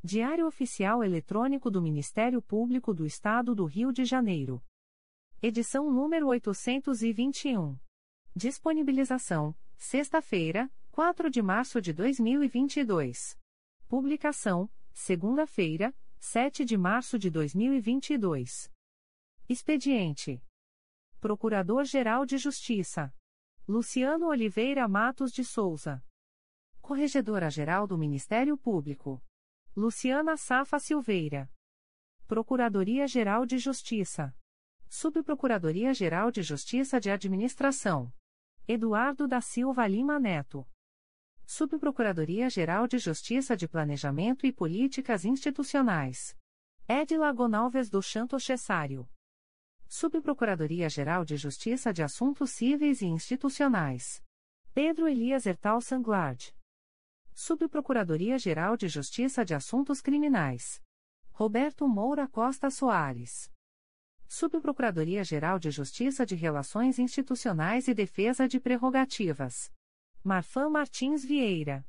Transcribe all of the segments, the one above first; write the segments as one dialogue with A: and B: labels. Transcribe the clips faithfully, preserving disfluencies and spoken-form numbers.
A: Diário Oficial Eletrônico do Ministério Público do Estado do Rio de Janeiro. Edição número oitocentos e vinte e um. Disponibilização: sexta-feira, quatro de março de dois mil e vinte e dois. Publicação: segunda-feira, sete de março de dois mil e vinte e dois. Expediente: Procurador-Geral de Justiça Luciano Oliveira Matos de Souza. Corregedora-Geral do Ministério Público Luciana Safa Silveira. Procuradoria-Geral de Justiça. Subprocuradoria-Geral de Justiça de Administração. Eduardo da Silva Lima Neto. Subprocuradoria-Geral de Justiça de Planejamento e Políticas Institucionais. Edila Gonalves do Chanto Cessário. Subprocuradoria-Geral de Justiça de Assuntos Cíveis e Institucionais. Pedro Elias Ertal Sanglard. Subprocuradoria-Geral de Justiça de Assuntos Criminais. Roberto Moura Costa Soares. Subprocuradoria-Geral de Justiça de Relações Institucionais e Defesa de Prerrogativas. Marfan Martins Vieira.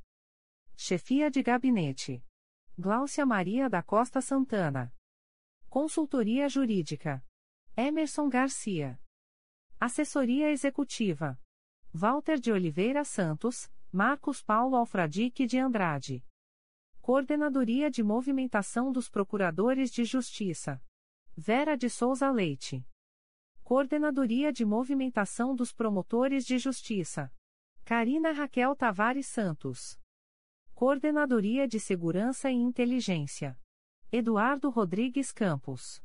A: Chefia de Gabinete: Gláucia Maria da Costa Santana. Consultoria Jurídica: Emerson Garcia. Assessoria Executiva: Walter de Oliveira Santos, Marcos Paulo Alfradique de Andrade. Coordenadoria de Movimentação dos Procuradores de Justiça: Vera de Souza Leite. Coordenadoria de Movimentação dos Promotores de Justiça: Carina Raquel Tavares Santos. Coordenadoria de Segurança e Inteligência: Eduardo Rodrigues Campos.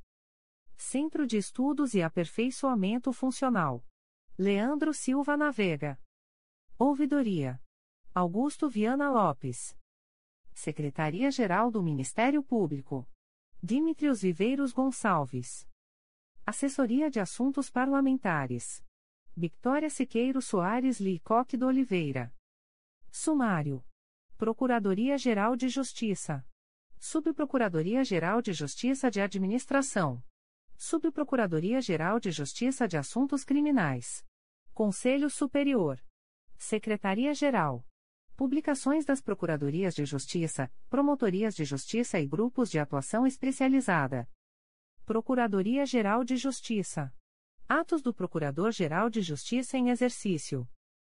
A: Centro de Estudos e Aperfeiçoamento Funcional: Leandro Silva Navega. Ouvidoria: Augusto Viana Lopes. Secretaria-Geral do Ministério Público: Dimitrios Viveiros Gonçalves. Assessoria de Assuntos Parlamentares: Victória Siqueiro Soares Licoque do Oliveira. Sumário: Procuradoria-Geral de Justiça. Subprocuradoria-Geral de Justiça de Administração. Subprocuradoria-Geral de Justiça de Assuntos Criminais. Conselho Superior. Secretaria-Geral. Publicações das Procuradorias de Justiça, Promotorias de Justiça e Grupos de Atuação Especializada. Procuradoria-Geral de Justiça. Atos do Procurador-Geral de Justiça em Exercício.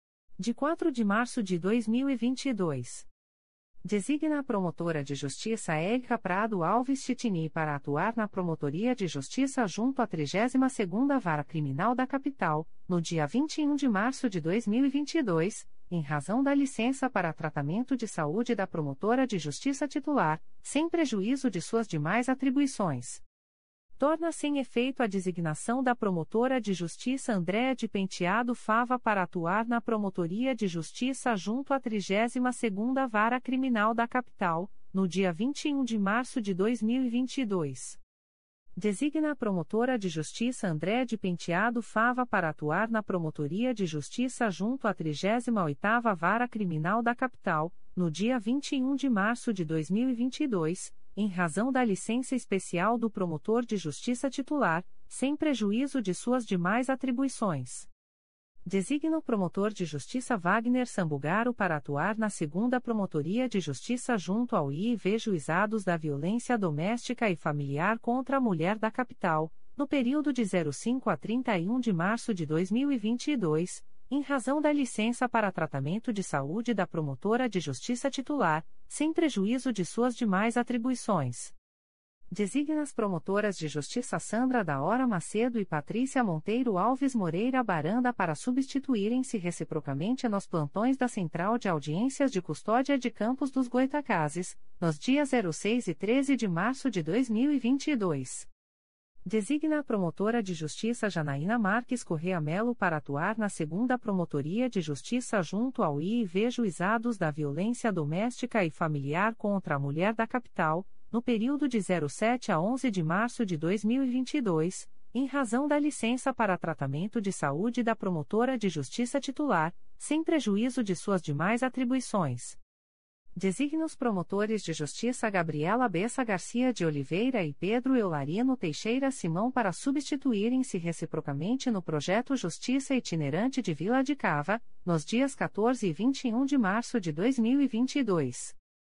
A: De quatro de março de dois mil e vinte e dois. Designa a promotora de Justiça Érica Prado Alves Chitini para atuar na Promotoria de Justiça junto à trigésima segunda Vara Criminal da Capital, no dia vinte e um de março de dois mil e vinte e dois, em razão da licença para tratamento de saúde da promotora de Justiça titular, sem prejuízo de suas demais atribuições. Torna sem efeito a designação da promotora de Justiça Andréa de Penteado Fava para atuar na Promotoria de Justiça junto à trigésima segunda Vara Criminal da Capital, no dia vinte e um de março de dois mil e vinte e dois. Designa a promotora de Justiça Andréa de Penteado Fava para atuar na Promotoria de Justiça junto à trigésima oitava Vara Criminal da Capital, no dia vinte e um de março de dois mil e vinte e dois, em razão da licença especial do promotor de justiça titular, sem prejuízo de suas demais atribuições. Designa o promotor de justiça Wagner Sambugaro para atuar na segunda Promotoria de Justiça junto ao I V Juizados da Violência Doméstica e Familiar contra a Mulher da Capital, no período de zero cinco a trinta e um de março de dois mil e vinte e dois, em razão da licença para tratamento de saúde da promotora de justiça titular, sem prejuízo de suas demais atribuições. Designa as promotoras de justiça Sandra da Hora Macedo e Patrícia Monteiro Alves Moreira Baranda para substituírem-se reciprocamente nos plantões da Central de Audiências de Custódia de Campos dos Goitacazes, nos dias zero seis e treze de março de dois mil e vinte e dois. Designa a promotora de justiça Janaína Marques Correa Melo para atuar na segunda Promotoria de Justiça junto ao I V Juizados da Violência Doméstica e Familiar contra a Mulher da Capital, no período de zero sete a onze de março de dois mil e vinte e dois, em razão da licença para tratamento de saúde da promotora de justiça titular, sem prejuízo de suas demais atribuições. Designa os promotores de justiça Gabriela Bessa Garcia de Oliveira e Pedro Eularino Teixeira Simão para substituírem-se reciprocamente no projeto Justiça Itinerante de Vila de Cava, nos dias quatorze e vinte e um de março de dois mil e vinte e dois.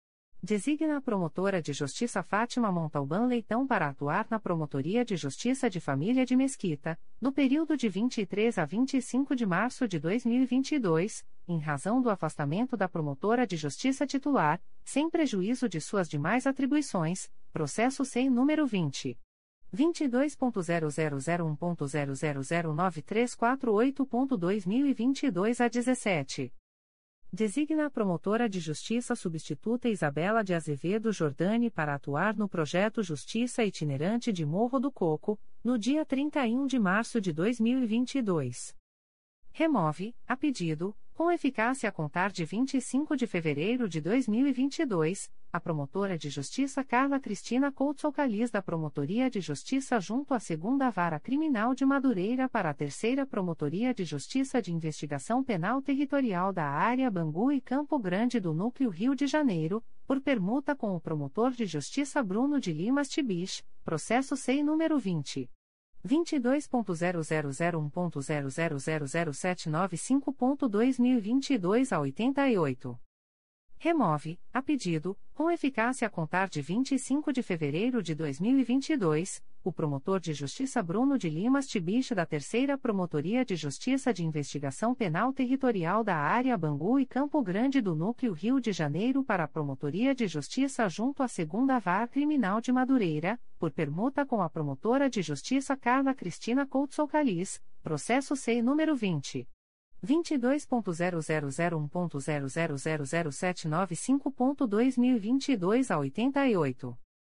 A: Designa a promotora de justiça Fátima Montalbán Leitão para atuar na Promotoria de Justiça de Família de Mesquita, no período de vinte e três a vinte e cinco de março de dois mil e vinte e dois, em razão do afastamento da promotora de justiça titular, sem prejuízo de suas demais atribuições, processo S E I número vinte. vinte e dois ponto zero zero zero um ponto zero zero zero nove três quatro oito ponto dois mil e vinte e dois a dezessete. Designa a promotora de justiça substituta Isabela de Azevedo Jordani para atuar no projeto Justiça Itinerante de Morro do Coco, no dia trinta e um de março de dois mil e vinte e dois. Remove, a pedido, com eficácia a contar de vinte e cinco de fevereiro de dois mil e vinte e dois, a promotora de justiça Carla Cristina Couto Calis da Promotoria de Justiça junto à Segunda Vara Criminal de Madureira para a Terceira Promotoria de Justiça de Investigação Penal Territorial da Área Bangu e Campo Grande do Núcleo Rio de Janeiro, por permuta com o promotor de justiça Bruno de Limas Tibich, processo S E I número vinte. vinte e dois ponto zero zero zero um ponto zero zero zero zero sete nove cinco ponto dois mil e vinte e dois a oitenta e oito. Remove, a pedido, com eficácia a contar de vinte e cinco de fevereiro de dois mil e vinte e dois, o promotor de justiça Bruno de Limas Tibich da Terceira Promotoria de Justiça de Investigação Penal Territorial da Área Bangu e Campo Grande do Núcleo Rio de Janeiro para a Promotoria de Justiça junto à Segunda Vara Criminal de Madureira, por permuta com a promotora de justiça Carla Cristina Couto Calis, processo S E I número vinte. vinte e dois ponto zero zero zero um ponto zero zero zero zero sete nove cinco ponto dois mil e vinte e dois a oitenta e oito.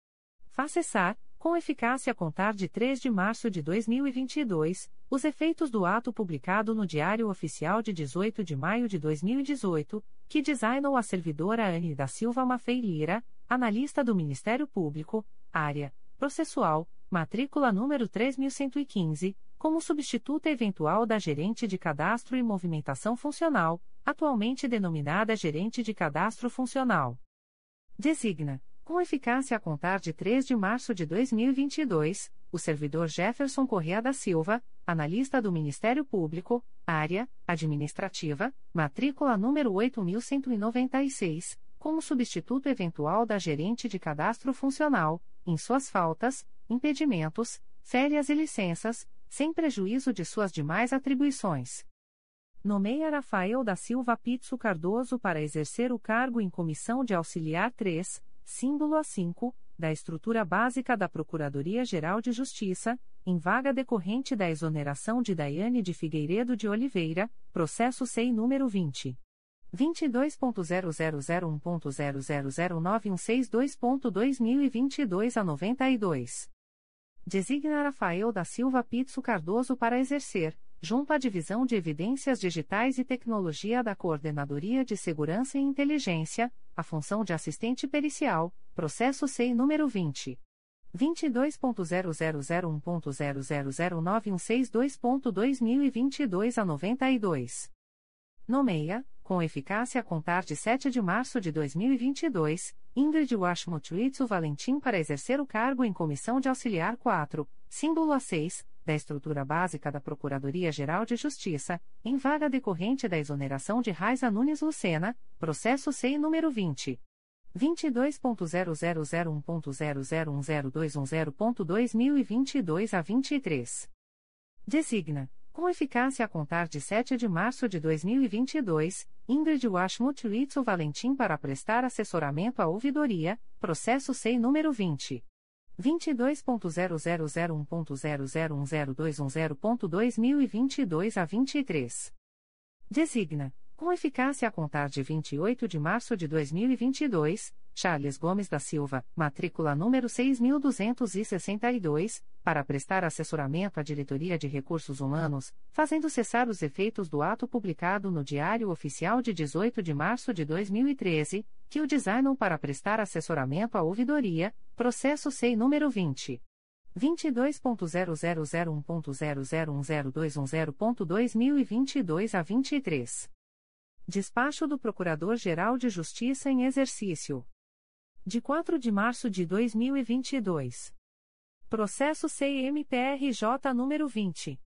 A: Faz cessar, com eficácia a contar de três de março de dois mil e vinte e dois, os efeitos do ato publicado no Diário Oficial de dezoito de maio de dois mil e dezoito, que designou a servidora Anne da Silva Maffei Lira, analista do Ministério Público, área processual, matrícula número três mil cento e quinze, como substituta eventual da Gerente de Cadastro e Movimentação Funcional, atualmente denominada Gerente de Cadastro Funcional. Designa, com eficácia a contar de três de março de dois mil e vinte e dois, o servidor Jefferson Correa da Silva, analista do Ministério Público, área administrativa, matrícula número oito mil cento e noventa e seis, como substituto eventual da Gerente de Cadastro Funcional, em suas faltas, impedimentos, férias e licenças, sem prejuízo de suas demais atribuições. Nomeia Rafael da Silva Pizzo Cardoso para exercer o cargo em Comissão de Auxiliar três, símbolo A cinco, da Estrutura Básica da Procuradoria-Geral de Justiça, em vaga decorrente da exoneração de Daiane de Figueiredo de Oliveira, processo S E I número vinte. vinte e dois ponto zero zero zero um ponto zero zero zero nove um seis dois ponto dois mil e vinte e dois a noventa e dois. Designa Rafael da Silva Pizzo Cardoso para exercer, junto à Divisão de Evidências Digitais e Tecnologia da Coordenadoria de Segurança e Inteligência, a função de assistente pericial, processo S E I número vinte. vinte e dois ponto zero zero zero um ponto zero zero zero nove um seis dois ponto dois mil e vinte e dois a noventa e dois. Nomeia, com eficácia a contar de sete de março de dois mil e vinte e dois, Ingrid Washmutwitzo Valentim para exercer o cargo em Comissão de Auxiliar quatro, símbolo A seis, da Estrutura Básica da Procuradoria-Geral de Justiça, em vaga decorrente da exoneração de Raiza Nunes Lucena, processo S E I número vinte. vinte e dois ponto zero zero zero um ponto zero zero um zero dois um zero ponto dois mil e vinte e dois a vinte e três. Designa, com eficácia a contar de sete de março de dois mil e vinte e dois, Ingrid Washmutwitzo Valentim para prestar assessoramento à ouvidoria, processo S E I número vinte. vinte e dois ponto zero zero zero um ponto zero zero um zero dois um zero ponto dois mil e vinte e dois a vinte e três. Designa, com eficácia a contar de vinte e oito de março de dois mil e vinte e dois, Charles Gomes da Silva, matrícula número seis mil duzentos e sessenta e dois, para prestar assessoramento à Diretoria de Recursos Humanos, fazendo cessar os efeitos do ato publicado no Diário Oficial de dezoito de março de dois mil e treze, que o designam para prestar assessoramento à ouvidoria, processo S E I número vinte. vinte e dois ponto zero zero zero um ponto zero zero um zero dois um zero ponto dois mil e vinte e dois a vinte e três. Despacho do Procurador-Geral de Justiça em exercício. De quatro de março de dois mil e vinte e dois. Processo C M P R J número vinte.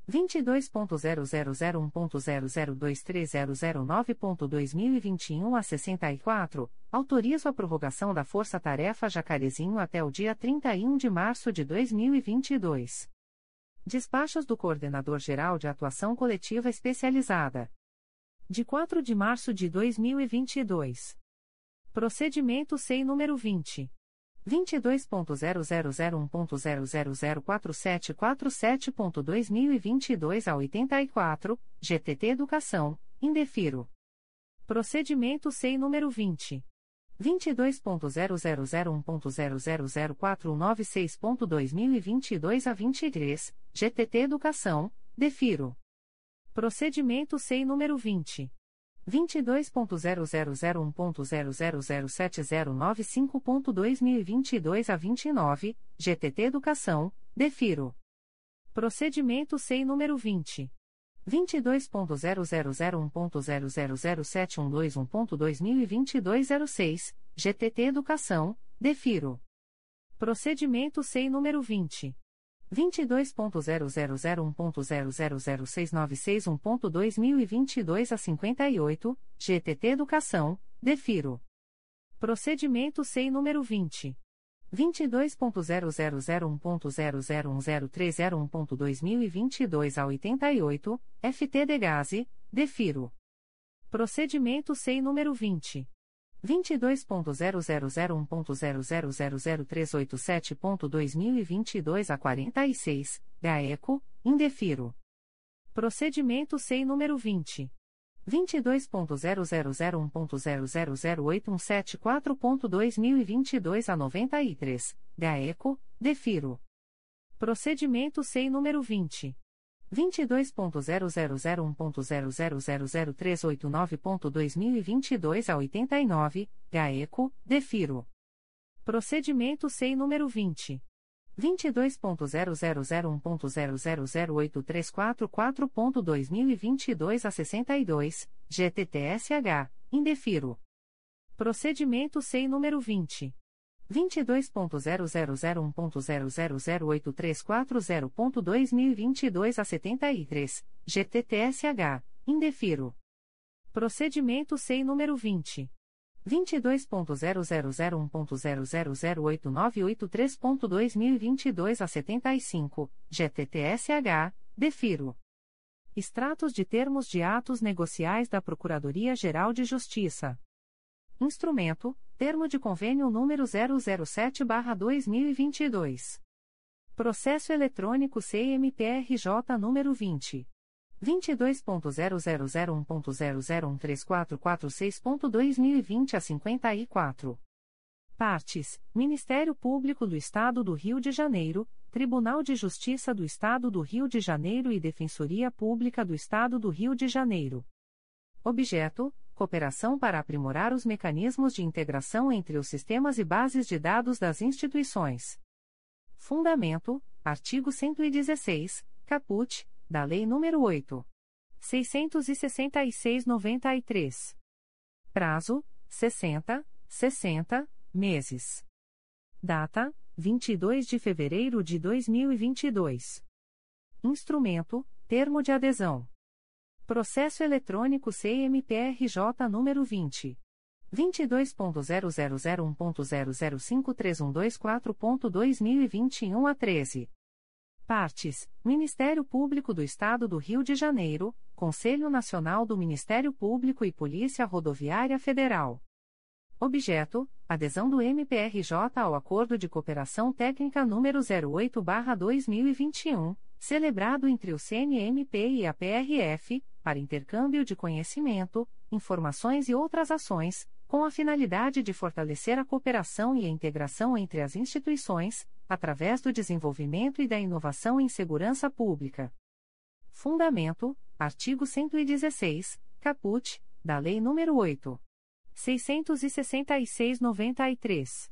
A: vinte e dois ponto zero zero zero um ponto zero zero dois três zero zero nove ponto dois mil e vinte e um a sessenta e quatro, autorizo a prorrogação da Força-Tarefa Jacarezinho até o dia trinta e um de março de dois mil e vinte e dois. Despachos do Coordenador-Geral de Atuação Coletiva Especializada. De quatro de março de dois mil e vinte e dois. Procedimento S E I número vinte. vinte e dois ponto zero zero zero um ponto zero zero zero quatro sete quatro sete ponto dois mil e vinte e dois a oitenta e quatro, G T T Educação, indefiro. Procedimento S E I número vinte. vinte e dois ponto zero zero zero um ponto zero zero zero quatro nove seis ponto dois mil e vinte e dois a vinte e três, G T T Educação, defiro. Procedimento S E I número vinte. vinte e dois ponto zero zero zero um ponto zero zero zero sete zero nove cinco ponto dois mil e vinte e dois a vinte e nove, G T T Educação, defiro. Procedimento S E I número vinte. vinte e dois ponto zero zero zero um ponto zero zero zero sete um dois um ponto dois mil e vinte e dois a zero seis, G T T Educação, defiro. Procedimento S E I número vinte. vinte e dois ponto zero zero zero um ponto zero zero zero seis nove seis um ponto dois mil e vinte e dois a cinquenta e oito, G T T Educação, defiro. Procedimento S E I número vinte. vinte e dois ponto zero zero zero um ponto zero zero um zero três zero um ponto dois mil e vinte e dois a oitenta e oito, F T Degase, defiro. Procedimento S E I número vinte. vinte e dois ponto zero zero zero um ponto zero zero zero zero três oito sete ponto dois mil e vinte e dois a quarenta e seis, GAECO, indefiro. Procedimento S E I número vinte. vinte e dois ponto zero zero zero um ponto zero zero zero oito um sete quatro ponto dois mil e vinte e dois a noventa e três, GAECO, defiro. Procedimento S E I número vinte. vinte e dois ponto zero zero zero um ponto zero zero zero zero três oito nove ponto dois mil e vinte e dois a oitenta e nove, GAECO, defiro. Procedimento S E I número vinte. vinte e dois ponto zero zero zero um ponto zero zero zero oito três quatro quatro ponto dois mil e vinte e dois a sessenta e dois, G T T S H, indefiro. Procedimento S E I número vinte. vinte e dois ponto zero zero zero um ponto zero zero zero oito três quatro zero ponto dois mil e vinte e dois a setenta e três, G T T S H, indefiro. Procedimento S E I número vinte. vinte e dois ponto zero zero zero um ponto zero zero zero oito nove oito três ponto dois mil e vinte e dois a setenta e cinco, G T T S H, defiro. Extratos de termos de atos negociais da Procuradoria-Geral de Justiça. Instrumento: Termo de Convênio número zero zero sete barra dois mil e vinte e dois. Processo Eletrônico C M P R J número vinte. vinte e dois ponto zero zero zero um ponto zero zero um três quatro quatro seis ponto dois mil e vinte a cinquenta e quatro. Partes: Ministério Público do Estado do Rio de Janeiro, Tribunal de Justiça do Estado do Rio de Janeiro e Defensoria Pública do Estado do Rio de Janeiro. Objeto: cooperação para aprimorar os mecanismos de integração entre os sistemas e bases de dados das instituições. Fundamento: artigo cento e dezesseis, caput, da Lei nº oito mil seiscentos e sessenta e seis barra noventa e três. Prazo: sessenta, sessenta, meses. Data: vinte e dois de fevereiro de dois mil e vinte e dois. Instrumento: termo de adesão. Processo Eletrônico C M P R J número vinte. vinte e dois ponto zero zero zero um ponto zero zero cinco três um dois quatro ponto dois mil e vinte e um a treze. Partes: Ministério Público do Estado do Rio de Janeiro, Conselho Nacional do Ministério Público e Polícia Rodoviária Federal. Objeto: adesão do M P R J ao Acordo de Cooperação Técnica número zero oito barra dois mil e vinte e um, celebrado entre o C N M P e a P R F, para intercâmbio de conhecimento, informações e outras ações, com a finalidade de fortalecer a cooperação e a integração entre as instituições, através do desenvolvimento e da inovação em segurança pública. Fundamento: artigo cento e dezesseis, caput, da Lei nº oito mil seiscentos e sessenta e seis barra noventa e três.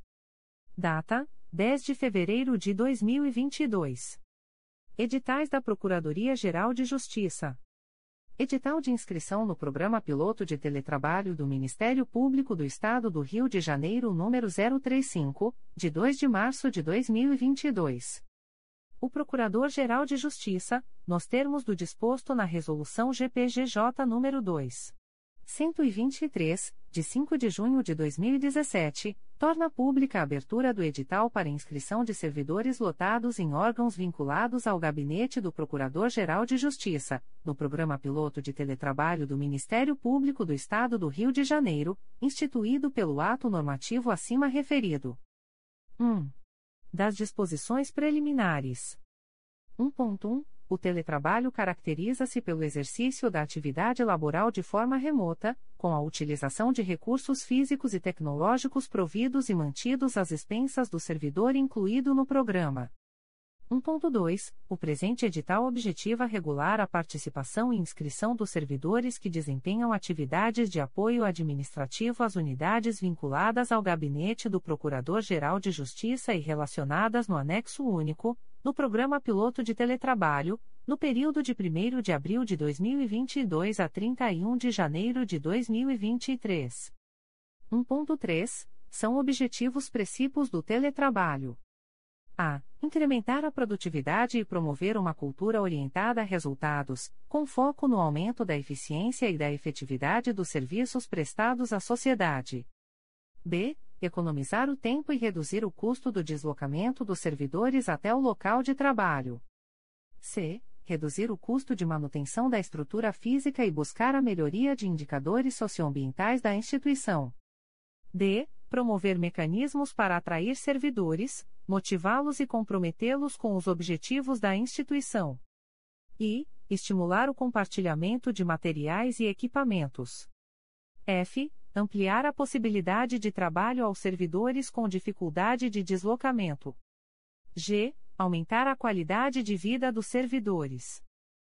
A: Data: dez de fevereiro de dois mil e vinte e dois. Editais da Procuradoria-Geral de Justiça. Edital de inscrição no Programa Piloto de Teletrabalho do Ministério Público do Estado do Rio de Janeiro número zero trinta e cinco, de dois de março de dois mil e vinte e dois. O Procurador-Geral de Justiça, nos termos do disposto na Resolução G P G J nº dois mil cento e vinte e três, de cinco de junho de dois mil e dezessete, torna pública a abertura do edital para inscrição de servidores lotados em órgãos vinculados ao Gabinete do Procurador-Geral de Justiça, no Programa Piloto de Teletrabalho do Ministério Público do Estado do Rio de Janeiro, instituído pelo ato normativo acima referido. um. Das disposições preliminares. um ponto um. O teletrabalho caracteriza-se pelo exercício da atividade laboral de forma remota, com a utilização de recursos físicos e tecnológicos providos e mantidos às expensas do servidor incluído no programa. um ponto dois. O presente edital objetiva regular a participação e inscrição dos servidores que desempenham atividades de apoio administrativo às unidades vinculadas ao Gabinete do Procurador-Geral de Justiça e relacionadas no anexo único, no Programa Piloto de Teletrabalho, no período de primeiro de abril de dois mil e vinte e dois a trinta e um de janeiro de dois mil e vinte e três. um ponto três. São objetivos precípios do teletrabalho. A. Incrementar a produtividade e promover uma cultura orientada a resultados, com foco no aumento da eficiência e da efetividade dos serviços prestados à sociedade. B. Economizar o tempo e reduzir o custo do deslocamento dos servidores até o local de trabalho. C. Reduzir o custo de manutenção da estrutura física e buscar a melhoria de indicadores socioambientais da instituição. D. Promover mecanismos para atrair servidores, motivá-los e comprometê-los com os objetivos da instituição. E. Estimular o compartilhamento de materiais e equipamentos. F. Ampliar a possibilidade de trabalho aos servidores com dificuldade de deslocamento. G. Aumentar a qualidade de vida dos servidores.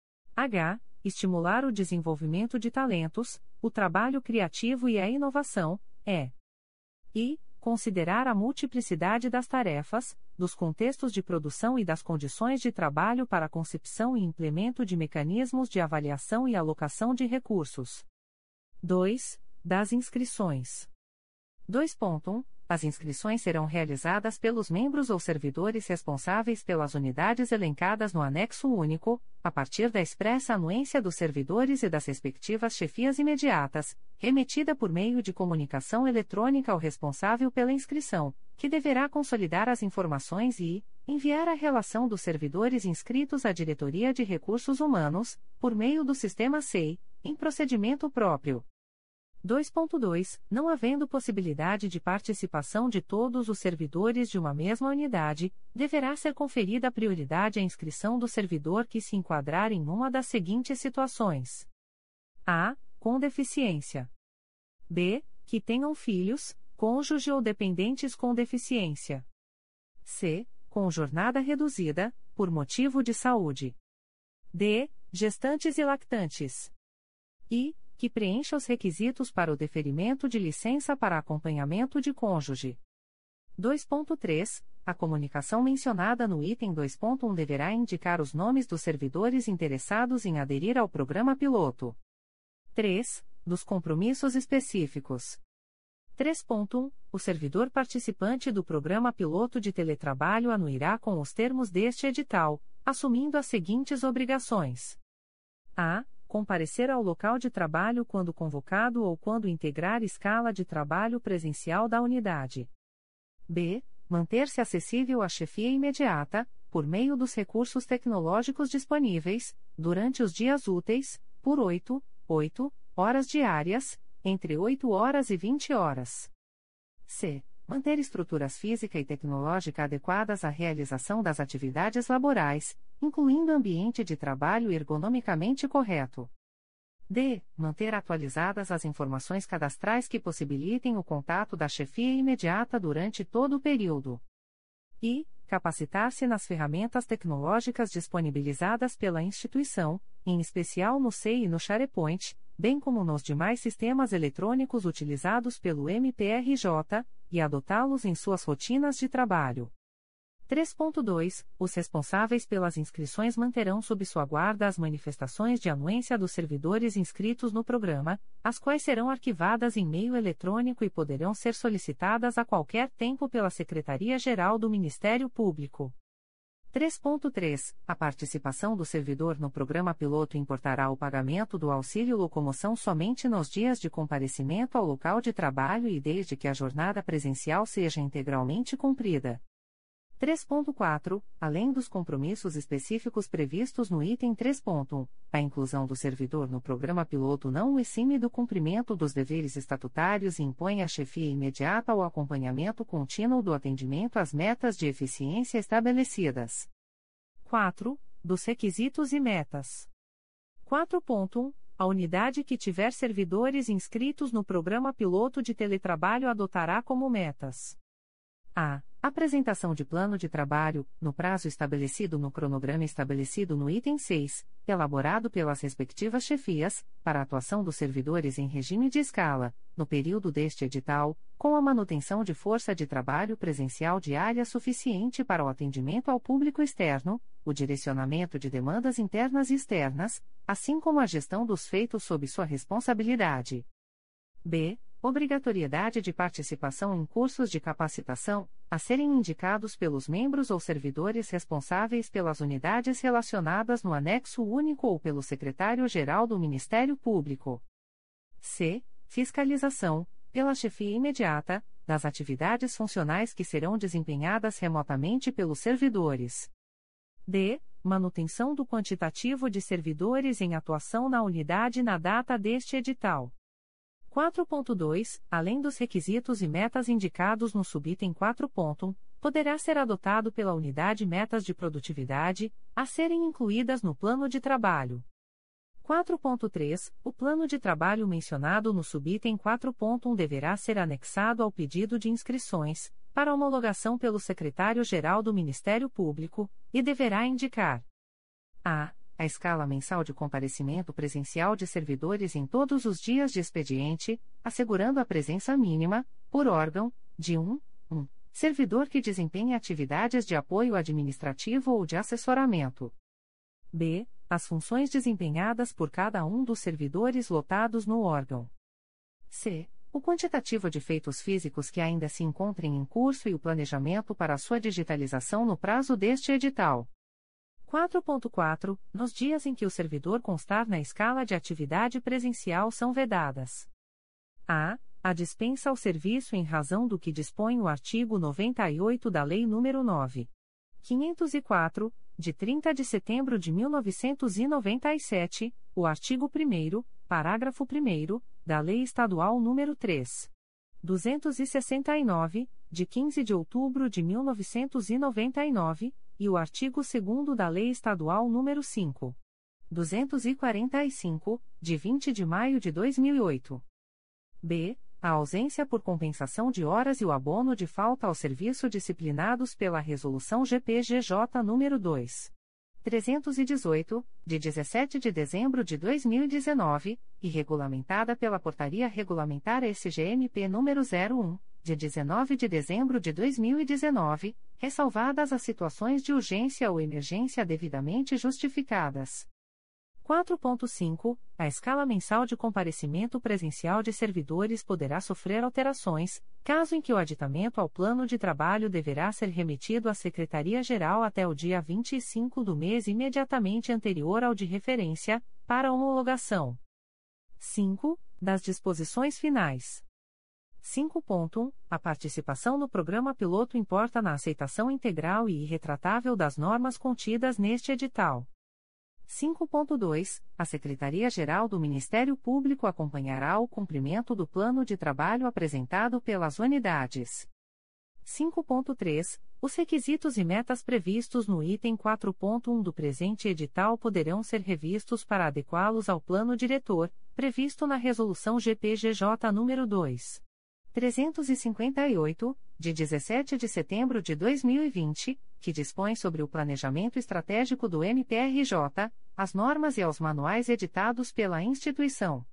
A: H. Estimular o desenvolvimento de talentos, o trabalho criativo e a inovação, E. I. Considerar a multiplicidade das tarefas, dos contextos de produção e das condições de trabalho para a concepção e implemento de mecanismos de avaliação e alocação de recursos. dois. Das inscrições. dois ponto um. As inscrições serão realizadas pelos membros ou servidores responsáveis pelas unidades elencadas no anexo único, a partir da expressa anuência dos servidores e das respectivas chefias imediatas, remetida por meio de comunicação eletrônica ao responsável pela inscrição, que deverá consolidar as informações e enviar a relação dos servidores inscritos à Diretoria de Recursos Humanos, por meio do sistema S E I, em procedimento próprio. dois ponto dois. Não havendo possibilidade de participação de todos os servidores de uma mesma unidade, deverá ser conferida prioridade à inscrição do servidor que se enquadrar em uma das seguintes situações: a. Com deficiência. b. Que tenham filhos, cônjuge ou dependentes com deficiência. c. Com jornada reduzida, por motivo de saúde. d. Gestantes e lactantes. e. Que preencha os requisitos para o deferimento de licença para acompanhamento de cônjuge. dois ponto três. A comunicação mencionada no item dois ponto um deverá indicar os nomes dos servidores interessados em aderir ao programa piloto. três. Dos compromissos específicos. três ponto um. O servidor participante do programa piloto de teletrabalho anuirá com os termos deste edital, assumindo as seguintes obrigações: a. Comparecer ao local de trabalho quando convocado ou quando integrar escala de trabalho presencial da unidade. b. Manter-se acessível à chefia imediata, por meio dos recursos tecnológicos disponíveis, durante os dias úteis, por oito, oito horas diárias, entre oito horas e vinte horas. c. Manter estruturas física e tecnológica adequadas à realização das atividades laborais, incluindo ambiente de trabalho ergonomicamente correto. d. Manter atualizadas as informações cadastrais que possibilitem o contato da chefia imediata durante todo o período. e. Capacitar-se nas ferramentas tecnológicas disponibilizadas pela instituição, em especial no S E I e no SharePoint, bem como nos demais sistemas eletrônicos utilizados pelo M P R J, e adotá-los em suas rotinas de trabalho. três ponto dois. Os responsáveis pelas inscrições manterão sob sua guarda as manifestações de anuência dos servidores inscritos no programa, as quais serão arquivadas em meio eletrônico e poderão ser solicitadas a qualquer tempo pela Secretaria-Geral do Ministério Público. três ponto três. A participação do servidor no programa piloto importará o pagamento do auxílio locomoção somente nos dias de comparecimento ao local de trabalho e desde que a jornada presencial seja integralmente cumprida. três ponto quatro. Além dos compromissos específicos previstos no item três ponto um, a inclusão do servidor no programa piloto não o exime do cumprimento dos deveres estatutários e impõe a chefia imediata ao acompanhamento contínuo do atendimento às metas de eficiência estabelecidas. quatro. Dos requisitos e metas. quatro ponto um. A unidade que tiver servidores inscritos no programa piloto de teletrabalho adotará como metas: a. Apresentação de plano de trabalho, no prazo estabelecido no cronograma estabelecido no item seis, elaborado pelas respectivas chefias, para a atuação dos servidores em regime de escala, no período deste edital, com a manutenção de força de trabalho presencial diária suficiente para o atendimento ao público externo, o direcionamento de demandas internas e externas, assim como a gestão dos feitos sob sua responsabilidade. B. Obrigatoriedade de participação em cursos de capacitação, a serem indicados pelos membros ou servidores responsáveis pelas unidades relacionadas no anexo único ou pelo secretário-geral do Ministério Público. C. Fiscalização, pela chefia imediata, das atividades funcionais que serão desempenhadas remotamente pelos servidores. D. Manutenção do quantitativo de servidores em atuação na unidade na data deste edital. quatro ponto dois. Além dos requisitos e metas indicados no subitem quatro ponto um, poderá ser adotado pela unidade metas de produtividade, a serem incluídas no plano de trabalho. quatro ponto três. O plano de trabalho mencionado no subitem quatro ponto um deverá ser anexado ao pedido de inscrições, para homologação pelo Secretário-Geral do Ministério Público, e deverá indicar: a. A escala mensal de comparecimento presencial de servidores em todos os dias de expediente, assegurando a presença mínima, por órgão, de um, um servidor que desempenha atividades de apoio administrativo ou de assessoramento. B. As funções desempenhadas por cada um dos servidores lotados no órgão. C. O quantitativo de feitos físicos que ainda se encontrem em curso e o planejamento para sua digitalização no prazo deste edital. quatro ponto quatro. Nos dias em que o servidor constar na escala de atividade presencial são vedadas: a. A dispensa ao serviço em razão do que dispõe o artigo noventa e oito da Lei nº nove mil quinhentos e quatro, de trinta de setembro de mil novecentos e noventa e sete, o artigo primeiro, parágrafo primeiro, da Lei Estadual nº três mil duzentos e sessenta e nove, de quinze de outubro de mil novecentos e noventa e nove, e o artigo segundo da Lei Estadual nº cinco mil duzentos e quarenta e cinco, de vinte de maio de dois mil e oito. B. A ausência por compensação de horas e o abono de falta ao serviço disciplinados pela Resolução G P G J nº dois mil trezentos e dezoito, de dezessete de dezembro de dois mil e dezenove, e regulamentada pela Portaria Regulamentar S G M P nº zero um, de dezenove de dezembro de dois mil e dezenove, ressalvadas as situações de urgência ou emergência devidamente justificadas. quatro ponto cinco. A escala mensal de comparecimento presencial de servidores poderá sofrer alterações, caso em que o aditamento ao plano de trabalho deverá ser remetido à Secretaria-Geral até o dia vinte e cinco do mês imediatamente anterior ao de referência, para homologação. cinco. Das disposições finais. cinco ponto um. A participação no programa piloto importa na aceitação integral e irretratável das normas contidas neste edital. cinco ponto dois. A Secretaria-Geral do Ministério Público acompanhará o cumprimento do plano de trabalho apresentado pelas unidades. cinco ponto três. Os requisitos e metas previstos no item quatro ponto um do presente edital poderão ser revistos para adequá-los ao plano diretor, previsto na Resolução G P G J nº dois mil trezentos e cinquenta e oito, de dezessete de setembro de dois mil e vinte, que dispõe sobre o planejamento estratégico do M P R J, as normas e aos manuais editados pela instituição.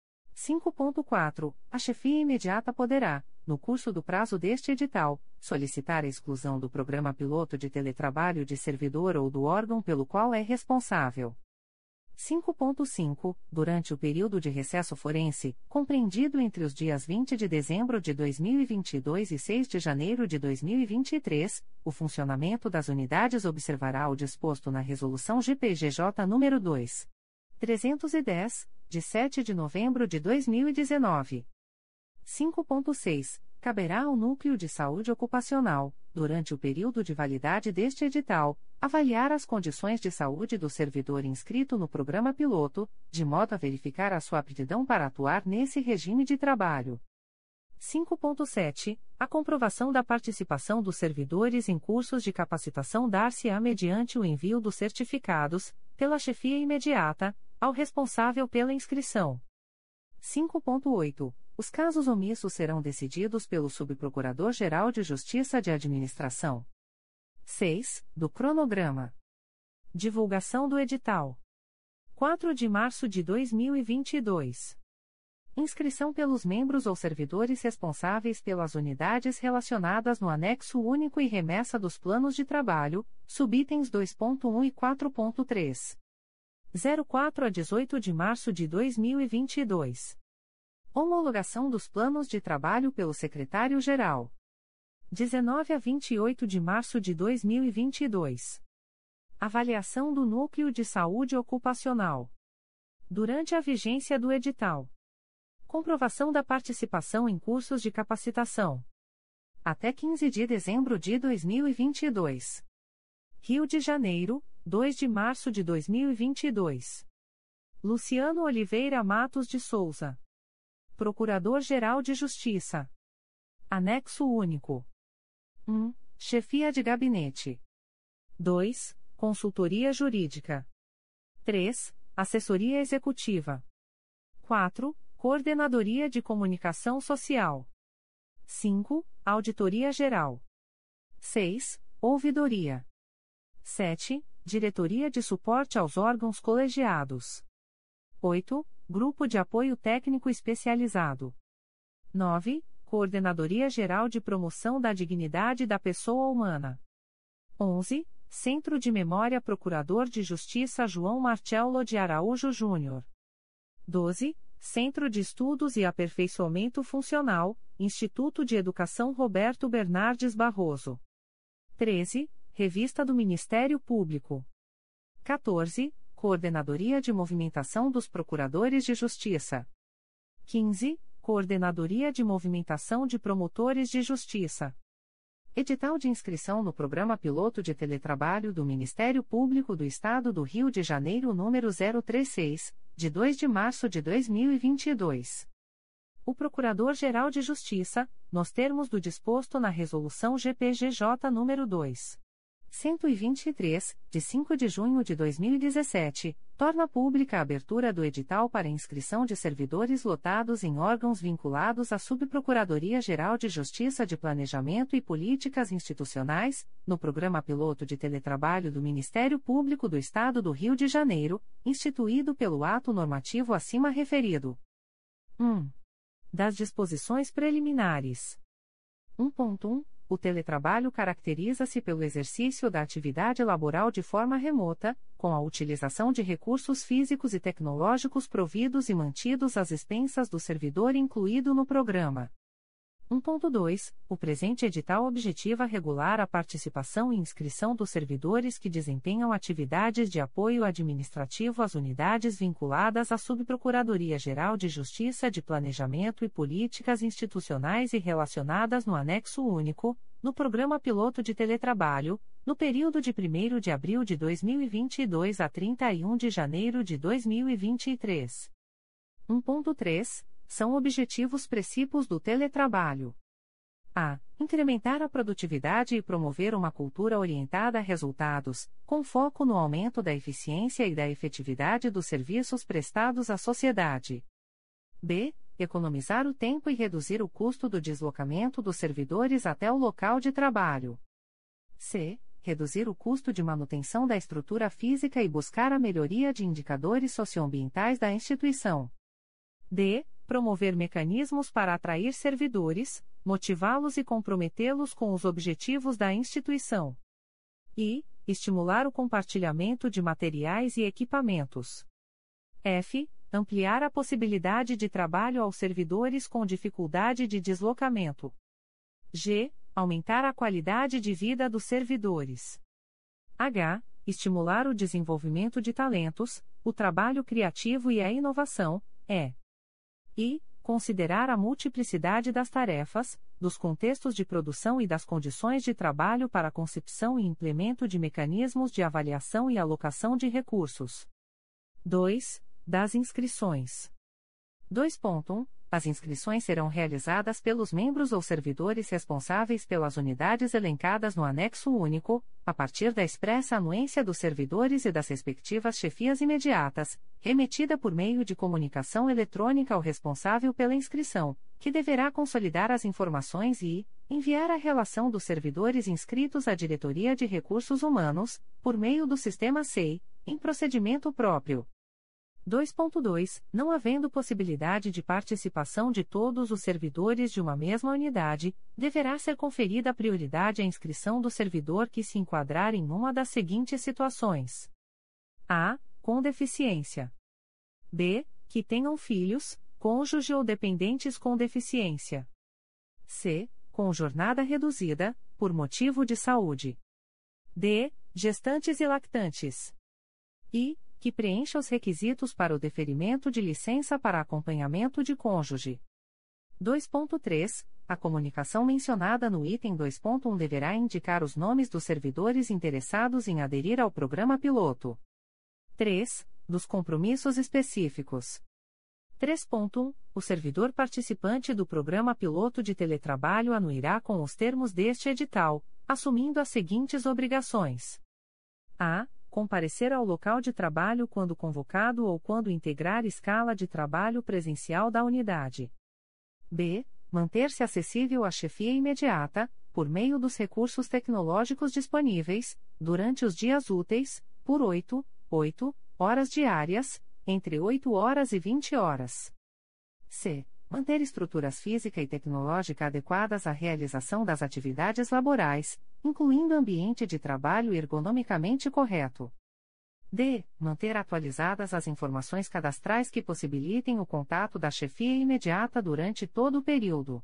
A: cinco ponto quatro. A chefia imediata poderá, no curso do prazo deste edital, solicitar a exclusão do programa piloto de teletrabalho de servidor ou do órgão pelo qual é responsável. cinco ponto cinco. Durante o período de recesso forense, compreendido entre os dias vinte de dezembro de dois mil e vinte e dois e seis de janeiro de dois mil e vinte e três, o funcionamento das unidades observará o disposto na Resolução G P G J nº dois mil trezentos e dez, de sete de novembro de dois mil e dezenove. cinco ponto seis. Caberá ao Núcleo de Saúde Ocupacional, durante o período de validade deste edital, avaliar as condições de saúde do servidor inscrito no programa piloto, de modo a verificar a sua aptidão para atuar nesse regime de trabalho. cinco ponto sete. A comprovação da participação dos servidores em cursos de capacitação dar-se-á mediante o envio dos certificados, pela chefia imediata, ao responsável pela inscrição. cinco ponto oito. Os casos omissos serão decididos pelo Subprocurador-Geral de Justiça de Administração. seis. Do cronograma. Divulgação do edital. quatro de março de dois mil e vinte e dois. Inscrição pelos membros ou servidores responsáveis pelas unidades relacionadas no anexo único e remessa dos planos de trabalho, subitens dois ponto um e quatro ponto três. zero quatro a dezoito de março de dois mil e vinte e dois. Homologação dos planos de trabalho pelo Secretário-Geral. dezenove a vinte e oito de março de dois mil e vinte e dois. Avaliação do Núcleo de Saúde Ocupacional. Durante a vigência do edital. Comprovação da participação em cursos de capacitação. Até quinze de dezembro de dois mil e vinte e dois. Rio de Janeiro, dois de março de dois mil e vinte e dois. Luciano Oliveira Matos de Souza. Procurador-Geral de Justiça. Anexo único. um. Chefia de Gabinete. dois. Consultoria Jurídica. três. Assessoria Executiva. quatro. Coordenadoria de Comunicação Social. cinco. Auditoria Geral. seis. Ouvidoria. sete. Diretoria de Suporte aos Órgãos Colegiados. oito. Grupo de Apoio Técnico Especializado. nove. Coordenadoria Geral de Promoção da Dignidade da Pessoa Humana. onze. Centro de Memória Procurador de Justiça João Marcelo de Araújo Júnior. doze. Centro de Estudos e Aperfeiçoamento Funcional, Instituto de Educação Roberto Bernardes Barroso. treze. Revista do Ministério Público. quatorze. Coordenadoria de Movimentação dos Procuradores de Justiça. quinze. Coordenadoria de Movimentação de Promotores de Justiça. Edital de inscrição no Programa Piloto de Teletrabalho do Ministério Público do Estado do Rio de Janeiro número zero trinta e seis, de dois de março de dois mil e vinte e dois. O Procurador-Geral de Justiça, nos termos do disposto na Resolução G P G J nº dois mil cento e vinte e três, de cinco de junho de dois mil e dezessete, torna pública a abertura do edital para inscrição de servidores lotados em órgãos vinculados à Subprocuradoria-Geral de Justiça de Planejamento e Políticas Institucionais, no Programa Piloto de Teletrabalho do Ministério Público do Estado do Rio de Janeiro, instituído pelo ato normativo acima referido. um. Das disposições preliminares. um ponto um. O teletrabalho caracteriza-se pelo exercício da atividade laboral de forma remota, com a utilização de recursos físicos e tecnológicos providos e mantidos às expensas do servidor incluído no programa. um ponto dois. O presente edital objetiva regular a participação e inscrição dos servidores que desempenham atividades de apoio administrativo às unidades vinculadas à Subprocuradoria-Geral de Justiça de Planejamento e Políticas Institucionais e relacionadas no anexo único, no Programa Piloto de Teletrabalho, no período de primeiro de abril de dois mil e vinte e dois a trinta e um de janeiro de dois mil e vinte e três. um ponto três. São objetivos precípios do teletrabalho. A. Incrementar a produtividade e promover uma cultura orientada a resultados, com foco no aumento da eficiência e da efetividade dos serviços prestados à sociedade. B. Economizar o tempo e reduzir o custo do deslocamento dos servidores até o local de trabalho. C. Reduzir o custo de manutenção da estrutura física e buscar a melhoria de indicadores socioambientais da instituição. D. Promover mecanismos para atrair servidores, motivá-los e comprometê-los com os objetivos da instituição. E. Estimular o compartilhamento de materiais e equipamentos. F. Ampliar a possibilidade de trabalho aos servidores com dificuldade de deslocamento. G. Aumentar a qualidade de vida dos servidores. H. Estimular o desenvolvimento de talentos, o trabalho criativo e a inovação, E. I. Considerar a multiplicidade das tarefas, dos contextos de produção e das condições de trabalho para a concepção e implemento de mecanismos de avaliação e alocação de recursos. dois. Das inscrições. dois ponto um. As inscrições serão realizadas pelos membros ou servidores responsáveis pelas unidades elencadas no anexo único, a partir da expressa anuência dos servidores e das respectivas chefias imediatas, remetida por meio de comunicação eletrônica ao responsável pela inscrição, que deverá consolidar as informações e enviar a relação dos servidores inscritos à Diretoria de Recursos Humanos, por meio do sistema S E I, em procedimento próprio. dois ponto dois. Não havendo possibilidade de participação de todos os servidores de uma mesma unidade, deverá ser conferida prioridade à inscrição do servidor que se enquadrar em uma das seguintes situações: A. Com deficiência. B. Que tenham filhos, cônjuge ou dependentes com deficiência. C. Com jornada reduzida, por motivo de saúde. D. Gestantes e lactantes. I. Que preencha os requisitos para o deferimento de licença para acompanhamento de cônjuge. dois ponto três. A comunicação mencionada no item dois ponto um deverá indicar os nomes dos servidores interessados em aderir ao programa piloto. três. Dos compromissos específicos. três ponto um. O servidor participante do programa piloto de teletrabalho anuirá com os termos deste edital, assumindo as seguintes obrigações: a. Comparecer ao local de trabalho quando convocado ou quando integrar escala de trabalho presencial da unidade. B. Manter-se acessível à chefia imediata, por meio dos recursos tecnológicos disponíveis, durante os dias úteis, por oito, oito horas diárias, entre oito horas e vinte horas. C. Manter estruturas física e tecnológica adequadas à realização das atividades laborais, incluindo ambiente de trabalho ergonomicamente correto. D. Manter atualizadas as informações cadastrais que possibilitem o contato da chefia imediata durante todo o período.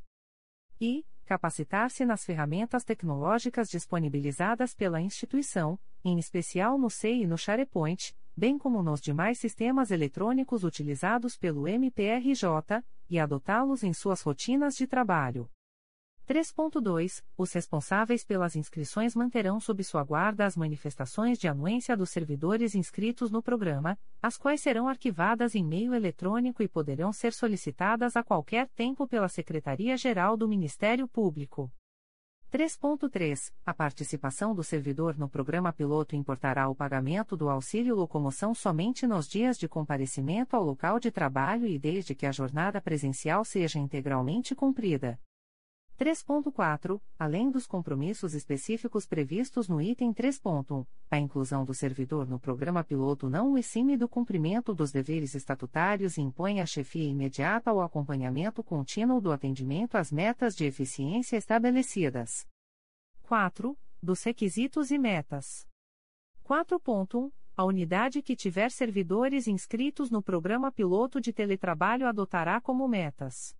A: E. Capacitar-se nas ferramentas tecnológicas disponibilizadas pela instituição, em especial no S E I e no SharePoint, bem como nos demais sistemas eletrônicos utilizados pelo M P R J, e adotá-los em suas rotinas de trabalho. três ponto dois. Os responsáveis pelas inscrições manterão sob sua guarda as manifestações de anuência dos servidores inscritos no programa, as quais serão arquivadas em meio eletrônico e poderão ser solicitadas a qualquer tempo pela Secretaria-Geral do Ministério Público. três ponto três. A participação do servidor no programa piloto importará o pagamento do auxílio locomoção somente nos dias de comparecimento ao local de trabalho e desde que a jornada presencial seja integralmente cumprida. três ponto quatro. Além dos compromissos específicos previstos no item três ponto um, a inclusão do servidor no programa piloto não o exime do cumprimento dos deveres estatutários e impõe a chefia imediata ao acompanhamento contínuo do atendimento às metas de eficiência estabelecidas. quatro. Dos requisitos e metas. quatro ponto um. A unidade que tiver servidores inscritos no programa piloto de teletrabalho adotará como metas: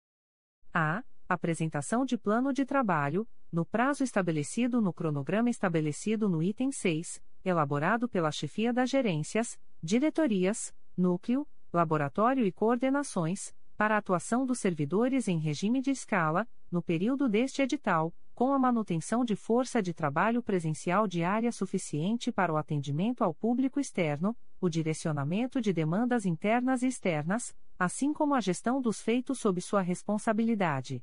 A: a. Apresentação de plano de trabalho, no prazo estabelecido no cronograma estabelecido no item seis, elaborado pela chefia das gerências, diretorias, núcleo, laboratório e coordenações, para a atuação dos servidores em regime de escala, no período deste edital, com a manutenção de força de trabalho presencial diária suficiente para o atendimento ao público externo, o direcionamento de demandas internas e externas, assim como a gestão dos feitos sob sua responsabilidade.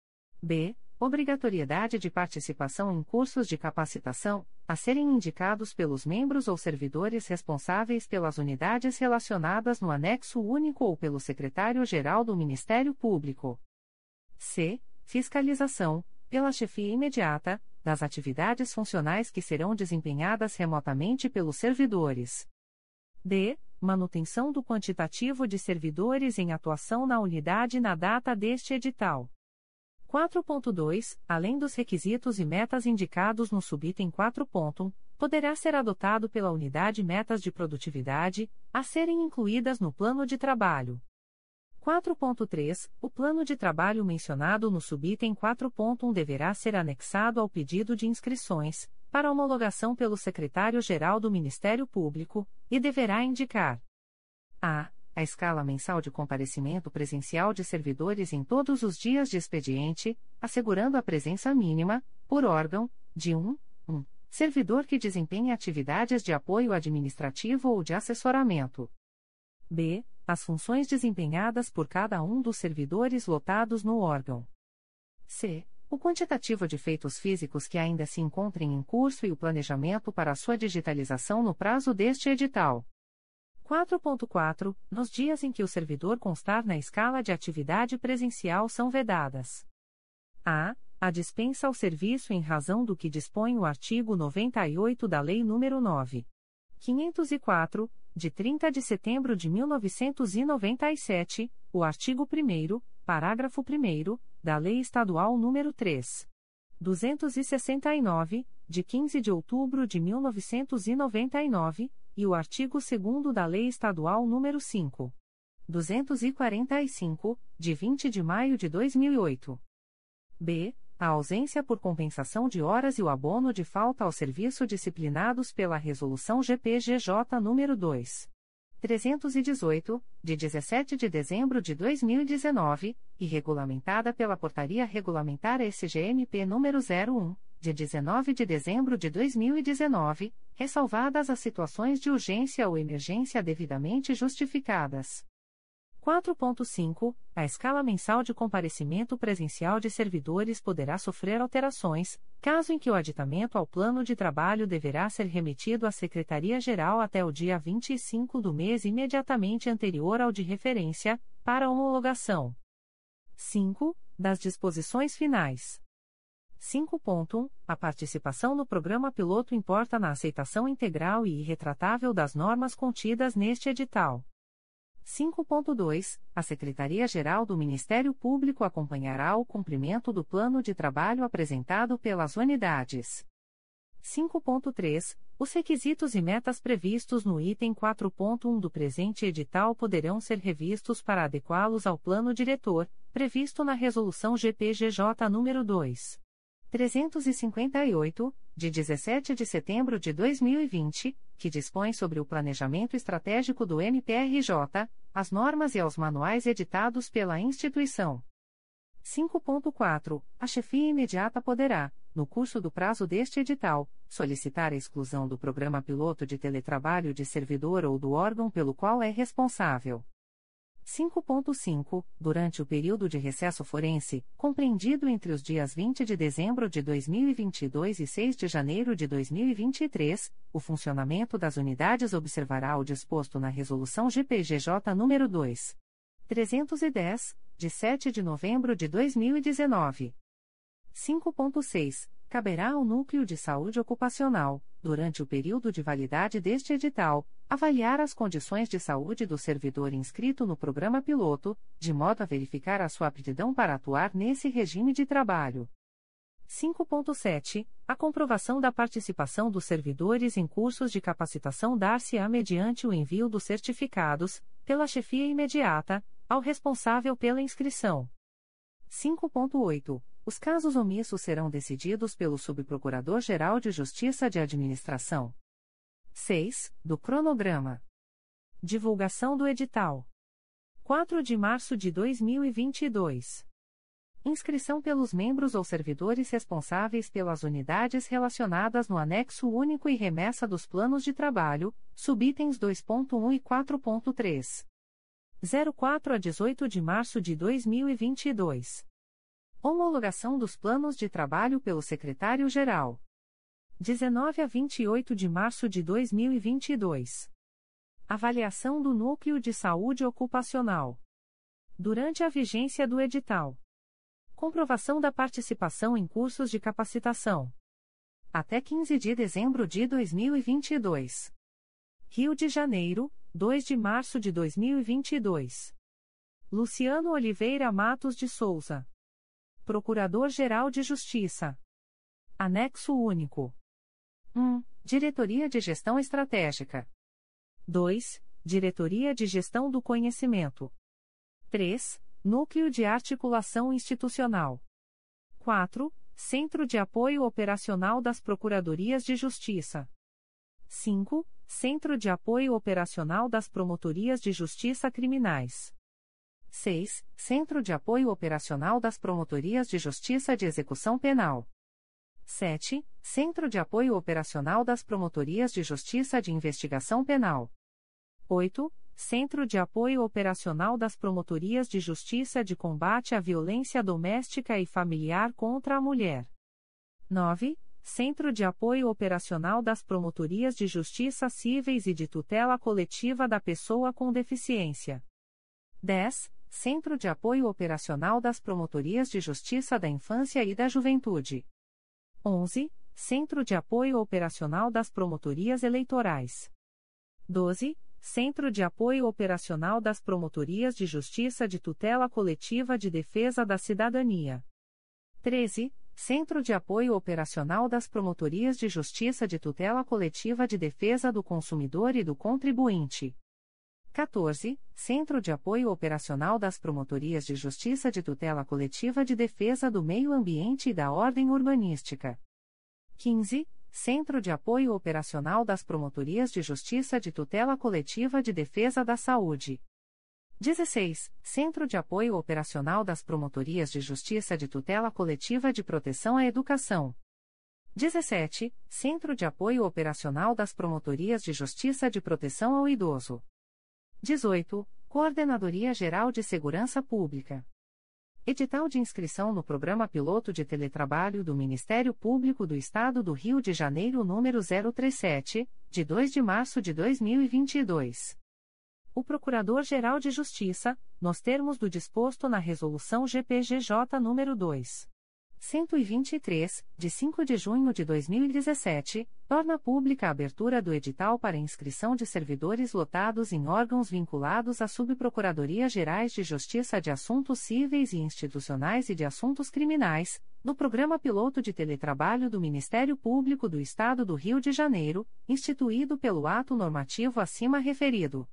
A: B. Obrigatoriedade de participação em cursos de capacitação, a serem indicados pelos membros ou servidores responsáveis pelas unidades relacionadas no anexo único ou pelo secretário-geral do Ministério Público. C. Fiscalização, pela chefia imediata, das atividades funcionais que serão desempenhadas remotamente pelos servidores. D. Manutenção do quantitativo de servidores em atuação na unidade na data deste edital. quatro ponto dois. Além dos requisitos e metas indicados no subitem quatro ponto um, poderá ser adotado pela unidade metas de produtividade, a serem incluídas no plano de trabalho. quatro ponto três. O plano de trabalho mencionado no subitem quatro ponto um deverá ser anexado ao pedido de inscrições, para homologação pelo Secretário-Geral do Ministério Público, e deverá indicar a. A escala mensal de comparecimento presencial de servidores em todos os dias de expediente, assegurando a presença mínima, por órgão, de um, um servidor que desempenhe atividades de apoio administrativo ou de assessoramento. B. As funções desempenhadas por cada um dos servidores lotados no órgão. C. O quantitativo de feitos físicos que ainda se encontrem em curso e o planejamento para sua digitalização no prazo deste edital. quatro ponto quatro. Nos dias em que o servidor constar na escala de atividade presencial são vedadas: a. A dispensa ao serviço em razão do que dispõe o artigo noventa e oito da Lei nº nove mil quinhentos e quatro, de trinta de setembro de mil novecentos e noventa e sete, o artigo primeiro, parágrafo primeiro, da Lei Estadual nº três mil duzentos e sessenta e nove, de quinze de outubro de mil novecentos e noventa e nove, e o artigo segundo da Lei Estadual nº cinco mil duzentos e quarenta e cinco, de vinte de maio de dois mil e oito. B. A ausência por compensação de horas e o abono de falta ao serviço disciplinados pela Resolução G P G J nº dois mil trezentos e dezoito, de dezessete de dezembro de dois mil e dezenove, e regulamentada pela Portaria Regulamentar S G M P nº zero um, de dezenove de dezembro de dois mil e dezenove, ressalvadas as situações de urgência ou emergência devidamente justificadas. quatro ponto cinco. A escala mensal de comparecimento presencial de servidores poderá sofrer alterações, caso em que o aditamento ao plano de trabalho deverá ser remetido à Secretaria-Geral até o dia vinte e cinco do mês imediatamente anterior ao de referência, para homologação. cinco. Das disposições finais. cinco ponto um. A participação no programa piloto importa na aceitação integral e irretratável das normas contidas neste edital. cinco ponto dois. A Secretaria-Geral do Ministério Público acompanhará o cumprimento do plano de trabalho apresentado pelas unidades. cinco ponto três. Os requisitos e metas previstos no item quatro ponto um do presente edital poderão ser revistos para adequá-los ao plano diretor, previsto na Resolução G P G J nº dois mil trezentos e cinquenta e oito, de dezessete de setembro de dois mil e vinte, que dispõe sobre o planejamento estratégico do M P R J, as normas e aos manuais editados pela instituição. cinco ponto quatro. A chefia imediata poderá, no curso do prazo deste edital, solicitar a exclusão do programa piloto de teletrabalho de servidor ou do órgão pelo qual é responsável. cinco ponto cinco. Durante o período de recesso forense, compreendido entre os dias vinte de dezembro de dois mil e vinte e dois e seis de janeiro de dois mil e vinte e três, o funcionamento das unidades observará o disposto na Resolução G P G J nº dois mil trezentos e dez, de sete de novembro de dois mil e dezenove. cinco ponto seis. Caberá ao Núcleo de Saúde Ocupacional, durante o período de validade deste edital, avaliar as condições de saúde do servidor inscrito no programa piloto, de modo a verificar a sua aptidão para atuar nesse regime de trabalho. cinco ponto sete. A comprovação da participação dos servidores em cursos de capacitação dar-se-á mediante o envio dos certificados, pela chefia imediata, ao responsável pela inscrição. cinco ponto oito. Os casos omissos serão decididos pelo Subprocurador-Geral de Justiça de Administração. seis. Do cronograma. Divulgação do edital. quatro de março de dois mil e vinte e dois. Inscrição pelos membros ou servidores responsáveis pelas unidades relacionadas no anexo único e remessa dos planos de trabalho, subitens dois ponto um e quatro ponto três. zero quatro a dezoito de março de dois mil e vinte e dois. Homologação dos planos de trabalho pelo Secretário-Geral. dezenove a vinte e oito de março de dois mil e vinte e dois. Avaliação do Núcleo de Saúde Ocupacional. Durante a vigência do edital. Comprovação da participação em cursos de capacitação. Até quinze de dezembro de dois mil e vinte e dois. Rio de Janeiro, dois de março de dois mil e vinte e dois. Luciano Oliveira Matos de Souza. Procurador-Geral de Justiça. Anexo Único. um. Diretoria de Gestão Estratégica. dois. Diretoria de Gestão do Conhecimento. três. Núcleo de Articulação Institucional. quatro. Centro de Apoio Operacional das Procuradorias de Justiça. cinco. Centro de Apoio Operacional das Promotorias de Justiça Criminais. seis. Centro de Apoio Operacional das Promotorias de Justiça de Execução Penal. sete. Centro de Apoio Operacional das Promotorias de Justiça de Investigação Penal. oito. Centro de Apoio Operacional das Promotorias de Justiça de Combate à Violência Doméstica e Familiar contra a Mulher. nove. Centro de Apoio Operacional das Promotorias de Justiça Cíveis e de Tutela Coletiva da Pessoa com Deficiência. dez. Centro de Apoio Operacional das Promotorias de Justiça da Infância e da Juventude. onze. Centro de Apoio Operacional das Promotorias Eleitorais. doze. Centro de Apoio Operacional das Promotorias de Justiça de Tutela Coletiva de Defesa da Cidadania. treze. Centro de Apoio Operacional das Promotorias de Justiça de Tutela Coletiva de Defesa do Consumidor e do Contribuinte. quatorze. Centro de Apoio Operacional das Promotorias de Justiça de Tutela Coletiva de Defesa do Meio Ambiente e da Ordem Urbanística. quinze. Centro de Apoio Operacional das Promotorias de Justiça de Tutela Coletiva de Defesa da Saúde. dezesseis. Centro de Apoio Operacional das Promotorias de Justiça de Tutela Coletiva de Proteção à Educação. dezessete. Centro de Apoio Operacional das Promotorias de Justiça de Proteção ao Idoso. dezoito. Coordenadoria Geral de Segurança Pública. Edital de inscrição no Programa Piloto de Teletrabalho do Ministério Público do Estado do Rio de Janeiro número zero trinta e sete, de dois de março de dois mil e vinte e dois. O Procurador-Geral de Justiça, nos termos do disposto na Resolução G P G J nº dois mil cento e vinte e três, de cinco de junho de dois mil e dezessete, torna pública a abertura do edital para inscrição de servidores lotados em órgãos vinculados à Subprocuradoria-Gerais de Justiça de Assuntos Cíveis e Institucionais e de Assuntos Criminais, no Programa Piloto de Teletrabalho do Ministério Público do Estado do Rio de Janeiro, instituído pelo ato normativo acima referido.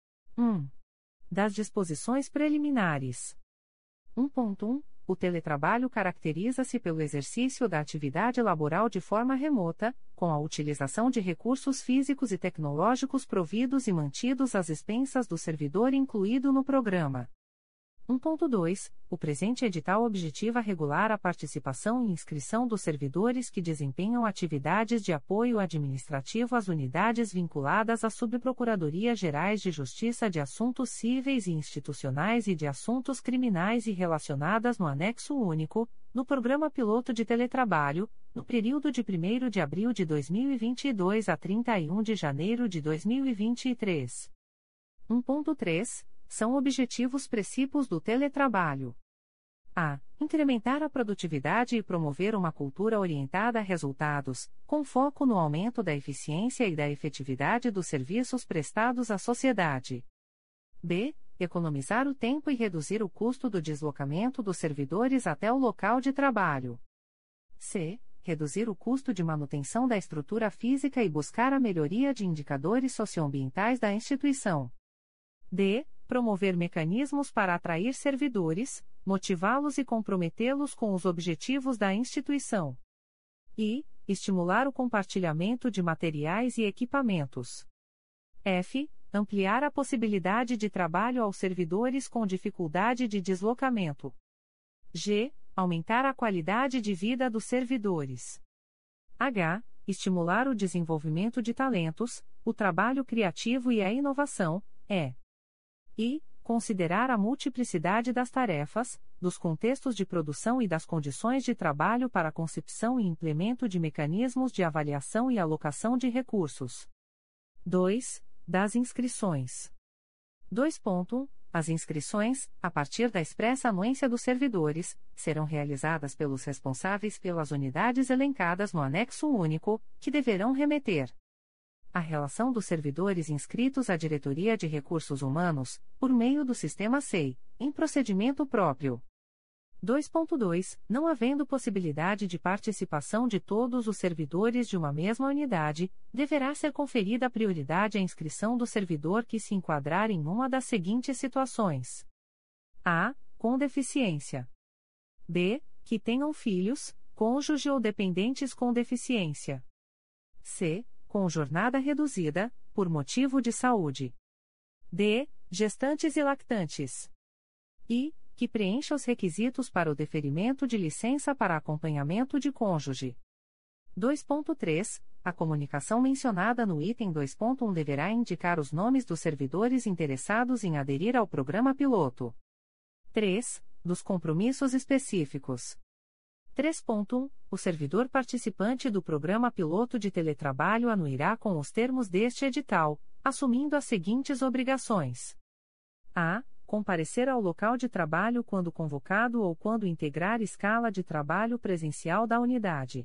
A: um. Das disposições preliminares. um ponto um. O teletrabalho caracteriza-se pelo exercício da atividade laboral de forma remota, com a utilização de recursos físicos e tecnológicos providos e mantidos às expensas do servidor incluído no programa. um ponto dois. O presente edital objetiva regular a participação e inscrição dos servidores que desempenham atividades de apoio administrativo às unidades vinculadas à Subprocuradoria-Gerais de Justiça de Assuntos Cíveis e Institucionais e de Assuntos Criminais e relacionadas no Anexo Único, no Programa Piloto de Teletrabalho, no período de primeiro de abril de dois mil e vinte e dois a trinta e um de janeiro de dois mil e vinte e três. um ponto três. São objetivos precípios do teletrabalho. A. Incrementar a produtividade e promover uma cultura orientada a resultados, com foco no aumento da eficiência e da efetividade dos serviços prestados à sociedade. B. Economizar o tempo e reduzir o custo do deslocamento dos servidores até o local de trabalho. C. Reduzir o custo de manutenção da estrutura física e buscar a melhoria de indicadores socioambientais da instituição. D. Promover mecanismos para atrair servidores, motivá-los e comprometê-los com os objetivos da instituição. E. Estimular o compartilhamento de materiais e equipamentos. F. Ampliar a possibilidade de trabalho aos servidores com dificuldade de deslocamento. G. Aumentar a qualidade de vida dos servidores. H. Estimular o desenvolvimento de talentos, o trabalho criativo e a inovação. E. E. Considerar a multiplicidade das tarefas, dos contextos de produção e das condições de trabalho para a concepção e implemento de mecanismos de avaliação e alocação de recursos. dois. Das inscrições. dois ponto um. As inscrições, a partir da expressa anuência dos servidores, serão realizadas pelos responsáveis pelas unidades elencadas no Anexo Único, que deverão remeter a relação dos servidores inscritos à Diretoria de Recursos Humanos, por meio do Sistema S E I, em procedimento próprio. dois ponto dois. Não havendo possibilidade de participação de todos os servidores de uma mesma unidade, deverá ser conferida prioridade à inscrição do servidor que se enquadrar em uma das seguintes situações: a. Com deficiência. b. Que tenham filhos, cônjuge ou dependentes com deficiência. c. Com jornada reduzida, por motivo de saúde. d. Gestantes e lactantes. e. Que preencha os requisitos para o deferimento de licença para acompanhamento de cônjuge. dois ponto três. A comunicação mencionada no item dois ponto um deverá indicar os nomes dos servidores interessados em aderir ao programa piloto. três. Dos compromissos específicos. três ponto um. O servidor participante do programa piloto de teletrabalho anuirá com os termos deste edital, assumindo as seguintes obrigações: a. Comparecer ao local de trabalho quando convocado ou quando integrar escala de trabalho presencial da unidade.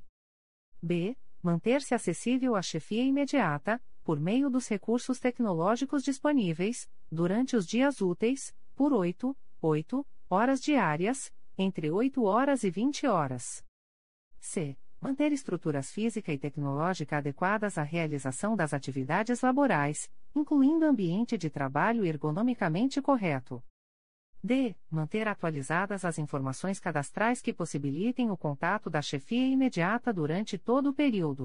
A: b. Manter-se acessível à chefia imediata, por meio dos recursos tecnológicos disponíveis, durante os dias úteis, por oito, oito horas diárias, entre oito horas e vinte horas. c. Manter estruturas física e tecnológica adequadas à realização das atividades laborais, incluindo ambiente de trabalho ergonomicamente correto. d. Manter atualizadas as informações cadastrais que possibilitem o contato da chefia imediata durante todo o período.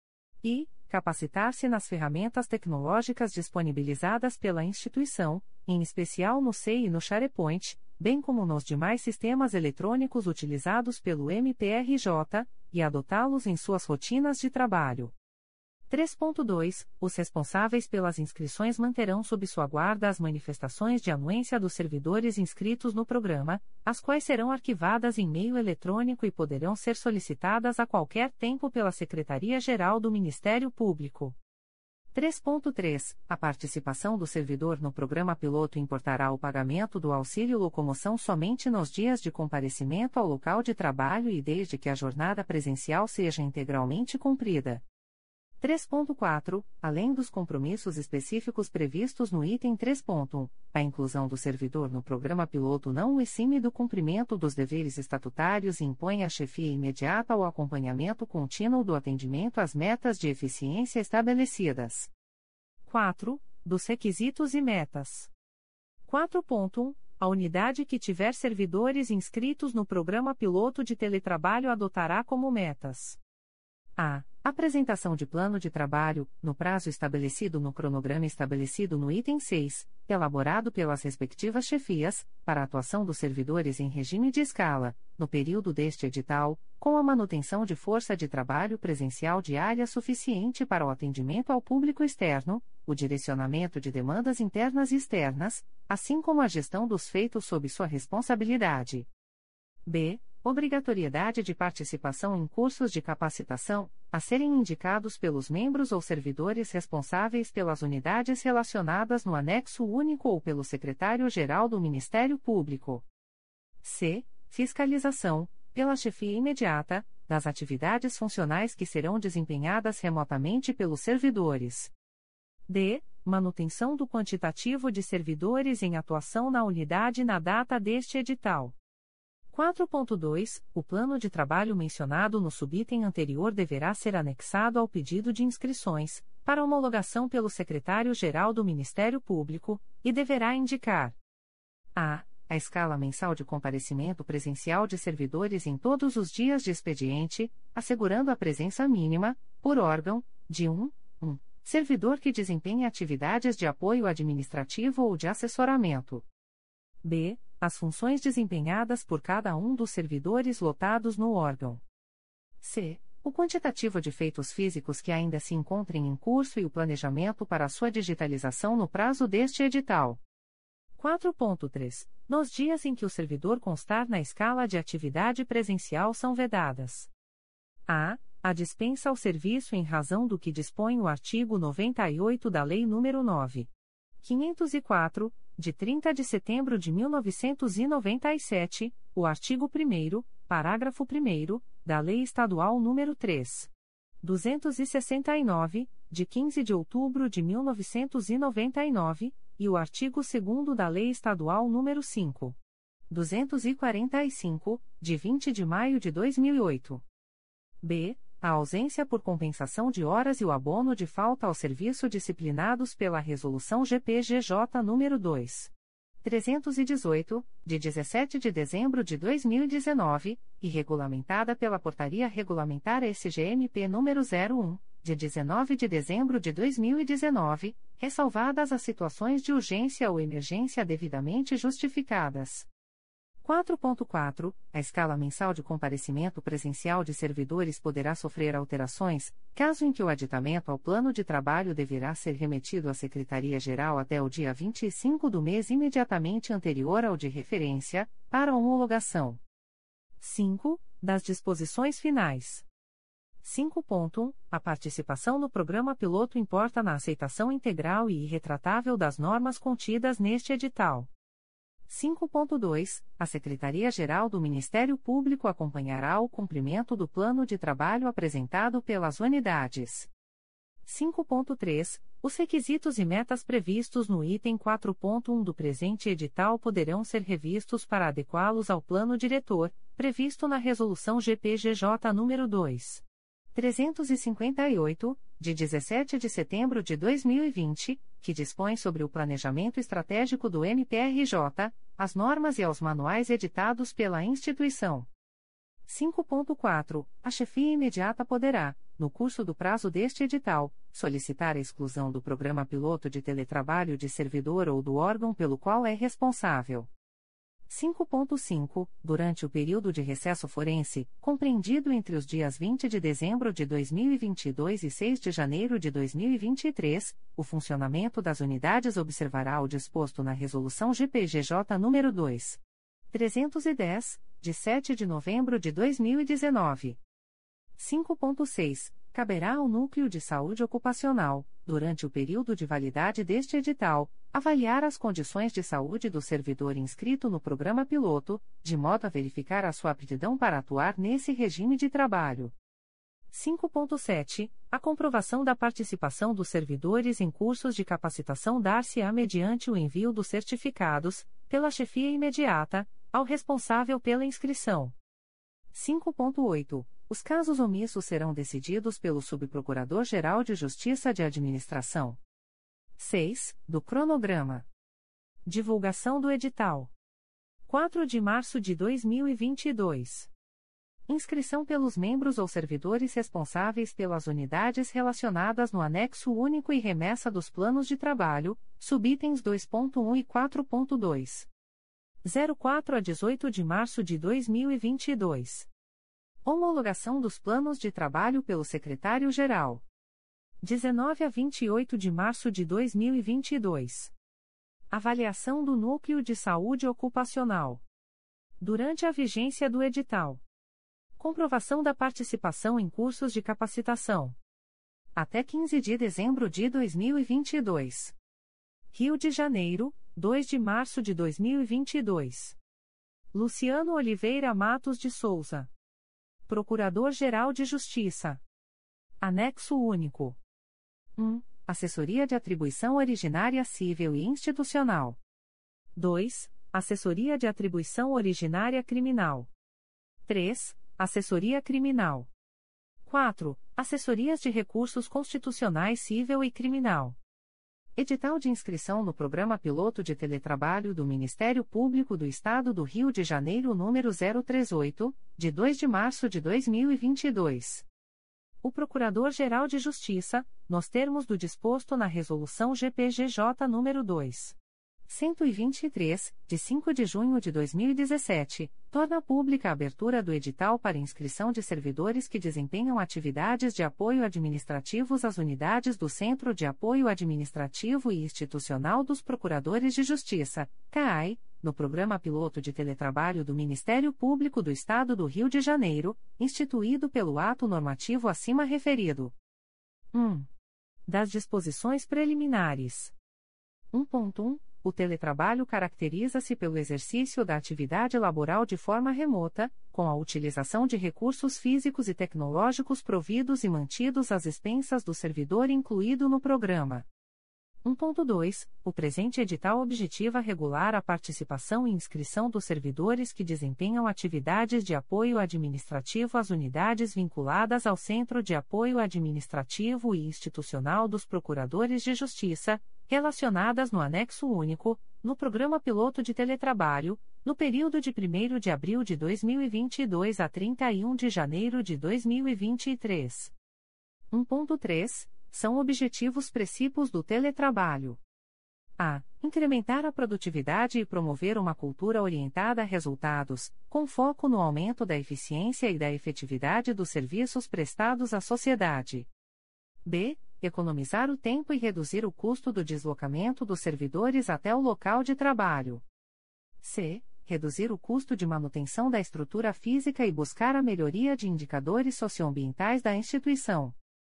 A: e. Capacitar-se nas ferramentas tecnológicas disponibilizadas pela instituição, em especial no C e no SharePoint, bem como nos demais sistemas eletrônicos utilizados pelo M P R J, e adotá-los em suas rotinas de trabalho. três ponto dois. Os responsáveis pelas inscrições manterão sob sua guarda as manifestações de anuência dos servidores inscritos no programa, as quais serão arquivadas em meio eletrônico e poderão ser solicitadas a qualquer tempo pela Secretaria-Geral do Ministério Público. três ponto três. A participação do servidor no programa piloto importará o pagamento do auxílio locomoção somente nos dias de comparecimento ao local de trabalho e desde que a jornada presencial seja integralmente cumprida. três ponto quatro. Além dos compromissos específicos previstos no item três ponto um, a inclusão do servidor no programa piloto não o exime do cumprimento dos deveres estatutários e impõe a chefia imediata ao acompanhamento contínuo do atendimento às metas de eficiência estabelecidas. quatro. Dos requisitos e metas. quatro ponto um. A unidade que tiver servidores inscritos no programa piloto de teletrabalho adotará como metas: a. Apresentação de plano de trabalho, no prazo estabelecido no cronograma estabelecido no item seis, elaborado pelas respectivas chefias, para a atuação dos servidores em regime de escala, no período deste edital, com a manutenção de força de trabalho presencial diária suficiente para o atendimento ao público externo, o direcionamento de demandas internas e externas, assim como a gestão dos feitos sob sua responsabilidade. b. Obrigatoriedade de participação em cursos de capacitação, a serem indicados pelos membros ou servidores responsáveis pelas unidades relacionadas no anexo único ou pelo secretário-geral do Ministério Público. c. Fiscalização, pela chefia imediata, das atividades funcionais que serão desempenhadas remotamente pelos servidores. d. Manutenção do quantitativo de servidores em atuação na unidade na data deste edital. quatro ponto dois. O plano de trabalho mencionado no subitem anterior deverá ser anexado ao pedido de inscrições, para homologação pelo Secretário-Geral do Ministério Público, e deverá indicar: a. A escala mensal de comparecimento presencial de servidores em todos os dias de expediente, assegurando a presença mínima, por órgão, de um, um servidor que desempenhe atividades de apoio administrativo ou de assessoramento. b. As funções desempenhadas por cada um dos servidores lotados no órgão. c. O quantitativo de feitos físicos que ainda se encontrem em curso e o planejamento para sua digitalização no prazo deste edital. quatro ponto três. Nos dias em que o servidor constar na escala de atividade presencial são vedadas: a. A dispensa ao serviço em razão do que dispõe o artigo noventa e oito da Lei nº nove mil quinhentos e quatro, de trinta de setembro de mil novecentos e noventa e sete, o artigo primeiro, parágrafo primeiro, da Lei Estadual nº três mil duzentos e sessenta e nove, de quinze de outubro de mil novecentos e noventa e nove, e o artigo segundo da Lei Estadual nº cinco mil duzentos e quarenta e cinco, de vinte de maio de dois mil e oito. B. A ausência por compensação de horas e o abono de falta ao serviço disciplinados pela Resolução G P G J nº dois mil trezentos e dezoito, de dezessete de dezembro de dois mil e dezenove, e regulamentada pela Portaria Regulamentar S G M P número zero um, de dezenove de dezembro de dois mil e dezenove, ressalvadas as situações de urgência ou emergência devidamente justificadas. quatro ponto quatro. A escala mensal de comparecimento presencial de servidores poderá sofrer alterações, caso em que o aditamento ao plano de trabalho deverá ser remetido à Secretaria-Geral até o dia vinte e cinco do mês imediatamente anterior ao de referência, para homologação. cinco. Das disposições finais. cinco ponto um. A participação no programa piloto importa na aceitação integral e irretratável das normas contidas neste edital. cinco ponto dois. A Secretaria-Geral do Ministério Público acompanhará o cumprimento do plano de trabalho apresentado pelas unidades. cinco ponto três. Os requisitos e metas previstos no item quatro ponto um do presente edital poderão ser revistos para adequá-los ao plano diretor, previsto na Resolução G P G J nº dois mil trezentos e cinquenta e oito, de dezessete de setembro de dois mil e vinte, que dispõe sobre o planejamento estratégico do M P R J, as normas e aos manuais editados pela instituição. cinco ponto quatro. A chefia imediata poderá, no curso do prazo deste edital, solicitar a exclusão do programa piloto de teletrabalho de servidor ou do órgão pelo qual é responsável. cinco ponto cinco. Durante o período de recesso forense, compreendido entre os dias vinte de dezembro de dois mil e vinte e dois e seis de janeiro de dois mil e vinte e três, o funcionamento das unidades observará o disposto na Resolução G P G J nº dois mil trezentos e dez, de sete de novembro de dois mil e dezenove. cinco ponto seis. Caberá ao Núcleo de Saúde Ocupacional, durante o período de validade deste edital, avaliar as condições de saúde do servidor inscrito no programa piloto, de modo a verificar a sua aptidão para atuar nesse regime de trabalho. cinco ponto sete. A comprovação da participação dos servidores em cursos de capacitação dar-se-á mediante o envio dos certificados, pela chefia imediata, ao responsável pela inscrição. cinco ponto oito. Os casos omissos serão decididos pelo Subprocurador-Geral de Justiça de Administração. seis. Do cronograma. Divulgação do edital. quatro de março de dois mil e vinte e dois. Inscrição pelos membros ou servidores responsáveis pelas unidades relacionadas no anexo único e remessa dos planos de trabalho, subitens dois ponto um e quatro ponto dois. zero quatro a dezoito de março de dois mil e vinte e dois. Homologação dos planos de trabalho pelo Secretário-Geral. dezenove a vinte e oito de março de dois mil e vinte e dois. Avaliação do Núcleo de Saúde Ocupacional. Durante a vigência do edital. Comprovação da participação em cursos de capacitação. Até quinze de dezembro de dois mil e vinte e dois. Rio de Janeiro, dois de março de dois mil e vinte e dois. Luciano Oliveira Matos de Souza. Procurador-Geral de Justiça. Anexo único. um. Assessoria de Atribuição Originária Civil e Institucional. dois. Assessoria de Atribuição Originária Criminal. três. Assessoria Criminal. quatro. Assessorias de Recursos Constitucionais Civil e Criminal. Edital de inscrição no Programa Piloto de Teletrabalho do Ministério Público do Estado do Rio de Janeiro número zero trinta e oito, de dois de março de dois mil e vinte e dois. O Procurador-Geral de Justiça, nos termos do disposto na Resolução G P G J nº dois mil cento e vinte e três, de cinco de junho de dois mil e dezessete, torna pública a abertura do edital para inscrição de servidores que desempenham atividades de apoio administrativos às unidades do Centro de Apoio Administrativo e Institucional dos Procuradores de Justiça, C A I, no Programa Piloto de Teletrabalho do Ministério Público do Estado do Rio de Janeiro, instituído pelo ato normativo acima referido. um. Das disposições preliminares. um ponto um. O teletrabalho caracteriza-se pelo exercício da atividade laboral de forma remota, com a utilização de recursos físicos e tecnológicos providos e mantidos às expensas do servidor incluído no programa. um ponto dois. O presente edital objetiva regular a participação e inscrição dos servidores que desempenham atividades de apoio administrativo às unidades vinculadas ao Centro de Apoio Administrativo e Institucional dos Procuradores de Justiça, relacionadas no anexo único, no Programa Piloto de Teletrabalho, no período de primeiro de abril de dois mil e vinte e dois a trinta e um de janeiro de dois mil e vinte e três. um ponto três. São objetivos precípios do teletrabalho. A. Incrementar a produtividade e promover uma cultura orientada a resultados, com foco no aumento da eficiência e da efetividade dos serviços prestados à sociedade. B. Economizar o tempo e reduzir o custo do deslocamento dos servidores até o local de trabalho. C. Reduzir o custo de manutenção da estrutura física e buscar a melhoria de indicadores socioambientais da instituição.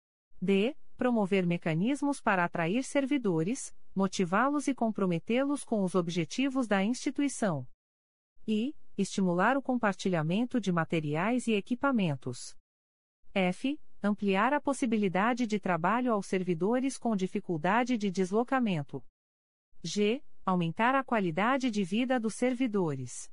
A: D. Promover mecanismos para atrair servidores, motivá-los e comprometê-los com os objetivos da instituição. E. Estimular o compartilhamento de materiais e equipamentos. F. Ampliar a possibilidade de trabalho aos servidores com dificuldade de deslocamento. G. Aumentar a qualidade de vida dos servidores.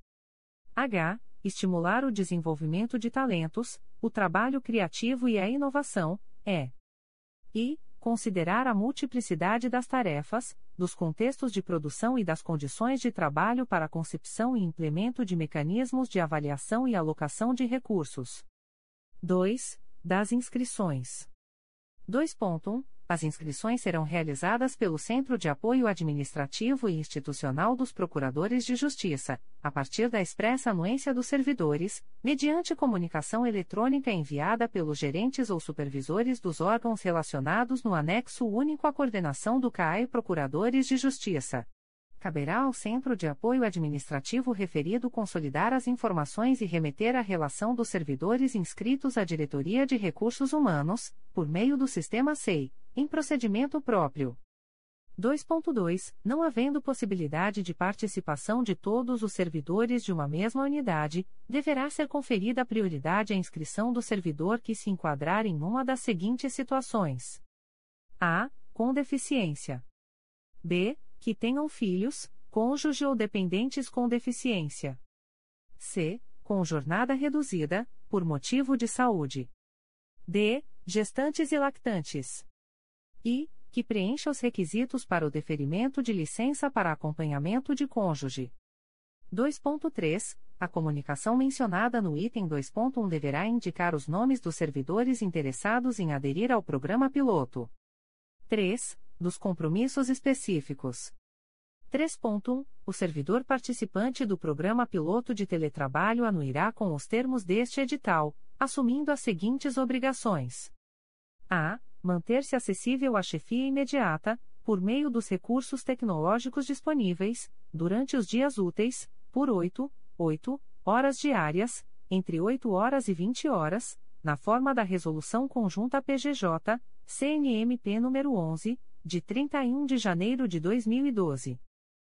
A: H. Estimular o desenvolvimento de talentos, o trabalho criativo e a inovação. E. E. Considerar a multiplicidade das tarefas, dos contextos de produção e das condições de trabalho para a concepção e implemento de mecanismos de avaliação e alocação de recursos. dois. Das inscrições. dois ponto um. As inscrições serão realizadas pelo Centro de Apoio Administrativo e Institucional dos Procuradores de Justiça, a partir da expressa anuência dos servidores, mediante comunicação eletrônica enviada pelos gerentes ou supervisores dos órgãos relacionados no anexo único à coordenação do C A E Procuradores de Justiça. Caberá ao Centro de Apoio Administrativo referido consolidar as informações e remeter a relação dos servidores inscritos à Diretoria de Recursos Humanos, por meio do sistema S E I, em procedimento próprio. dois ponto dois. Não havendo possibilidade de participação de todos os servidores de uma mesma unidade, deverá ser conferida prioridade à inscrição do servidor que se enquadrar em uma das seguintes situações: A. Com deficiência. B. Que tenham filhos, cônjuge ou dependentes com deficiência. C. Com jornada reduzida, por motivo de saúde. D. Gestantes e lactantes. E. Que preencha os requisitos para o deferimento de licença para acompanhamento de cônjuge. dois ponto três. A comunicação mencionada no item dois ponto um deverá indicar os nomes dos servidores interessados em aderir ao programa piloto. três. Dos compromissos específicos. três ponto um. O servidor participante do programa piloto de teletrabalho anuirá com os termos deste edital, assumindo as seguintes obrigações: a. Manter-se acessível à chefia imediata, por meio dos recursos tecnológicos disponíveis, durante os dias úteis, por oito, oito horas diárias, entre oito horas e vinte horas, na forma da Resolução Conjunta P G J, C N M P número onze, de trinta e um de janeiro de dois mil e doze.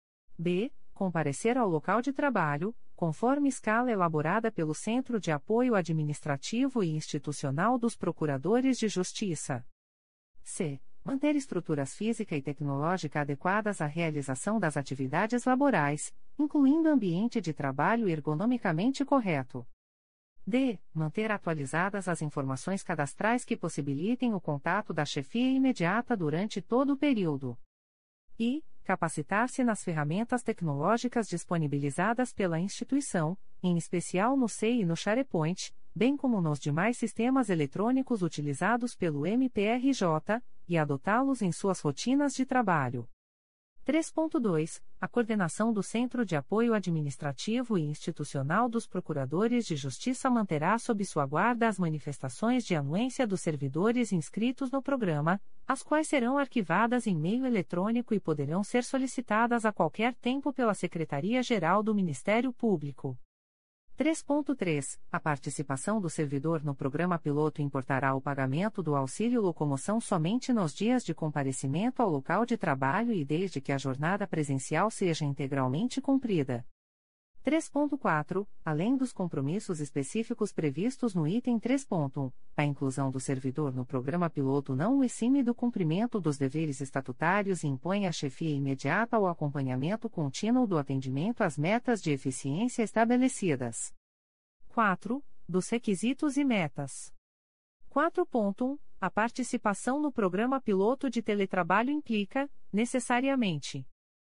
A: B. Comparecer ao local de trabalho, conforme escala elaborada pelo Centro de Apoio Administrativo e Institucional dos Procuradores de Justiça. C. Manter estruturas física e tecnológica adequadas à realização das atividades laborais, incluindo ambiente de trabalho ergonomicamente correto. D. Manter atualizadas as informações cadastrais que possibilitem o contato da chefia imediata durante todo o período. E. Capacitar-se nas ferramentas tecnológicas disponibilizadas pela instituição, em especial no S E I e no SharePoint, bem como nos demais sistemas eletrônicos utilizados pelo M P R J, e adotá-los em suas rotinas de trabalho. três ponto dois. A coordenação do Centro de Apoio Administrativo e Institucional dos Procuradores de Justiça manterá sob sua guarda as manifestações de anuência dos servidores inscritos no programa, as quais serão arquivadas em meio eletrônico e poderão ser solicitadas a qualquer tempo pela Secretaria-Geral do Ministério Público. três ponto três. A participação do servidor no programa piloto importará o pagamento do auxílio locomoção somente nos dias de comparecimento ao local de trabalho e desde que a jornada presencial seja integralmente cumprida. três ponto quatro. Além dos compromissos específicos previstos no item três ponto um, a inclusão do servidor no programa piloto não o exime do cumprimento dos deveres estatutários e impõe a chefia imediata ao acompanhamento contínuo do atendimento às metas de eficiência estabelecidas. quatro. Dos requisitos e metas. quatro ponto um. A participação no programa piloto de teletrabalho implica, necessariamente,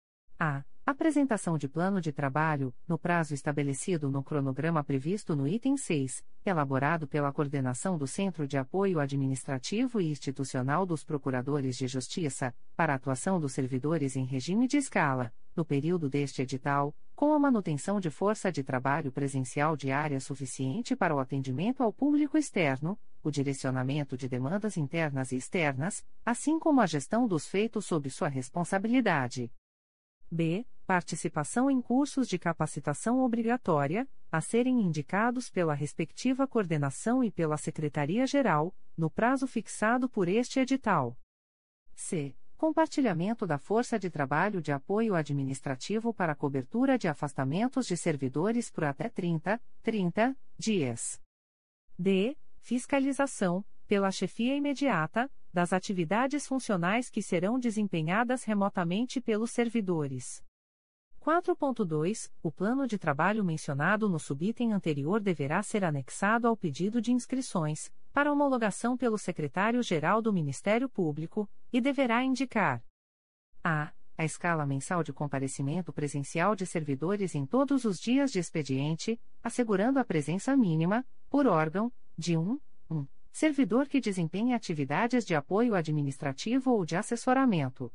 A: a apresentação de plano de trabalho, no prazo estabelecido no cronograma previsto no item seis, elaborado pela coordenação do Centro de Apoio Administrativo e Institucional dos Procuradores de Justiça, para a atuação dos servidores em regime de escala, no período deste edital, com a manutenção de força de trabalho presencial diária suficiente para o atendimento ao público externo, o direcionamento de demandas internas e externas, assim como a gestão dos feitos sob sua responsabilidade. B. Participação em cursos de capacitação obrigatória, a serem indicados pela respectiva coordenação e pela Secretaria-Geral, no prazo fixado por este edital. C. Compartilhamento da força de trabalho de apoio administrativo para cobertura de afastamentos de servidores por até trinta, trinta dias. D. Fiscalização, pela chefia imediata, das atividades funcionais que serão desempenhadas remotamente pelos servidores. quatro ponto dois. O plano de trabalho mencionado no subitem anterior deverá ser anexado ao pedido de inscrições, para homologação pelo Secretário-Geral do Ministério Público, e deverá indicar a. a escala mensal de comparecimento presencial de servidores em todos os dias de expediente, assegurando a presença mínima, por órgão, de um, um servidor que desempenhe atividades de apoio administrativo ou de assessoramento.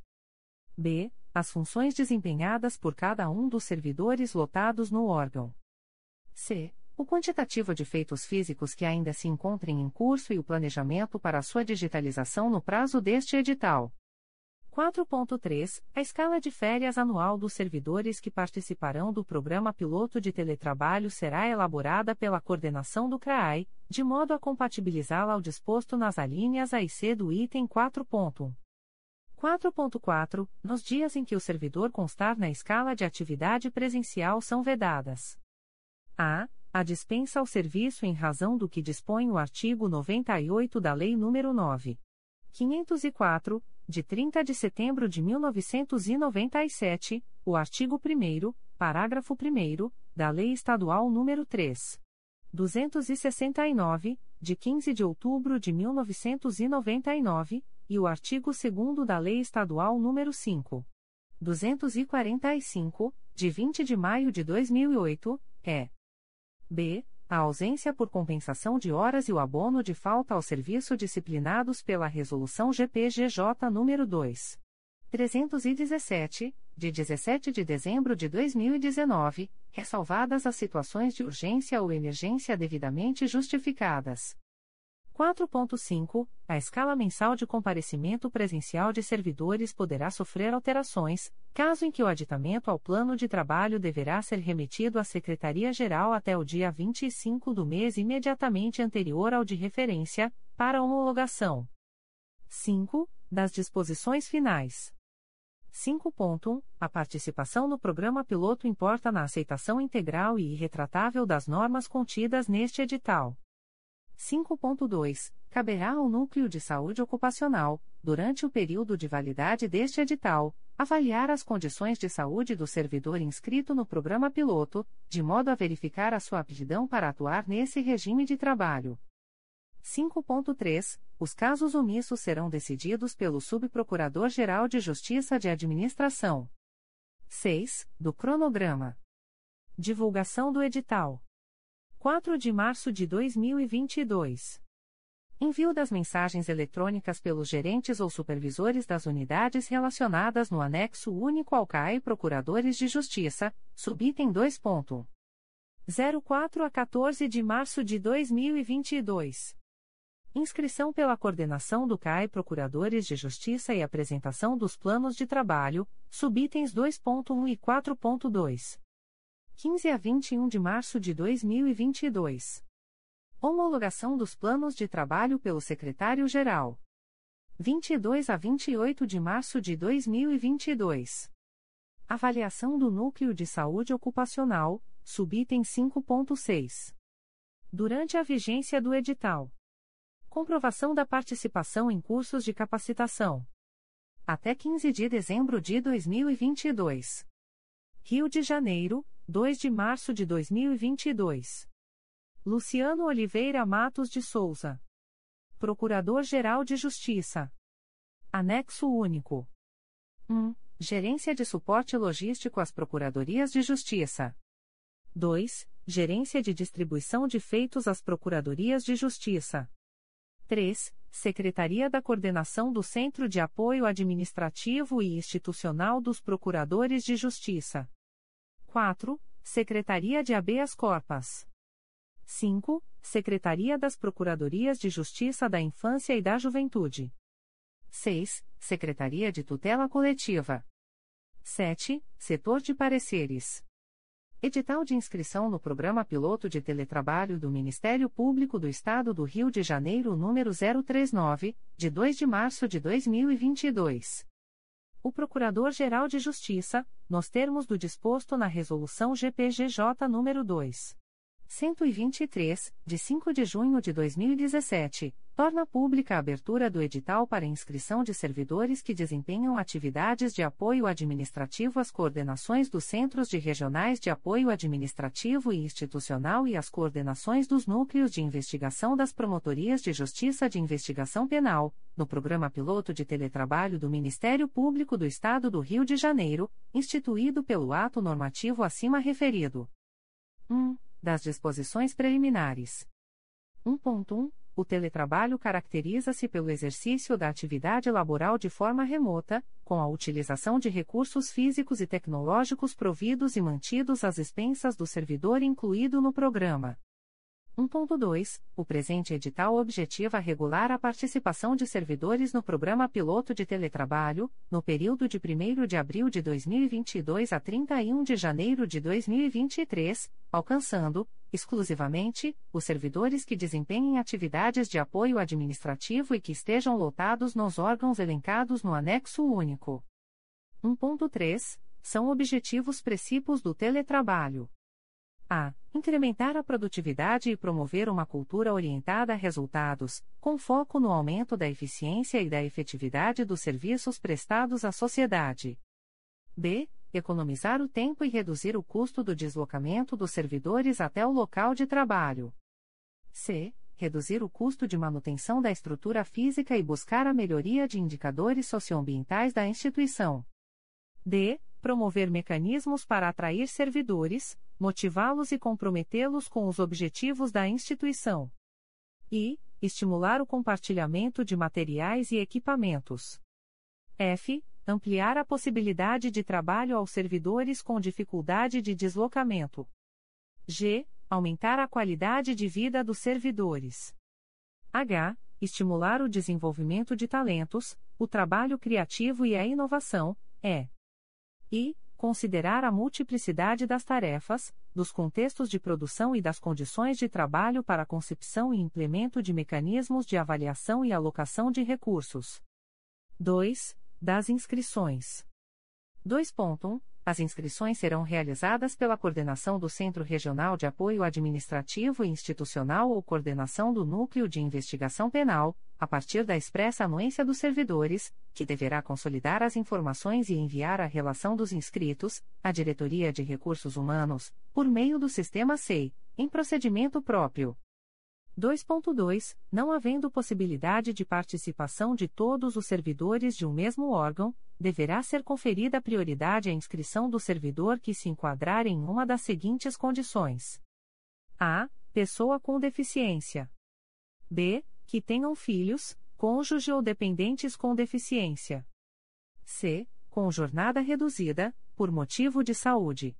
A: B. As funções desempenhadas por cada um dos servidores lotados no órgão. C. O quantitativo de feitos físicos que ainda se encontrem em curso e o planejamento para sua digitalização no prazo deste edital. quatro ponto três. A escala de férias anual dos servidores que participarão do Programa Piloto de Teletrabalho será elaborada pela coordenação do C R A I, de modo a compatibilizá-la ao disposto nas alíneas A e C do item quatro ponto um. quatro ponto quatro. Nos dias em que o servidor constar na escala de atividade presencial são vedadas: a. A dispensa ao serviço em razão do que dispõe o artigo noventa e oito da Lei nº nove mil quinhentos e quatro, de trinta de setembro de mil novecentos e noventa e sete, o artigo primeiro, parágrafo primeiro, da Lei Estadual nº três mil duzentos e sessenta e nove, de quinze de outubro de mil novecentos e noventa e nove, e o artigo segundo da Lei Estadual nº cinco mil duzentos e quarenta e cinco, de vinte de maio de dois mil e oito, é b. A ausência por compensação de horas e o abono de falta ao serviço disciplinados pela Resolução G P G J nº dois mil trezentos e dezessete, de dezessete de dezembro de dois mil e dezenove, ressalvadas as situações de urgência ou emergência devidamente justificadas. quatro ponto cinco. A escala mensal de comparecimento presencial de servidores poderá sofrer alterações, caso em que o aditamento ao plano de trabalho deverá ser remetido à Secretaria-Geral até o dia vinte e cinco do mês imediatamente anterior ao de referência, para homologação. cinco. Das disposições finais. cinco ponto um. A participação no programa piloto importa na aceitação integral e irretratável das normas contidas neste edital. cinco ponto dois. Caberá ao Núcleo de Saúde Ocupacional, durante o período de validade deste edital, avaliar as condições de saúde do servidor inscrito no programa piloto, de modo a verificar a sua aptidão para atuar nesse regime de trabalho. cinco ponto três. Os casos omissos serão decididos pelo Subprocurador-Geral de Justiça de Administração. seis. Do cronograma. Divulgação do edital. quatro de março de dois mil e vinte e dois. Envio das mensagens eletrônicas pelos gerentes ou supervisores das unidades relacionadas no anexo único ao C A I Procuradores de Justiça, subitem dois ponto um. zero quatro a quatorze de março de dois mil e vinte e dois. Inscrição pela coordenação do C A I Procuradores de Justiça e apresentação dos planos de trabalho, subitens dois ponto um e quatro ponto dois. quinze a vinte e um de março de dois mil e vinte e dois. Homologação dos planos de trabalho pelo Secretário-Geral. vinte e dois a vinte e oito de março de dois mil e vinte e dois. Avaliação do Núcleo de Saúde Ocupacional, subitem cinco ponto seis. Durante a vigência do edital. Comprovação da participação em cursos de capacitação. Até quinze de dezembro de dois mil e vinte e dois. Rio de Janeiro, dois de março de dois mil e vinte e dois. Luciano Oliveira Matos de Souza. Procurador-Geral de Justiça. Anexo único. um. Gerência de Suporte Logístico às Procuradorias de Justiça. dois. Gerência de Distribuição de Feitos às Procuradorias de Justiça. três. Secretaria da Coordenação do Centro de Apoio Administrativo e Institucional dos Procuradores de Justiça. quatro. Secretaria de Habeas Corpus. cinco. Secretaria das Procuradorias de Justiça da Infância e da Juventude. seis. Secretaria de Tutela Coletiva. sete. Setor de Pareceres. Edital de inscrição no Programa Piloto de Teletrabalho do Ministério Público do Estado do Rio de Janeiro número zero trinta e nove, de dois de março de dois mil e vinte e dois. O Procurador-Geral de Justiça, nos termos do disposto na Resolução G P G J nº dois mil cento e vinte e três, de cinco de junho de dois mil e dezessete, torna pública a abertura do edital para inscrição de servidores que desempenham atividades de apoio administrativo às coordenações dos Centros de Regionais de Apoio Administrativo e Institucional e às coordenações dos Núcleos de Investigação das Promotorias de Justiça de Investigação Penal, no Programa Piloto de Teletrabalho do Ministério Público do Estado do Rio de Janeiro, instituído pelo ato normativo acima referido. um. Das disposições preliminares. um ponto um. O teletrabalho caracteriza-se pelo exercício da atividade laboral de forma remota, com a utilização de recursos físicos e tecnológicos providos e mantidos às expensas do servidor incluído no programa. um ponto dois. O presente edital objetiva regular a participação de servidores no Programa Piloto de Teletrabalho, no período de primeiro de abril de dois mil e vinte e dois a trinta e um de janeiro de dois mil e vinte e três, alcançando, exclusivamente, os servidores que desempenhem atividades de apoio administrativo e que estejam lotados nos órgãos elencados no anexo único. um ponto três. São objetivos precípios do teletrabalho. A. Incrementar a produtividade e promover uma cultura orientada a resultados, com foco no aumento da eficiência e da efetividade dos serviços prestados à sociedade. B. Economizar o tempo e reduzir o custo do deslocamento dos servidores até o local de trabalho. C. Reduzir o custo de manutenção da estrutura física e buscar a melhoria de indicadores socioambientais da instituição. D. Promover mecanismos para atrair servidores, motivá-los e comprometê-los com os objetivos da instituição. E. Estimular o compartilhamento de materiais e equipamentos. F. Ampliar a possibilidade de trabalho aos servidores com dificuldade de deslocamento. G. Aumentar a qualidade de vida dos servidores. H. Estimular o desenvolvimento de talentos, o trabalho criativo e a inovação. E. E. Considerar a multiplicidade das tarefas, dos contextos de produção e das condições de trabalho para a concepção e implemento de mecanismos de avaliação e alocação de recursos. dois. Das inscrições. dois ponto um. As inscrições serão realizadas pela coordenação do Centro Regional de Apoio Administrativo e Institucional ou coordenação do Núcleo de Investigação Penal, a partir da expressa anuência dos servidores, que deverá consolidar as informações e enviar a relação dos inscritos, à Diretoria de Recursos Humanos, por meio do sistema S E I, em procedimento próprio. dois ponto dois. Não havendo possibilidade de participação de todos os servidores de um mesmo órgão, deverá ser conferida prioridade à inscrição do servidor que se enquadrar em uma das seguintes condições: a. Pessoa com deficiência. B. Que tenham filhos, cônjuge ou dependentes com deficiência. C. Com jornada reduzida, por motivo de saúde.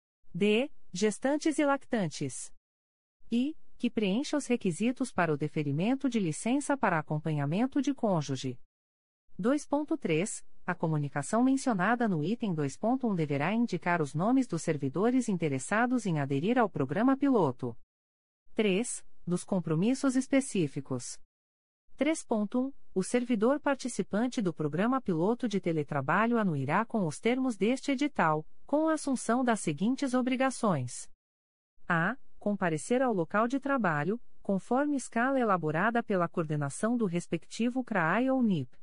A: D. Gestantes e lactantes. E. Que preencha os requisitos para o deferimento de licença para acompanhamento de cônjuge. dois ponto três. A comunicação mencionada no item dois ponto um deverá indicar os nomes dos servidores interessados em aderir ao programa piloto. três. Dos compromissos específicos. três ponto um. O servidor participante do programa piloto de teletrabalho anuirá com os termos deste edital, com a assunção das seguintes obrigações: A. Comparecer ao local de trabalho, conforme escala elaborada pela coordenação do respectivo C R A I ou N I P.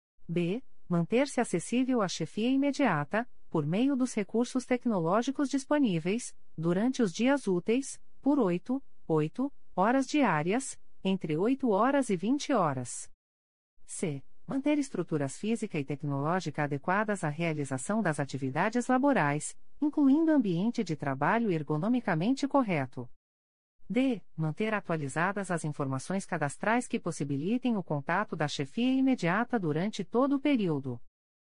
A: B. Manter-se acessível à chefia imediata, por meio dos recursos tecnológicos disponíveis, durante os dias úteis, por oito, oito horas diárias, entre oito horas e vinte horas. C. Manter estruturas física e tecnológica adequadas à realização das atividades laborais, incluindo ambiente de trabalho ergonomicamente correto. D. Manter atualizadas as informações cadastrais que possibilitem o contato da chefia imediata durante todo o período.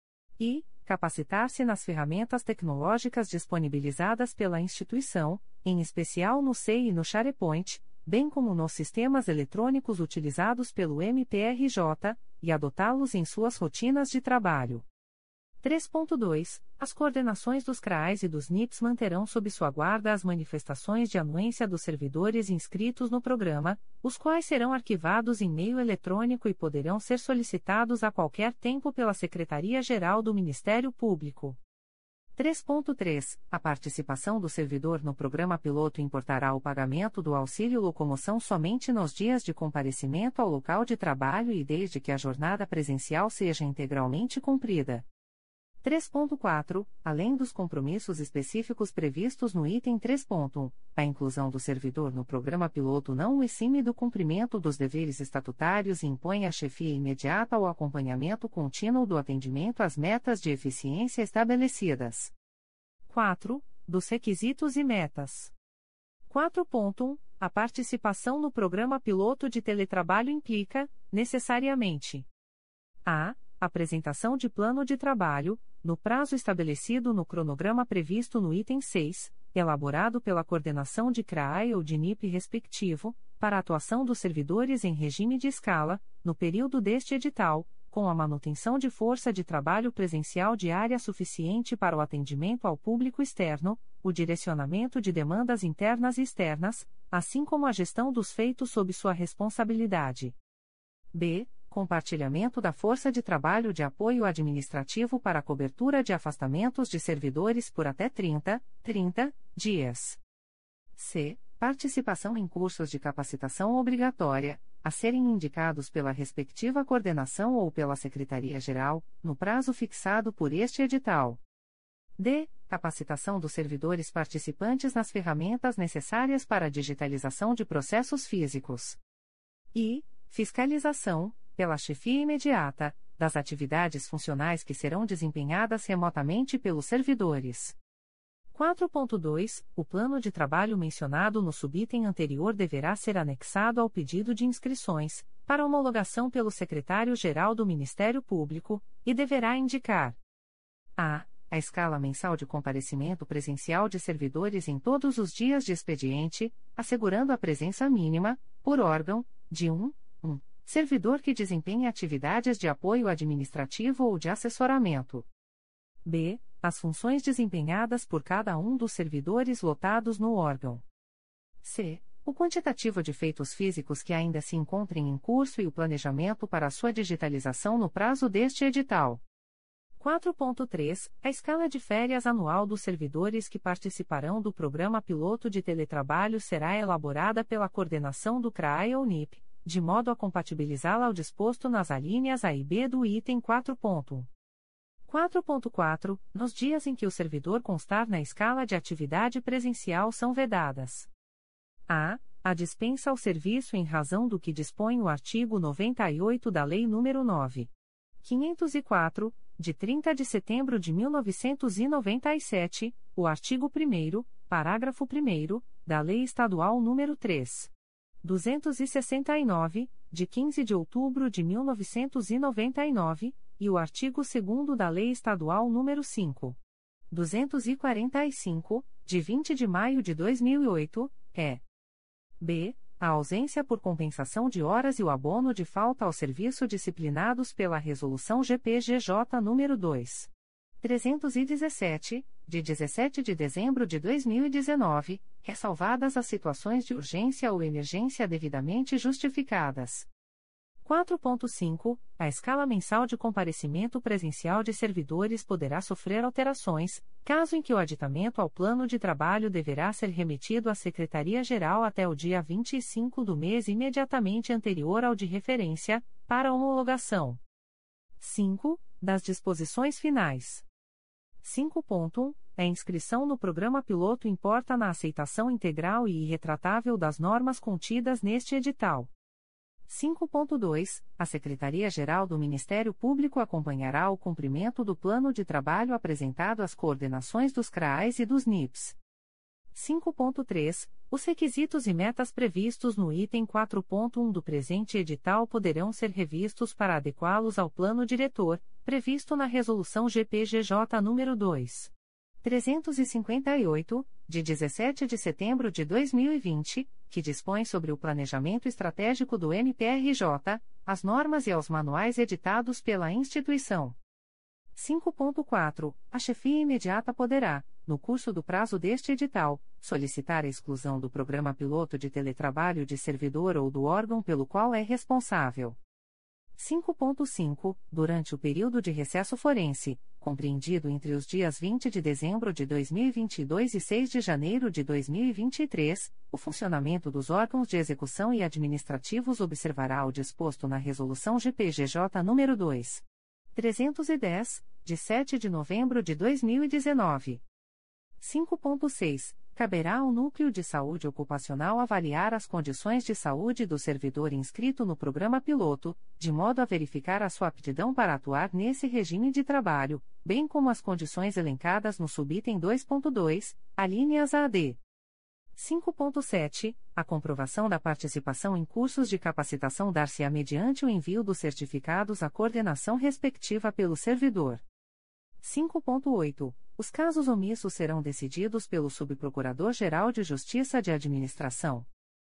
A: E. Capacitar-se nas ferramentas tecnológicas disponibilizadas pela instituição, em especial no C e no SharePoint, bem como nos sistemas eletrônicos utilizados pelo M P R J, e adotá-los em suas rotinas de trabalho. três ponto dois. As coordenações dos C R A Is e dos N I Ps manterão sob sua guarda as manifestações de anuência dos servidores inscritos no programa, os quais serão arquivados em meio eletrônico e poderão ser solicitados a qualquer tempo pela Secretaria-Geral do Ministério Público. três ponto três. A participação do servidor no programa piloto importará o pagamento do auxílio locomoção somente nos dias de comparecimento ao local de trabalho e desde que a jornada presencial seja integralmente cumprida. três ponto quatro. Além dos compromissos específicos previstos no item três ponto um, a inclusão do servidor no programa piloto não o exime do cumprimento dos deveres estatutários e impõe a chefia imediata ao acompanhamento contínuo do atendimento às metas de eficiência estabelecidas. quatro. Dos requisitos e metas. quatro ponto um. A participação no programa piloto de teletrabalho implica, necessariamente: a. Apresentação de plano de trabalho, no prazo estabelecido no cronograma previsto no item seis, elaborado pela coordenação de C R A I ou de N I P respectivo, para a atuação dos servidores em regime de escala, no período deste edital, com a manutenção de força de trabalho presencial diária suficiente para o atendimento ao público externo, o direcionamento de demandas internas e externas, assim como a gestão dos feitos sob sua responsabilidade. B. Compartilhamento da força de trabalho de apoio administrativo para a cobertura de afastamentos de servidores por até trinta, trinta dias. C. Participação em cursos de capacitação obrigatória, a serem indicados pela respectiva coordenação ou pela Secretaria-Geral, no prazo fixado por este edital. D. Capacitação dos servidores participantes nas ferramentas necessárias para a digitalização de processos físicos. E. Fiscalização, pela chefia imediata, das atividades funcionais que serão desempenhadas remotamente pelos servidores. quatro ponto dois. O plano de trabalho mencionado no subitem anterior deverá ser anexado ao pedido de inscrições, para homologação pelo Secretário-Geral do Ministério Público, e deverá indicar: a. A escala mensal de comparecimento presencial de servidores em todos os dias de expediente, assegurando a presença mínima, por órgão, de um, um servidor que desempenhe atividades de apoio administrativo ou de assessoramento. B. As funções desempenhadas por cada um dos servidores lotados no órgão. C. O quantitativo de feitos físicos que ainda se encontrem em curso e o planejamento para sua digitalização no prazo deste edital. quatro ponto três. A escala de férias anual dos servidores que participarão do programa piloto de teletrabalho será elaborada pela coordenação do C R A I ou N I P, de modo a compatibilizá-la ao disposto nas alíneas A e B do item quatro ponto um. quatro ponto quatro. Nos dias em que o servidor constar na escala de atividade presencial são vedadas: a. A dispensa ao serviço em razão do que dispõe o artigo noventa e oito da Lei nº nove mil quinhentos e quatro, de trinta de setembro de mil novecentos e noventa e sete, o artigo primeiro, parágrafo primeiro, da Lei Estadual nº três mil duzentos e sessenta e nove, de quinze de outubro de mil novecentos e noventa e nove, e o artigo segundo da Lei Estadual nº cinco mil duzentos e quarenta e cinco, de vinte de maio de dois mil e oito, é: b. A ausência por compensação de horas e o abono de falta ao serviço disciplinados pela Resolução G P G J nº dois mil trezentos e dezessete, de dezessete de dezembro de dois mil e dezenove, ressalvadas as situações de urgência ou emergência devidamente justificadas. quatro ponto cinco. A escala mensal de comparecimento presencial de servidores poderá sofrer alterações, caso em que o aditamento ao plano de trabalho deverá ser remetido à Secretaria-Geral até o dia vinte e cinco do mês imediatamente anterior ao de referência, para homologação. cinco. Das disposições finais. cinco ponto um. A inscrição no programa piloto importa na aceitação integral e irretratável das normas contidas neste edital. cinco ponto dois. A Secretaria-Geral do Ministério Público acompanhará o cumprimento do plano de trabalho apresentado às coordenações dos C R A Is e dos N I Ps. cinco ponto três. Os requisitos e metas previstos no item quatro ponto um do presente edital poderão ser revistos para adequá-los ao plano diretor, previsto na Resolução G P G J nº dois mil trezentos e cinquenta e oito, de dezessete de setembro de dois mil e vinte, que dispõe sobre o planejamento estratégico do M P R J, as normas e aos manuais editados pela instituição. cinco ponto quatro. A chefia imediata poderá, no curso do prazo deste edital, solicitar a exclusão do programa piloto de teletrabalho de servidor ou do órgão pelo qual é responsável. cinco ponto cinco. Durante o período de recesso forense, compreendido entre os dias vinte de dezembro de dois mil e vinte e dois e seis de janeiro de dois mil e vinte e três, o funcionamento dos órgãos de execução e administrativos observará o disposto na Resolução G P G J nº dois mil trezentos e dez, de sete de novembro de dois mil e dezenove. cinco ponto seis. Caberá ao Núcleo de Saúde Ocupacional avaliar as condições de saúde do servidor inscrito no programa piloto, de modo a verificar a sua aptidão para atuar nesse regime de trabalho, bem como as condições elencadas no subitem dois ponto dois, alíneas A a D. cinco ponto sete. A comprovação da participação em cursos de capacitação dar-se-á mediante o envio dos certificados à coordenação respectiva pelo servidor. cinco ponto oito. Os casos omissos serão decididos pelo Subprocurador-Geral de Justiça de Administração.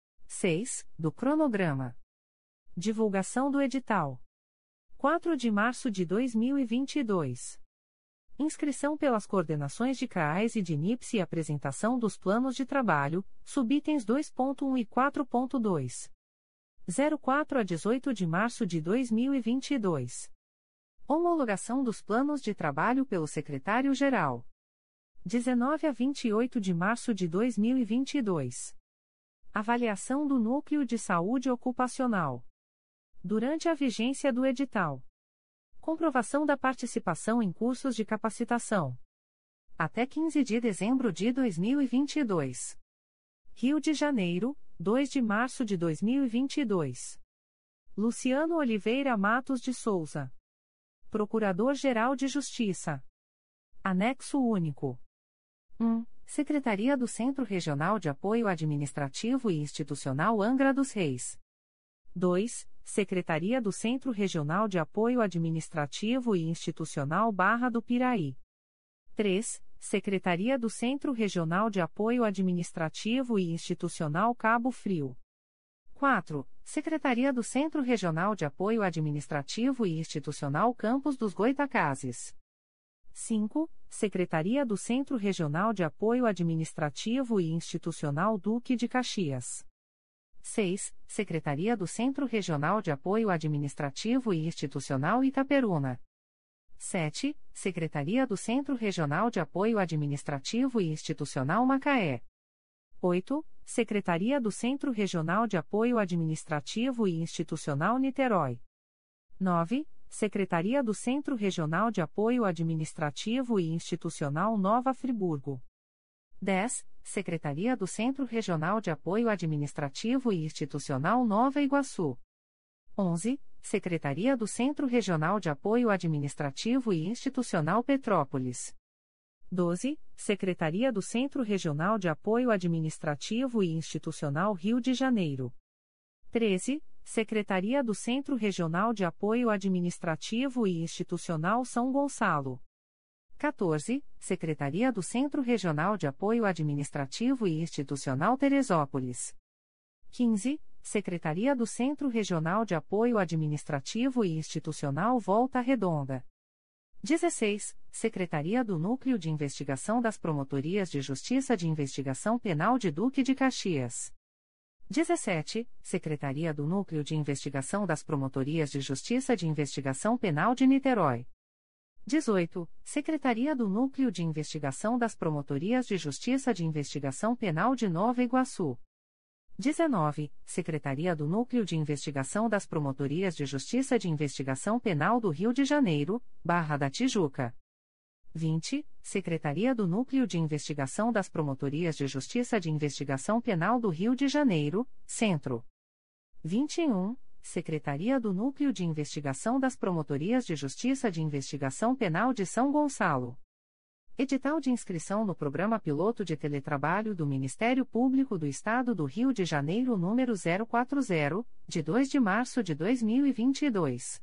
A: seis. Do cronograma. Divulgação do edital. quatro de março de dois mil e vinte e dois. Inscrição pelas coordenações de C R A Is e de N I P S e apresentação dos planos de trabalho, subitens dois ponto um e quatro ponto dois. zero quatro a dezoito de março de dois mil e vinte e dois. Homologação dos planos de trabalho pelo Secretário-Geral. dezenove a vinte e oito de março de dois mil e vinte e dois. Avaliação do Núcleo de Saúde Ocupacional. Durante a vigência do edital. Comprovação da participação em cursos de capacitação. Até quinze de dezembro de dois mil e vinte e dois. Rio de Janeiro, dois de março de dois mil e vinte e dois. Luciano Oliveira Matos de Souza. Procurador-Geral de Justiça. Anexo único. um. Secretaria do Centro Regional de Apoio Administrativo e Institucional Angra dos Reis. dois. Secretaria do Centro Regional de Apoio Administrativo e Institucional Barra do Piraí. três. Secretaria do Centro Regional de Apoio Administrativo e Institucional Cabo Frio. quatro. Secretaria do Centro Regional de Apoio Administrativo e Institucional Campos dos Goitacazes. cinco. Secretaria do Centro Regional de Apoio Administrativo e Institucional Duque de Caxias. seis. Secretaria do Centro Regional de Apoio Administrativo e Institucional Itaperuna. sete. Secretaria do Centro Regional de Apoio Administrativo e Institucional Macaé. oito. Secretaria do Centro Regional de Apoio Administrativo e Institucional Niterói. nove. Secretaria do Centro Regional de Apoio Administrativo e Institucional Nova Friburgo. dez. Secretaria do Centro Regional de Apoio Administrativo e Institucional Nova Iguaçu. onze. Secretaria do Centro Regional de Apoio Administrativo e Institucional Petrópolis. doze. Secretaria do Centro Regional de Apoio Administrativo e Institucional Rio de Janeiro. treze. Secretaria do Centro Regional de Apoio Administrativo e Institucional São Gonçalo. quatorze. Secretaria do Centro Regional de Apoio Administrativo e Institucional Teresópolis. quinze. Secretaria do Centro Regional de Apoio Administrativo e Institucional Volta Redonda. dezesseis. Secretaria do Núcleo de Investigação das Promotorias de Justiça de Investigação Penal de Duque de Caxias. dezessete. Secretaria do Núcleo de Investigação das Promotorias de Justiça de Investigação Penal de Niterói. dezoito. Secretaria do Núcleo de Investigação das Promotorias de Justiça de Investigação Penal de Nova Iguaçu. dezenove. Secretaria do Núcleo de Investigação das Promotorias de Justiça de Investigação Penal do Rio de Janeiro, Barra da Tijuca. vinte. Secretaria do Núcleo de Investigação das Promotorias de Justiça de Investigação Penal do Rio de Janeiro, Centro. vinte e um. Secretaria do Núcleo de Investigação das Promotorias de Justiça de Investigação Penal de São Gonçalo. Edital de inscrição no Programa Piloto de Teletrabalho do Ministério Público do Estado do Rio de Janeiro número zero quatro zero, de dois de março de dois mil e vinte e dois.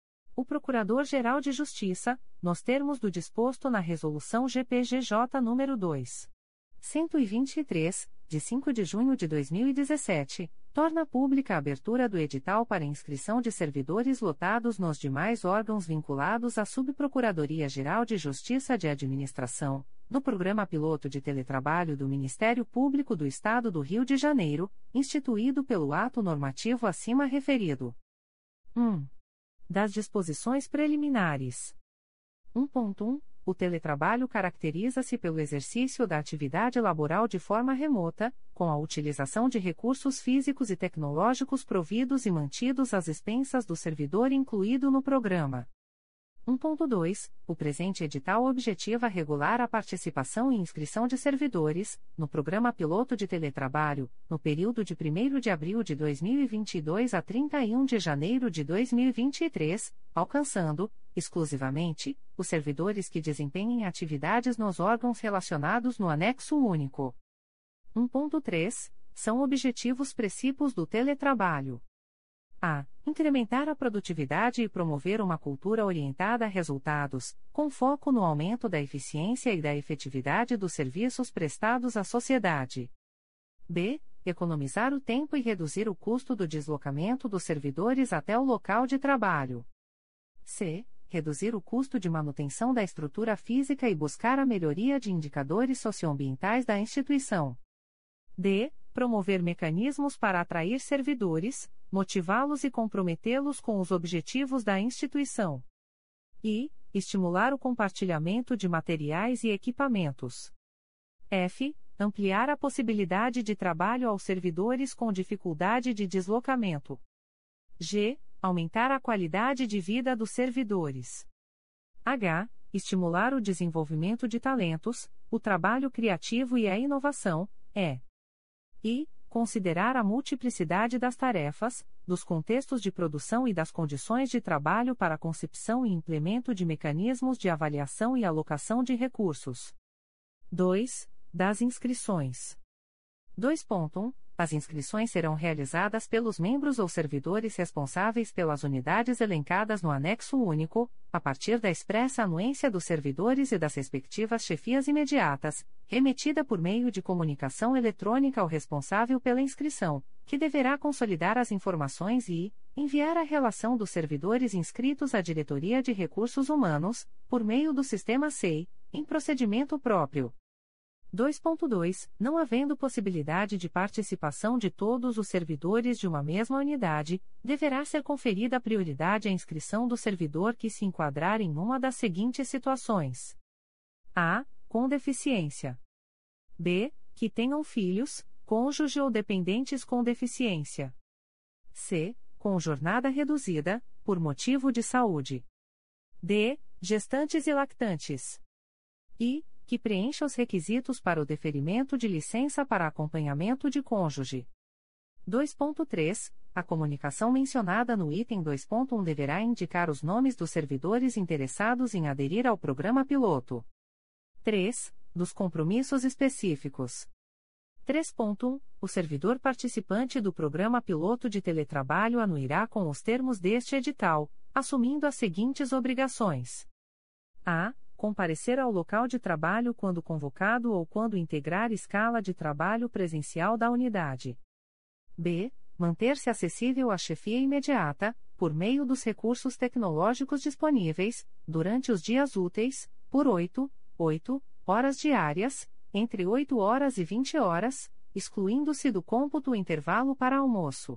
A: O Procurador-Geral de Justiça, nos termos do disposto na Resolução G P G J nº dois mil cento e vinte e três, de cinco de junho de dois mil e dezessete, torna pública a abertura do edital para inscrição de servidores lotados nos demais órgãos vinculados à Subprocuradoria-Geral de Justiça de Administração, no Programa Piloto de Teletrabalho do Ministério Público do Estado do Rio de Janeiro, instituído pelo ato normativo acima referido. um. Das disposições preliminares. um ponto um. O teletrabalho caracteriza-se pelo exercício da atividade laboral de forma remota, com a utilização de recursos físicos e tecnológicos providos e mantidos às expensas do servidor incluído no programa. um ponto dois. O presente edital objetiva regular a participação e inscrição de servidores, no Programa Piloto de Teletrabalho, no período de primeiro de abril de dois mil e vinte e dois a trinta e um de janeiro de dois mil e vinte e três, alcançando, exclusivamente, os servidores que desempenhem atividades nos órgãos relacionados no Anexo Único. um ponto três. São objetivos precípios do teletrabalho. A. Incrementar a produtividade e promover uma cultura orientada a resultados, com foco no aumento da eficiência e da efetividade dos serviços prestados à sociedade. B. Economizar o tempo e reduzir o custo do deslocamento dos servidores até o local de trabalho. C. Reduzir o custo de manutenção da estrutura física e buscar a melhoria de indicadores socioambientais da instituição. D. Promover mecanismos para atrair servidores, motivá-los e comprometê-los com os objetivos da instituição. E. Estimular o compartilhamento de materiais e equipamentos. F. Ampliar a possibilidade de trabalho aos servidores com dificuldade de deslocamento. G. Aumentar a qualidade de vida dos servidores. H. Estimular o desenvolvimento de talentos, o trabalho criativo e a inovação. E. E. Considerar a multiplicidade das tarefas, dos contextos de produção e das condições de trabalho para a concepção e implemento de mecanismos de avaliação e alocação de recursos. dois. Das inscrições. dois ponto um. As inscrições serão realizadas pelos membros ou servidores responsáveis pelas unidades elencadas no Anexo Único, a partir da expressa anuência dos servidores e das respectivas chefias imediatas, remetida por meio de comunicação eletrônica ao responsável pela inscrição, que deverá consolidar as informações e enviar a relação dos servidores inscritos à Diretoria de Recursos Humanos, por meio do sistema S E I, em procedimento próprio. dois ponto dois. Não havendo possibilidade de participação de todos os servidores de uma mesma unidade, deverá ser conferida prioridade à inscrição do servidor que se enquadrar em uma das seguintes situações: a. Com deficiência. b. Que tenham filhos, cônjuge ou dependentes com deficiência. c. Com jornada reduzida, por motivo de saúde. d. Gestantes e lactantes. e. Que preencha os requisitos para o deferimento de licença para acompanhamento de cônjuge. dois ponto três. A comunicação mencionada no item dois ponto um deverá indicar os nomes dos servidores interessados em aderir ao programa piloto. três. Dos compromissos específicos. três ponto um. O servidor participante do programa piloto de teletrabalho anuirá com os termos deste edital, assumindo as seguintes obrigações: a. Comparecer ao local de trabalho quando convocado ou quando integrar escala de trabalho presencial da unidade. b. Manter-se acessível à chefia imediata, por meio dos recursos tecnológicos disponíveis, durante os dias úteis, por oito, oito horas diárias, entre oito horas e vinte horas, excluindo-se do cômputo o intervalo para almoço.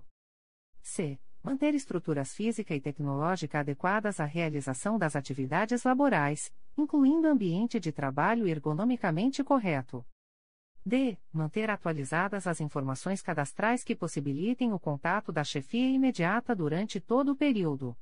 A: C. Manter estruturas física e tecnológica adequadas à realização das atividades laborais, incluindo ambiente de trabalho ergonomicamente correto. D. Manter atualizadas as informações cadastrais que possibilitem o contato da chefia imediata durante todo o período.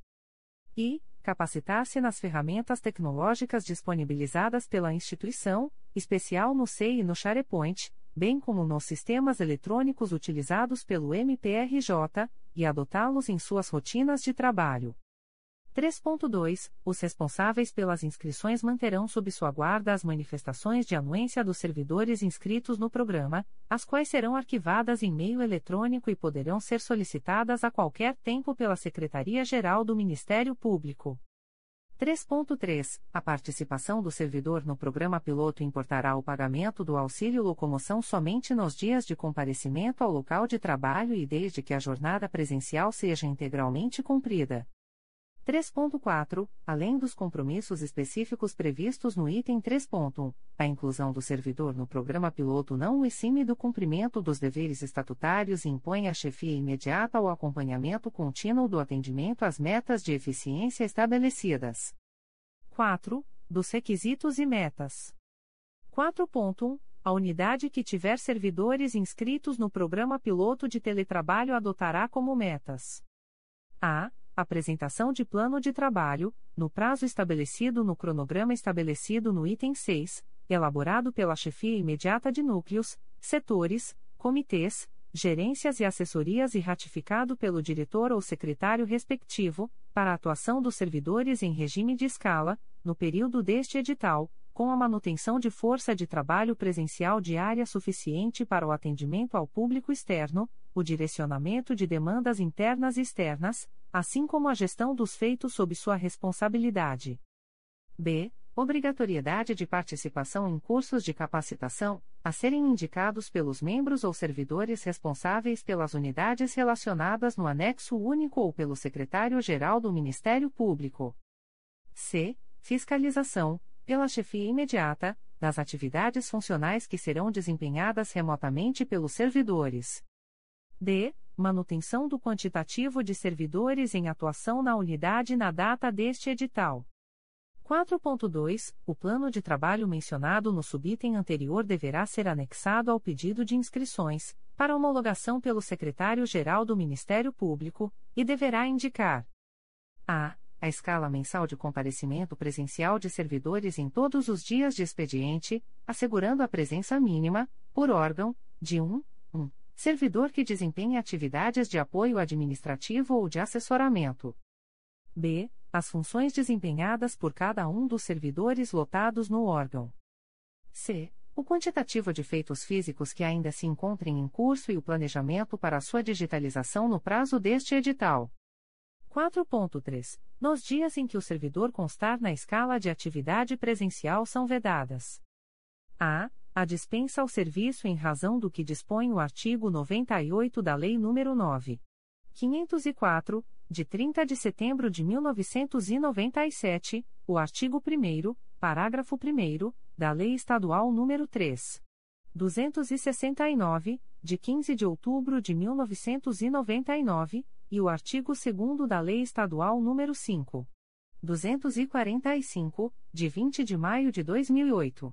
A: E. Capacitar-se nas ferramentas tecnológicas disponibilizadas pela instituição, especial no C e no SharePoint, bem como nos sistemas eletrônicos utilizados pelo M P R J, e adotá-los em suas rotinas de trabalho. três ponto dois. Os responsáveis pelas inscrições manterão sob sua guarda as manifestações de anuência dos servidores inscritos no programa, as quais serão arquivadas em meio eletrônico e poderão ser solicitadas a qualquer tempo pela Secretaria-Geral do Ministério Público. três ponto três. A participação do servidor no programa piloto importará o pagamento do auxílio locomoção somente nos dias de comparecimento ao local de trabalho e desde que a jornada presencial seja integralmente cumprida. três ponto quatro. Além dos compromissos específicos previstos no item três ponto um, a inclusão do servidor no programa piloto não o exime do cumprimento dos deveres estatutários e impõe a chefia imediata o acompanhamento contínuo do atendimento às metas de eficiência estabelecidas. quatro. Dos requisitos e metas. quatro ponto um. A unidade que tiver servidores inscritos no programa piloto de teletrabalho adotará como metas: a. Apresentação de plano de trabalho, no prazo estabelecido no cronograma estabelecido no item seis, elaborado pela chefia imediata de núcleos, setores, comitês, gerências e assessorias e ratificado pelo diretor ou secretário respectivo, para a atuação dos servidores em regime de escala, no período deste edital, com a manutenção de força de trabalho presencial diária suficiente para o atendimento ao público externo, o direcionamento de demandas internas e externas, assim como a gestão dos feitos sob sua responsabilidade. B. Obrigatoriedade de participação em cursos de capacitação, a serem indicados pelos membros ou servidores responsáveis pelas unidades relacionadas no anexo único ou pelo secretário-geral do Ministério Público. C. Fiscalização, pela chefia imediata, das atividades funcionais que serão desempenhadas remotamente pelos servidores. D. Manutenção do quantitativo de servidores em atuação na unidade na data deste edital. quatro ponto dois. O plano de trabalho mencionado no subitem anterior deverá ser anexado ao pedido de inscrições, para homologação pelo Secretário-Geral do Ministério Público, e deverá indicar: a. A escala mensal de comparecimento presencial de servidores em todos os dias de expediente, assegurando a presença mínima, por órgão, de um, um servidor que desempenhe atividades de apoio administrativo ou de assessoramento. B. As funções desempenhadas por cada um dos servidores lotados no órgão. C. O quantitativo de feitos físicos que ainda se encontrem em curso e o planejamento para sua digitalização no prazo deste edital. quatro ponto três. Nos dias em que o servidor constar na escala de atividade presencial são vedadas: a. A dispensa ao serviço em razão do que dispõe o artigo noventa e oito da Lei nº nove mil quinhentos e quatro, de trinta de setembro de mil novecentos e noventa e sete, o artigo primeiro, parágrafo primeiro, da Lei Estadual nº três mil duzentos e sessenta e nove, de quinze de outubro de mil novecentos e noventa e nove, e o artigo segundo da Lei Estadual nº cinco mil duzentos e quarenta e cinco, de vinte de maio de dois mil e oito.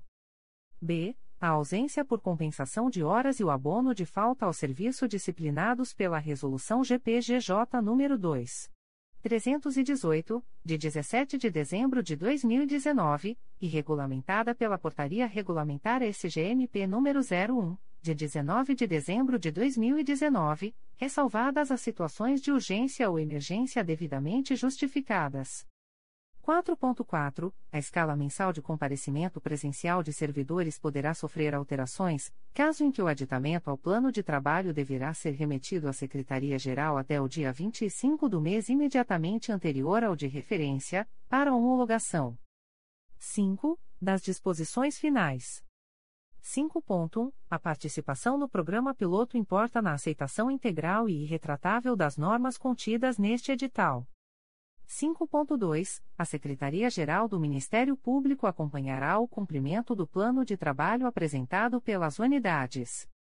A: B. A ausência por compensação de horas e o abono de falta ao serviço disciplinados pela Resolução G P G J nº dois mil trezentos e dezoito, de dezessete de dezembro de dois mil e dezenove, e regulamentada pela Portaria Regulamentar S G M P nº zero um, de dezenove de dezembro de dois mil e dezenove, ressalvadas as situações de urgência ou emergência devidamente justificadas. quatro ponto quatro. A escala mensal de comparecimento presencial de servidores poderá sofrer alterações, caso em que o aditamento ao plano de trabalho deverá ser remetido à Secretaria-Geral até o dia vinte e cinco do mês imediatamente anterior ao de referência, para homologação. cinco. Das disposições finais. cinco ponto um. A participação no programa piloto importa na aceitação integral e irretratável das normas contidas neste edital. cinco ponto dois. A Secretaria-Geral do Ministério Público acompanhará o cumprimento do plano de trabalho apresentado pelas unidades.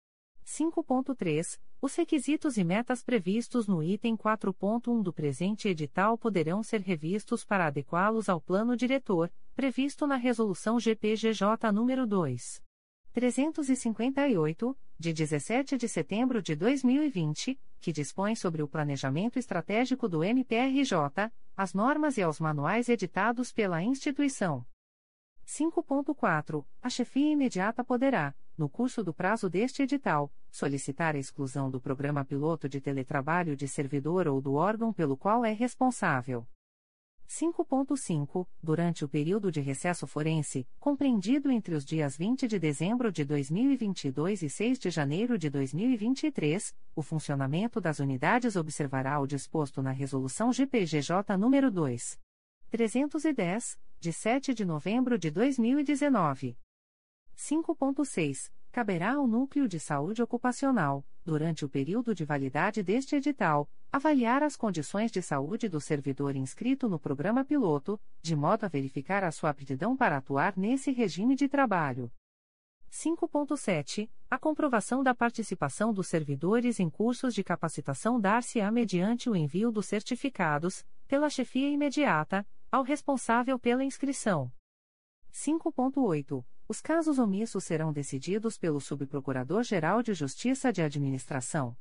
A: cinco ponto três. Os requisitos e metas previstos no item quatro ponto um do presente edital poderão ser revistos para adequá-los ao plano diretor, previsto na Resolução G P G J nº dois mil trezentos e cinquenta e oito, de dezessete de setembro de dois mil e vinte, que dispõe sobre o planejamento estratégico do M P R J, as normas e aos manuais editados pela instituição. cinco ponto quatro. A chefia imediata poderá, no curso do prazo deste edital, solicitar a exclusão do programa piloto de teletrabalho de servidor ou do órgão pelo qual é responsável. cinco ponto cinco. Durante o período de recesso forense, compreendido entre os dias vinte de dezembro de dois mil e vinte e dois e seis de janeiro de dois mil e vinte e três, o funcionamento das unidades observará o disposto na Resolução G P G J nº dois mil trezentos e dez, de sete de novembro de dois mil e dezenove. cinco ponto seis. Caberá ao Núcleo de Saúde Ocupacional, durante o período de validade deste edital, avaliar as condições de saúde do servidor inscrito no programa piloto, de modo a verificar a sua aptidão para atuar nesse regime de trabalho. cinco ponto sete. A comprovação da participação dos servidores em cursos de capacitação dar-se-á mediante o envio dos certificados, pela chefia imediata, ao responsável pela inscrição. cinco ponto oito. Os casos omissos serão decididos pelo Subprocurador-Geral de Justiça de Administração.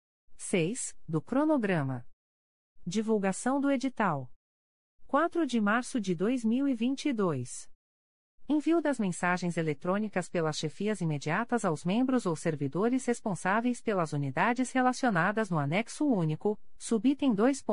A: seis. Do cronograma. Divulgação do edital. quatro de março de dois mil e vinte e dois. Envio das mensagens eletrônicas pelas chefias imediatas aos membros ou servidores responsáveis pelas unidades relacionadas no anexo único, subitem dois.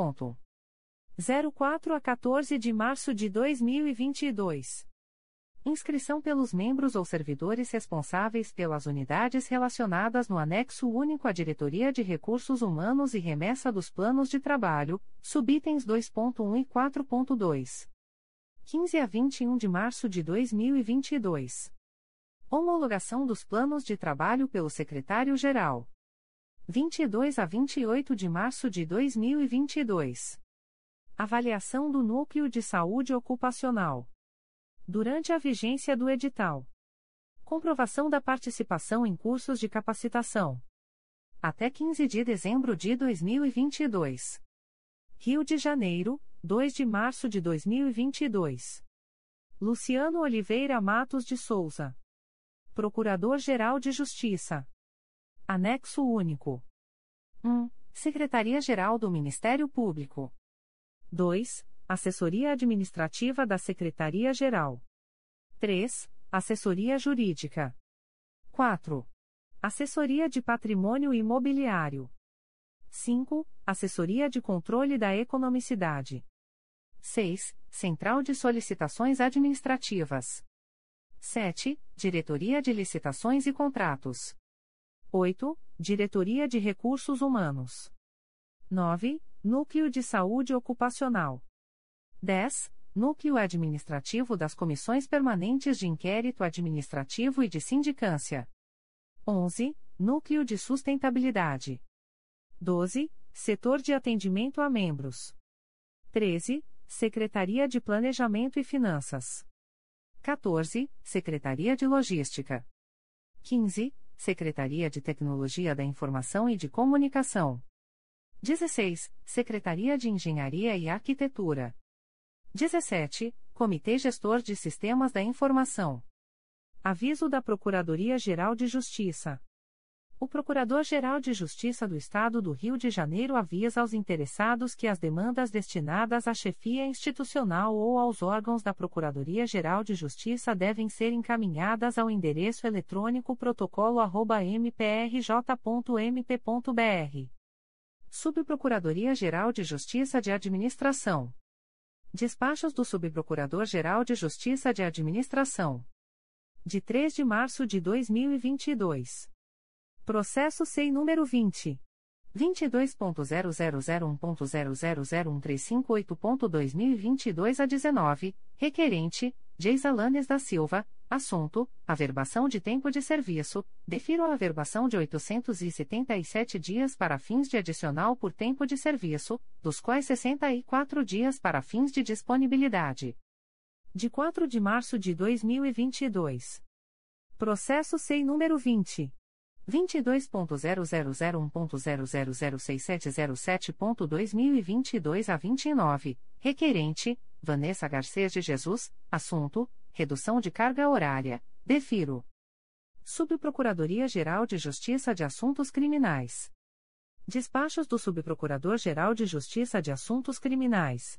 A: zero quatro a quatorze de março de dois mil e vinte e dois. Inscrição pelos membros ou servidores responsáveis pelas unidades relacionadas no anexo único à Diretoria de Recursos Humanos e remessa dos planos de trabalho, subitens dois ponto um e quatro ponto dois. quinze a vinte e um de março de dois mil e vinte e dois. Homologação dos planos de trabalho pelo Secretário-Geral. vinte e dois a vinte e oito de março de dois mil e vinte e dois. Avaliação do Núcleo de Saúde Ocupacional. Durante a vigência do edital. Comprovação da participação em cursos de capacitação. Até quinze de dezembro de dois mil e vinte e dois. Rio de Janeiro, dois de março de dois mil e vinte e dois. Luciano Oliveira Matos de Souza. Procurador-Geral de Justiça. Anexo único. um. Secretaria-Geral do Ministério Público. dois. Assessoria Administrativa da Secretaria-Geral. três. Assessoria Jurídica. quatro. Assessoria de Patrimônio Imobiliário. cinco. Assessoria de Controle da Economicidade. seis. Central de Solicitações Administrativas. sete. Diretoria de Licitações e Contratos. oito. Diretoria de Recursos Humanos. nove. Núcleo de Saúde Ocupacional. dez. Núcleo Administrativo das Comissões Permanentes de Inquérito Administrativo e de Sindicância. onze. Núcleo de Sustentabilidade. doze. Setor de Atendimento a Membros. treze. Secretaria de Planejamento e Finanças. quatorze. Secretaria de Logística. quinze. Secretaria de Tecnologia da Informação e de Comunicação. dezesseis. Secretaria de Engenharia e Arquitetura. dezessete. Comitê Gestor de Sistemas da Informação. Aviso da Procuradoria-Geral de Justiça. O Procurador-Geral de Justiça do Estado do Rio de Janeiro avisa aos interessados que as demandas destinadas à chefia institucional ou aos órgãos da Procuradoria-Geral de Justiça devem ser encaminhadas ao endereço eletrônico protocolo arroba m p r j ponto m p ponto b r. Subprocuradoria-Geral de Justiça de Administração. Despachos do Subprocurador-Geral de Justiça de Administração. De três de março de dois mil e vinte e dois. Processo S E I número vinte. vinte e dois ponto zero zero zero um ponto zero zero zero um três cinco oito ponto dois mil e vinte e dois a dezenove, requerente, Geisa Lanes da Silva, assunto, averbação de tempo de serviço, defiro a averbação de oitocentos e setenta e sete dias para fins de adicional por tempo de serviço, dos quais sessenta e quatro dias para fins de disponibilidade. De quatro de março de dois mil e vinte e dois. Processo S E I número vinte. vinte e dois ponto zero zero zero um ponto zero zero zero seis sete zero sete ponto dois mil e vinte e dois a vinte e nove, requerente, Vanessa Garcês de Jesus, assunto, redução de carga horária, defiro. Subprocuradoria-Geral de Justiça de Assuntos Criminais. Despachos do Subprocurador-Geral de Justiça de Assuntos Criminais.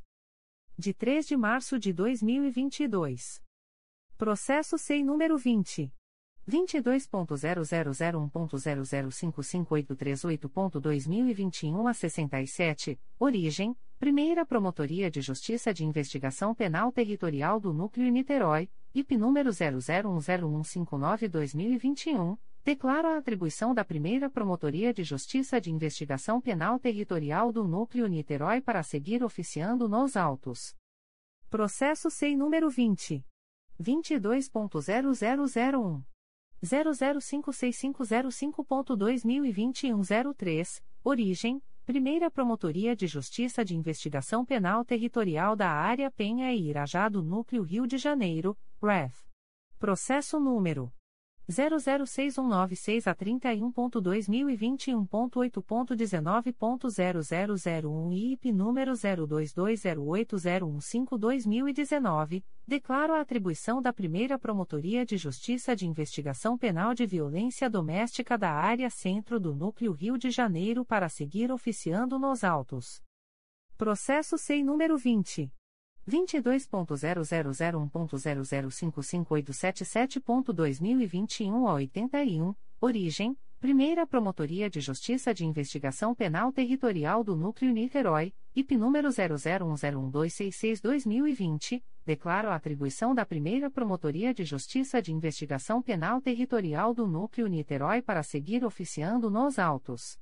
A: De três de março de dois mil e vinte e dois. Processo S E I número vinte. vinte e dois ponto zero zero zero um ponto zero zero cinco cinco oito três oito ponto dois mil e vinte e um a sessenta e sete, origem, Primeira Promotoria de Justiça de Investigação Penal Territorial do Núcleo Niterói, I P número zero zero um zero um cinco nove barra dois mil e vinte e um, declaro a atribuição da Primeira Promotoria de Justiça de Investigação Penal Territorial do Núcleo Niterói para seguir oficiando nos autos. Processo S E I número vinte. vinte e dois ponto zero zero zero um. zero zero cinco seis cinco zero cinco ponto dois mil e vinte e um a zero três, origem, Primeira Promotoria de Justiça de Investigação Penal Territorial da Área Penha e Irajá do Núcleo Rio de Janeiro, R E F. Processo número zero zero seis um nove seis a trinta e um ponto dois mil e vinte e um ponto oito ponto dezenove ponto zero zero zero um e I P número zero dois dois zero oito zero um cinco barra dois mil e dezenove, declaro a atribuição da Primeira Promotoria de Justiça de Investigação Penal de Violência Doméstica da Área Centro do Núcleo Rio de Janeiro para seguir oficiando nos autos. Processo S E I número vinte. vinte e dois ponto zero zero zero um ponto zero zero cinco cinco oito sete sete ponto dois mil e vinte e um a oitenta e um, origem, Primeira Promotoria de Justiça de Investigação Penal Territorial do Núcleo Niterói, I P número zero zero um zero um dois seis seis barra dois mil e vinte, declaro a atribuição da Primeira Promotoria de Justiça de Investigação Penal Territorial do Núcleo Niterói para seguir oficiando nos autos.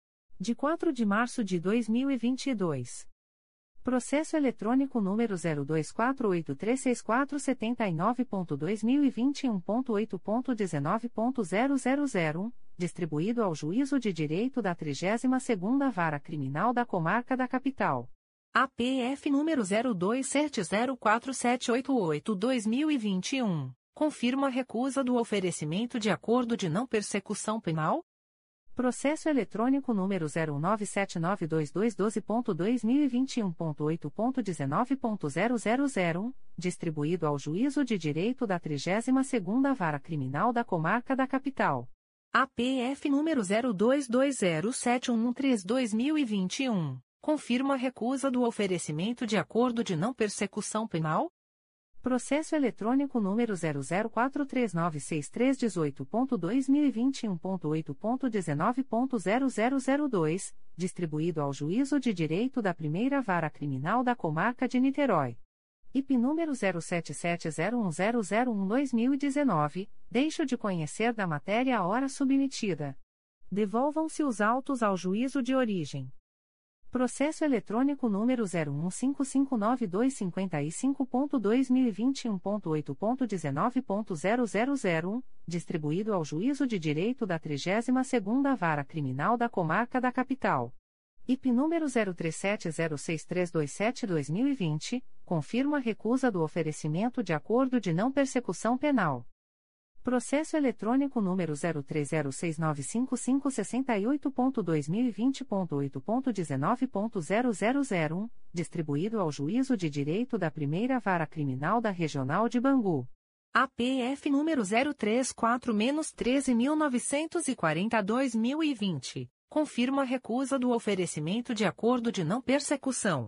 A: De quatro de março de dois mil e vinte e dois. Processo eletrônico número zero dois quatro oito três seis quatro sete nove ponto dois mil e vinte e um ponto oito ponto dezenove ponto zero zero zero um, distribuído ao Juízo de Direito da trigésima segunda Vara Criminal da Comarca da Capital. A P F número zero dois sete zero quatro sete oito oito barra dois mil e vinte e um, confirma a recusa do oferecimento de acordo de não persecução penal? Processo eletrônico número zero nove sete nove dois dois um dois ponto dois mil e vinte e um ponto oito ponto dezenove ponto zero zero zero um, distribuído ao Juízo de Direito da trigésima segunda Vara Criminal da Comarca da Capital. A P F número zero dois dois zero sete um um três barra dois mil e vinte e um, confirma a recusa do oferecimento de acordo de não persecução penal? Processo eletrônico número zero zero quatro três nove seis três um oito ponto dois mil e vinte e um ponto oito ponto dezenove ponto zero zero zero dois, distribuído ao Juízo de Direito da Primeira Vara Criminal da Comarca de Niterói. I P número zero sete sete zero um zero zero um barra dois mil e dezenove, deixo de conhecer da matéria a hora submetida. Devolvam-se os autos ao Juízo de Origem. Processo eletrônico número zero um cinco cinco nove dois cinco cinco ponto dois mil e vinte e um ponto oito ponto dezenove ponto zero zero zero um, distribuído ao Juízo de Direito da trigésima segunda Vara Criminal da Comarca da Capital. I P número zero três sete zero seis três dois sete barra dois mil e vinte, confirma a recusa do oferecimento de acordo de não persecução penal. Processo eletrônico número zero três zero seis nove cinco cinco seis oito ponto dois mil e vinte ponto oito ponto dezenove ponto zero zero zero um, distribuído ao Juízo de Direito da Primeira Vara Criminal da Regional de Bangu. A P F número zero três quatro treze mil novecentos e quarenta barra dois mil e vinte, confirma a recusa do oferecimento de acordo de não persecução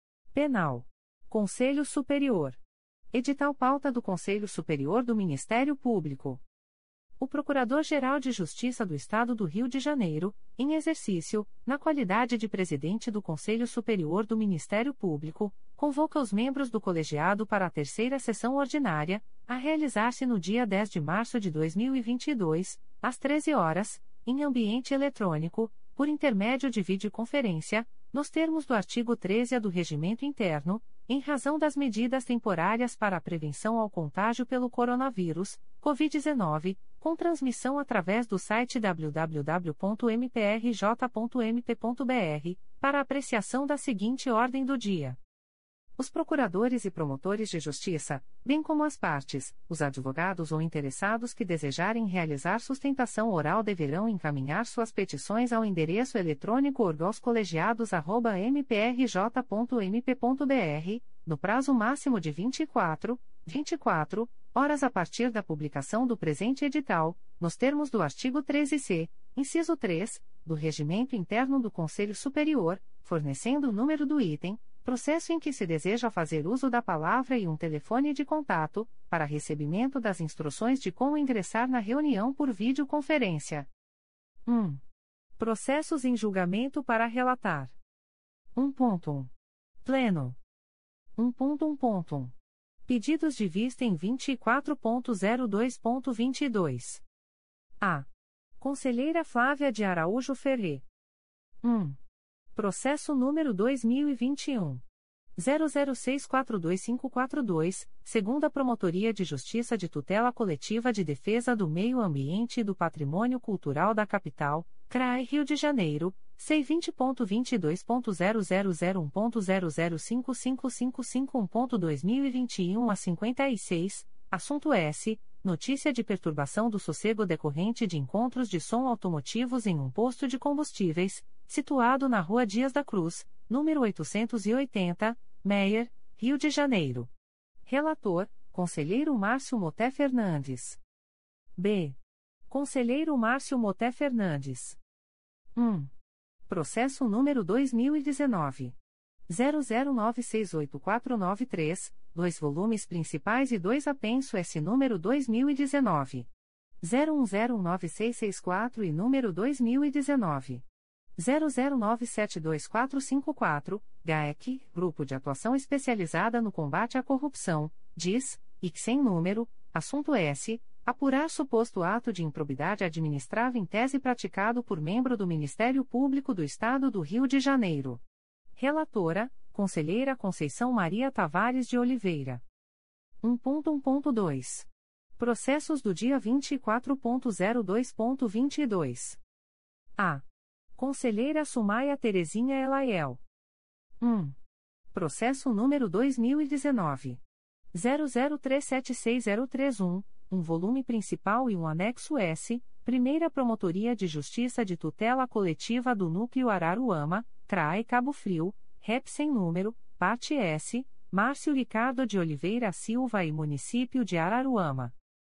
A: penal. Conselho Superior. Edital pauta do Conselho Superior do Ministério Público. O Procurador-Geral de Justiça do Estado do Rio de Janeiro, em exercício, na qualidade de presidente do Conselho Superior do Ministério Público, convoca os membros do colegiado para a terceira sessão ordinária, a realizar-se no dia dez de março de dois mil e vinte e dois, às treze horas, em ambiente eletrônico, por intermédio de videoconferência, nos termos do artigo treze-A do Regimento Interno, em razão das medidas temporárias para a prevenção ao contágio pelo coronavírus, covid dezenove, com transmissão através do site w w w ponto m p r j ponto m p ponto b r, para apreciação da seguinte ordem do dia. os procuradores e promotores de justiça, bem como as partes, os advogados ou interessados que desejarem realizar sustentação oral deverão encaminhar suas petições ao endereço eletrônico orgãoscolegiados arroba m p r j ponto m p ponto b r, no prazo máximo de vinte e quatro, vinte e quatro, horas a partir da publicação do presente edital, nos termos do artigo treze C, inciso três, do Regimento Interno do Conselho Superior, fornecendo o número do item, processo em que se deseja fazer uso da palavra e um telefone de contato, para recebimento das instruções de como ingressar na reunião por videoconferência. um. Processos em julgamento para relatar. um ponto um. Pleno. um ponto um ponto um. Pedidos de vista em vinte e quatro ponto zero dois ponto vinte e dois. A. Conselheira Flávia de Araújo Ferré. um. Processo número dois mil e vinte e um. zero zero seis quatro dois cinco quatro dois, segunda Promotoria de Justiça de Tutela Coletiva de Defesa do Meio Ambiente e do Patrimônio Cultural da Capital, C R A I Rio de Janeiro, C vinte ponto vinte e dois ponto zero zero zero um ponto zero zero cinco cinco cinco cinco um ponto dois mil e vinte e um a cinquenta e seis, assunto S. Notícia de perturbação do sossego decorrente de encontros de som automotivos em um posto de combustíveis, situado na Rua Dias da Cruz, número oitocentos e oitenta, Meier, Rio de Janeiro. Relator, Conselheiro Márcio Moté Fernandes. B. Conselheiro Márcio Moté Fernandes. um. Processo número dois mil e dezenove. zero zero nove seis oito quatro nove três, dois volumes principais e dois apenso S número dois mil e dezenove. zero um zero nove seis seis quatro e número dois mil e dezenove. zero zero nove sete dois quatro cinco quatro, G A E C, Grupo de Atuação Especializada no Combate à Corrupção, D I S, I C sem número, assunto S. Apurar suposto ato de improbidade administrativa em tese praticado por membro do Ministério Público do Estado do Rio de Janeiro. Relatora, Conselheira Conceição Maria Tavares de Oliveira. um ponto um ponto dois. Processos do dia vinte e quatro ponto zero dois ponto vinte e dois. A. Conselheira Sumaia Terezinha Elaiel. um. Processo número dois mil e dezenove. zero zero três sete seis zero três um, um volume principal e um anexo S, Primeira Promotoria de Justiça de Tutela Coletiva do Núcleo Araruama, C R A I Cabo Frio, R E P sem número, parte S, Márcio Ricardo de Oliveira Silva e Município de Araruama.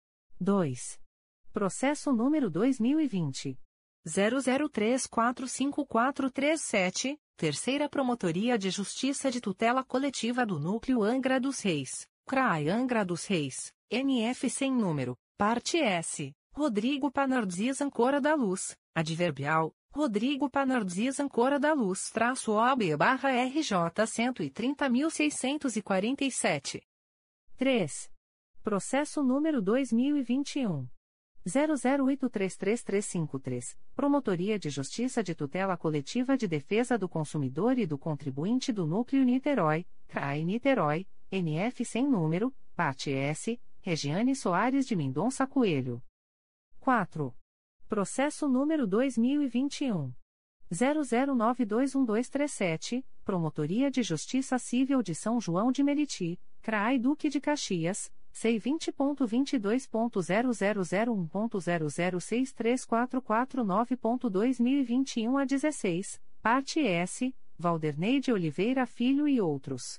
A: dois. Processo número dois mil e vinte. zero zero três quatro cinco quatro três sete, Terceira Promotoria de Justiça de Tutela Coletiva do Núcleo Angra dos Reis, C R A I Angra dos Reis, N F sem número, parte S, Rodrigo Panardzis Ancora da Luz, adverbial, Rodrigo Panardzis Ancora da Luz traço O B barra R J cento e trinta mil seiscentos e quarenta e sete. três. Processo número dois mil e vinte e um. zero zero oito três três três cinco três, Promotoria de Justiça de Tutela Coletiva de Defesa do Consumidor e do Contribuinte do Núcleo Niterói, C R A I Niterói, N F sem número, parte S, Regiane Soares de Mendonça Coelho. quatro. Processo número dois mil e vinte e um. zero zero nove dois um dois três sete, Promotoria de Justiça Civil de São João de Meriti, C R A I Duque de Caxias, C vinte ponto vinte e dois ponto zero zero zero um ponto zero zero seis três quatro quatro nove ponto dois mil e vinte e um a dezesseis, parte S, Valdernei de Oliveira Filho e outros.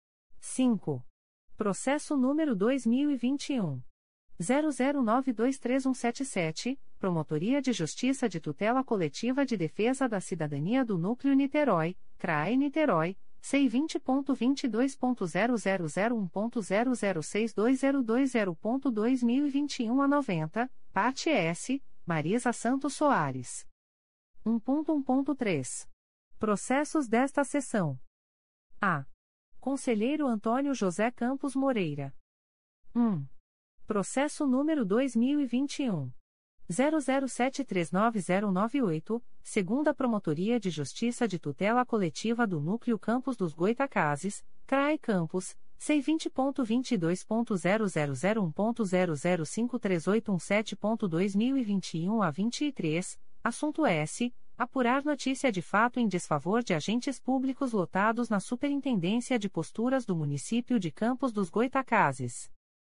A: cinco. Processo número dois mil e vinte e um. zero zero nove dois três um sete sete, Promotoria de Justiça de Tutela Coletiva de Defesa da Cidadania do Núcleo Niterói, C R A I Niterói, C vinte ponto vinte e dois ponto zero zero zero um ponto zero zero seis dois zero dois zero ponto dois mil e vinte e um a noventa, parte S, Marisa Santos Soares. um ponto um ponto três. Processos desta sessão. A. Conselheiro Antônio José Campos Moreira. um. Processo número dois mil e vinte e um. zero zero sete três nove zero nove oito, segunda Promotoria de Justiça de Tutela Coletiva do Núcleo Campos dos Goitacazes, C R A I Campos, C vinte ponto vinte e dois ponto zero zero zero um ponto zero zero cinco três oito um sete ponto dois mil e vinte e um a vinte e três, assunto S. Apurar notícia de fato em desfavor de agentes públicos lotados na Superintendência de Posturas do Município de Campos dos Goytacazes.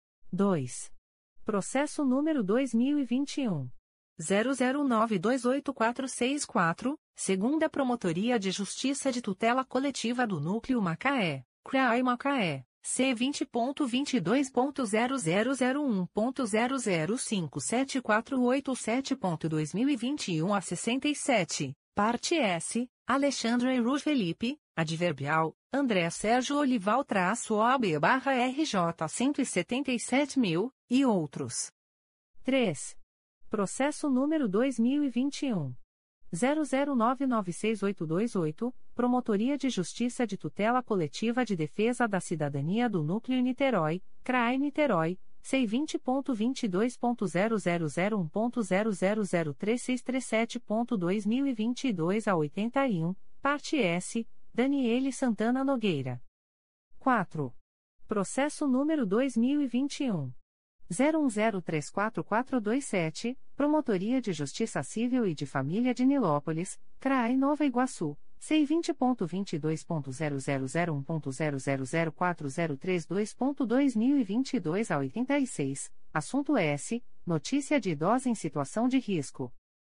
A: dois. Processo número dois mil e vinte e um. zero zero nove dois oito quatro seis quatro, segunda Promotoria de Justiça de Tutela Coletiva do Núcleo Macaé, C R A I Macaé, C vinte ponto vinte e dois ponto zero zero zero um ponto zero zero cinco sete quatro oito sete ponto dois mil e vinte e um a sessenta e sete, parte S, Alexandre Heru Felipe, adverbial, André Sérgio Olival-O A B barra R J cento e setenta e sete mil, e outros. três. Processo número dois mil e vinte e um. zero zero nove nove seis oito dois oito, Promotoria de Justiça de Tutela Coletiva de Defesa da Cidadania do Núcleo Niterói, C R A I Niterói, C vinte ponto vinte e dois ponto zero zero zero um ponto zero zero zero três seis três sete ponto dois mil e vinte e dois a oitenta e um, parte S, Daniele Santana Nogueira. quatro. Processo número dois mil e vinte e um. zero um zero três quatro quatro dois sete, Promotoria de Justiça Civil e de Família de Nilópolis, C R A I Nova Iguaçu, C vinte ponto vinte e dois ponto zero zero zero um ponto zero zero zero quatro zero três dois ponto dois mil e vinte e dois a oitenta e seis, assunto S, notícia de idosa em situação de risco.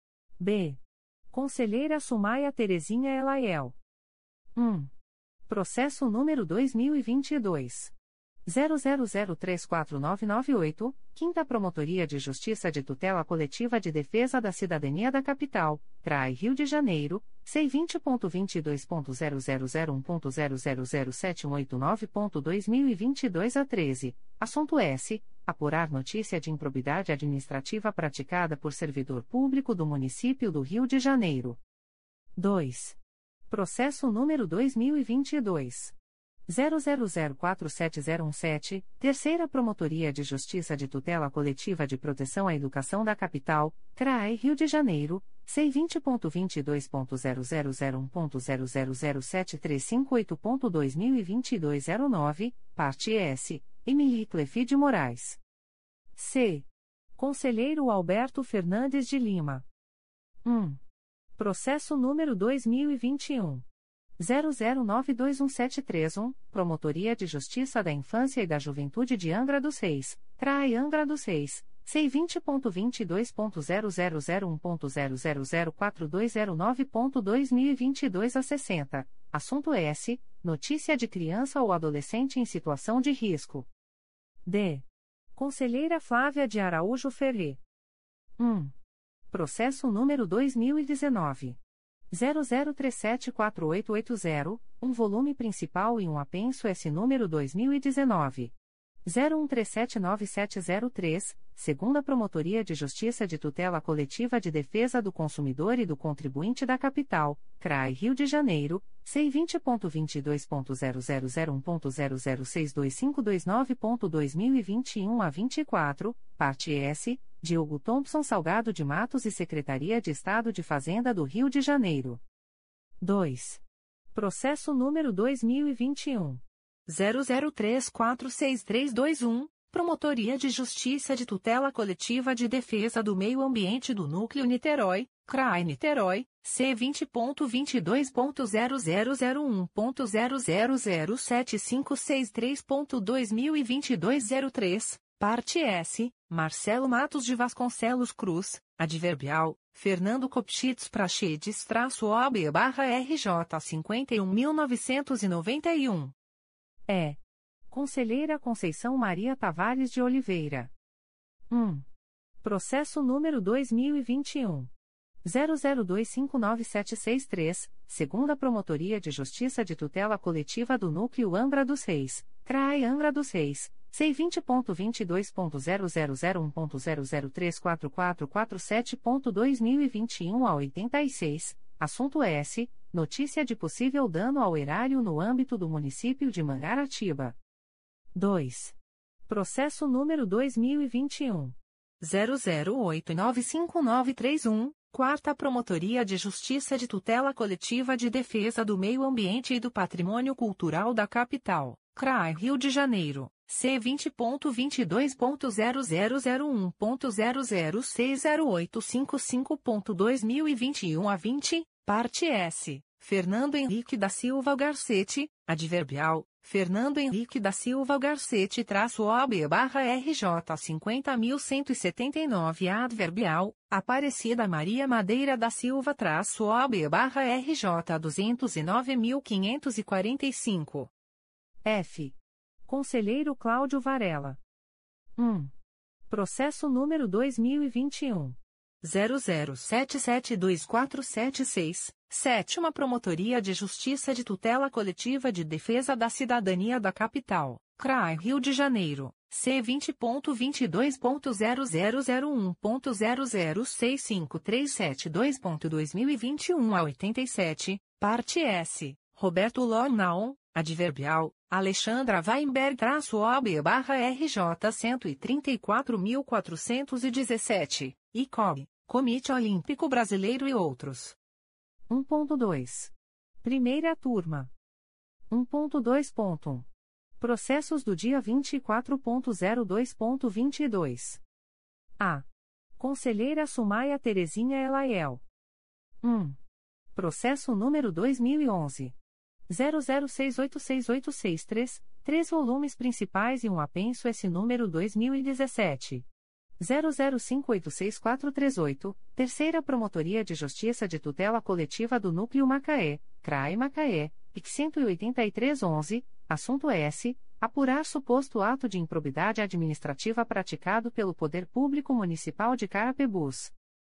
A: B. Conselheira Sumaia Terezinha Elaiel. um. Processo número dois mil e vinte e dois. zero zero zero três quatro nove nove oito, quinta Promotoria de Justiça de Tutela Coletiva de Defesa da Cidadania da Capital, C R A I Rio de Janeiro, C vinte ponto vinte e dois ponto zero zero zero um ponto zero zero zero sete um oito nove ponto dois mil e vinte e dois a treze, assunto S. Apurar notícia de improbidade administrativa praticada por servidor público do Município do Rio de Janeiro. dois. Processo número dois mil e vinte e dois. zero zero zero quatro sete zero um sete, Terceira Promotoria de Justiça de Tutela Coletiva de Proteção à Educação da Capital, C R A I Rio de Janeiro, C vinte ponto vinte e dois ponto zero zero zero um ponto zero zero zero sete três cinco oito ponto dois mil e vinte e dois a zero nove, parte S, Emily Clefi de Moraes. C. Conselheiro Alberto Fernandes de Lima. um. Processo número dois mil e vinte e um. zero zero nove dois um sete três um, Promotoria de Justiça da Infância e da Juventude de Angra dos Reis, C R A I Angra dos Reis, C vinte ponto vinte e dois ponto zero zero zero um ponto zero zero zero quatro dois zero nove ponto dois mil e vinte e dois a sessenta, assunto S. Notícia de criança ou adolescente em situação de risco. D. Conselheira Flávia de Araújo Ferri. um. Processo número dois mil e dezenove. zero zero três sete quatro oito oito zero, um volume principal e um apenso S número dois mil e dezenove. zero um três sete nove sete zero três, segunda Promotoria de Justiça de Tutela Coletiva de Defesa do Consumidor e do Contribuinte da Capital, C R A I Rio de Janeiro, C vinte ponto vinte e dois ponto zero zero zero um ponto zero zero seis dois cinco dois nove ponto dois mil e vinte e um a vinte e quatro, parte S, Diogo Thompson Salgado de Matos e Secretaria de Estado de Fazenda do Rio de Janeiro. dois. Processo número dois mil e vinte e um. zero zero três quatro seis três dois um, Promotoria de Justiça de Tutela Coletiva de Defesa do Meio Ambiente do Núcleo Niterói, C R A I Niterói, C vinte ponto vinte e dois ponto zero zero zero um ponto zero zero zero sete cinco seis três ponto dois mil e vinte e dois a zero três, parte S, Marcelo Matos de Vasconcelos Cruz, adverbial, Fernando Copchitz Prachedes traço O A B barra R J cinquenta e um mil novecentos e noventa e um. É. Conselheira Conceição Maria Tavares de Oliveira. um. Processo número dois mil e vinte e um. zero zero dois cinco nove sete seis três, segunda Promotoria de Justiça de Tutela Coletiva do Núcleo Angra dos Reis, C R A I Angra dos Reis, C vinte ponto vinte e dois ponto zero zero zero um ponto zero zero três quatro quatro quatro sete ponto dois mil e vinte e um a oitenta e seis, assunto S. Notícia de possível dano ao erário no âmbito do município de Mangaratiba. dois. Processo número dois mil e vinte e um. zero zero oito nove cinco nove três um, quarta Promotoria de Justiça de Tutela Coletiva de Defesa do Meio Ambiente e do Patrimônio Cultural da Capital, C R A I Rio de Janeiro, C vinte ponto vinte e dois ponto zero zero zero um ponto zero zero seis zero oito cinco cinco ponto dois mil e vinte e um a vinte, parte S, Fernando Henrique da Silva Garcete, adverbial, Fernando Henrique da Silva Garcete traço O B barra R J cinquenta mil cento e setenta e nove adverbial, Aparecida Maria Madeira da Silva traço O B barra R J duzentos e nove mil quinhentos e quarenta e cinco. F. Conselheiro Cláudio Varela. um. Processo número dois mil e vinte e um. zero zero sete sete dois quatro sete seis, Sétima Promotoria de Justiça de Tutela Coletiva de Defesa da Cidadania da Capital, C R A I Rio de Janeiro, C vinte ponto vinte e dois ponto zero zero zero um ponto zero zero seis cinco três sete dois ponto dois mil e vinte e um a oitenta e sete, parte S, Roberto Lornaon, adverbial, Alexandra Weinberg-O B barra R J cento e trinta e quatro mil quatrocentos e dezessete, I C O B, Comitê Olímpico Brasileiro e outros. um ponto dois. Primeira turma. um ponto dois ponto um. Processos do dia vinte e quatro ponto zero dois ponto vinte e dois. A. Conselheira Sumaia Terezinha Elaiel. um. Processo número dois mil e onze. zero zero seis oito seis oito seis três, três volumes principais e um apenso S número dois mil e dezessete. zero zero cinco oito seis quatro três oito, Terceira Promotoria de Justiça de Tutela Coletiva do Núcleo Macaé, C R A I Macaé, I C cento e oitenta e três onze, assunto S. Apurar suposto ato de improbidade administrativa praticado pelo Poder Público Municipal de Carapebus.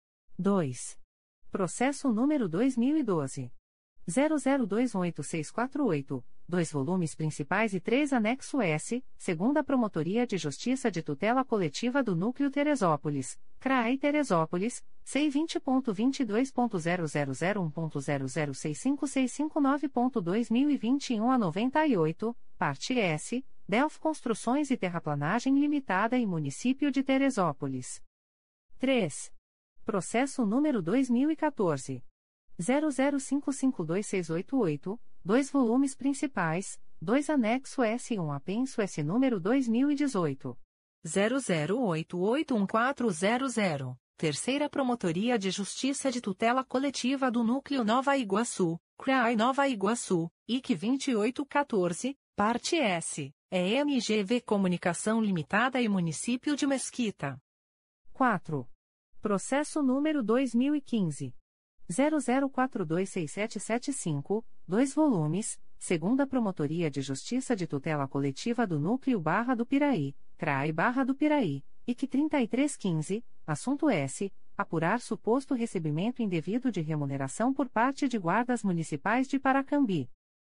A: dois. Processo número dois mil e doze. zero zero dois um oito seis quatro oito, dois volumes principais e três anexo S, Segunda Promotoria de Justiça de Tutela Coletiva do Núcleo Teresópolis, C R A I Teresópolis, C vinte ponto vinte e dois ponto zero zero zero um ponto zero zero seis cinco seis cinco nove ponto dois mil e vinte e um a noventa e oito, parte S, Delf Construções e Terraplanagem Limitada e Município de Teresópolis. três. Processo número dois mil e quatorze. zero zero cinco cinco dois seis oito oito, dois volumes principais, dois anexo S e um apenso S número dois mil e dezoito. zero zero oito oito um quatro zero zero, Terceira Promotoria de Justiça de Tutela Coletiva do Núcleo Nova Iguaçu, C R A I Nova Iguaçu, I C vinte e oito quatorze, parte S, E M G V Comunicação Limitada e Município de Mesquita. quatro. Processo número dois mil e quinze. zero zero quatro dois seis sete sete cinco, dois volumes, Segunda Promotoria de Justiça de Tutela Coletiva do Núcleo Barra do Piraí, C R A I Barra do Piraí, I C trinta e três quinze, assunto S. Apurar suposto recebimento indevido de remuneração por parte de guardas municipais de Paracambi.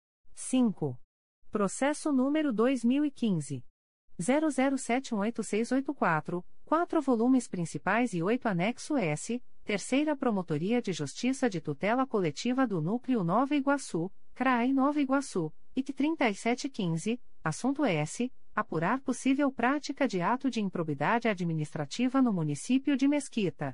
A: cinco. Processo número dois mil e quinze. zero zero sete um oito seis oito quatro, quatro volumes principais e oito anexo S, Terceira Promotoria de Justiça de Tutela Coletiva do Núcleo Nova Iguaçu, C R A I Nova Iguaçu, I C trinta e sete quinze, assunto S. Apurar possível prática de ato de improbidade administrativa no município de Mesquita.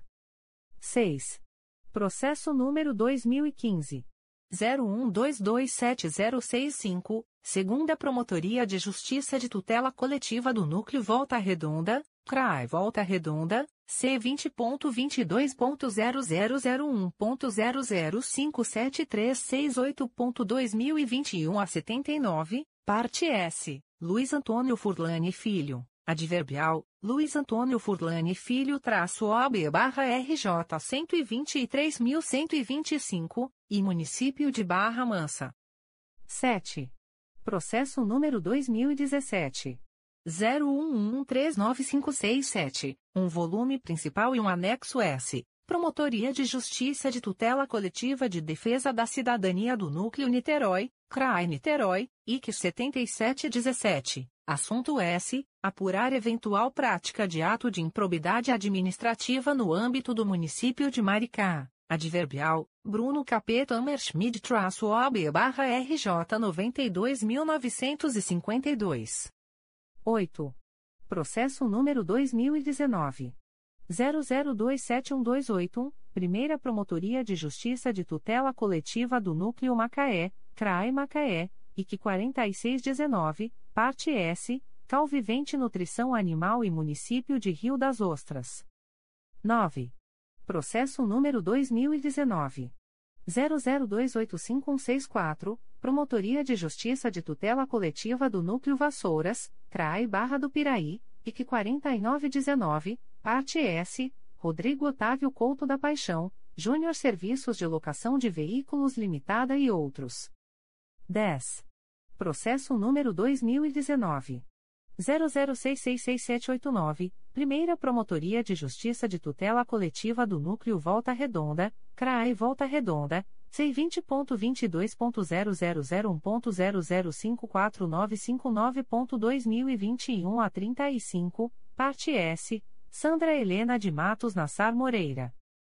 A: seis. Processo número dois mil e quinze. zero um dois dois sete zero seis cinco, Segunda Promotoria de Justiça de Tutela Coletiva do Núcleo Volta Redonda, C R A I Volta Redonda, C vinte ponto vinte e dois ponto zero zero zero um ponto zero zero cinco sete três seis oito ponto dois mil e vinte e um a setenta e nove, parte S, Luiz Antônio Furlani Filho, adverbial, Luiz Antônio Furlani Filho traço O B barra R J cento e vinte e três mil cento e vinte e cinco, e Município de Barra Mansa. sete. Processo número dois mil e dezessete. zero um um três nove cinco seis sete, um volume principal e um anexo S, Promotoria de Justiça de Tutela Coletiva de Defesa da Cidadania do Núcleo Niterói, C R A I Niterói, I C setenta e sete dezessete, assunto S. Apurar eventual prática de ato de improbidade administrativa no âmbito do município de Maricá. Adverbial, Bruno Capeta Hammerschmidt traço O B barra R J noventa e dois mil novecentos e cinquenta e dois. oito. Processo número dois mil e dezenove. zero zero dois sete um dois oito um, Primeira Promotoria de Justiça de Tutela Coletiva do Núcleo Macaé, C R A I Macaé, I C quarenta e seis dezenove, parte S, Calvivente Nutrição Animal e Município de Rio das Ostras. nove. Processo número dois mil e dezenove. zero zero dois oito cinco um seis quatro, Promotoria de Justiça de Tutela Coletiva do Núcleo Vassouras, C R A I Barra do Piraí, I C quarenta e nove dezenove, parte S, Rodrigo Otávio Couto da Paixão, Júnior Serviços de Locação de Veículos Limitada e outros. dez. Processo número dois mil e dezenove. zero zero seis seis seis sete oito nove, Primeira Promotoria de Justiça de Tutela Coletiva do Núcleo Volta Redonda, C R A I Volta Redonda, C vinte ponto vinte e dois ponto zero zero zero um ponto zero zero cinco quatro nove cinco nove ponto dois mil e vinte e um a trinta e cinco, parte S, Sandra Helena de Matos Nassar Moreira.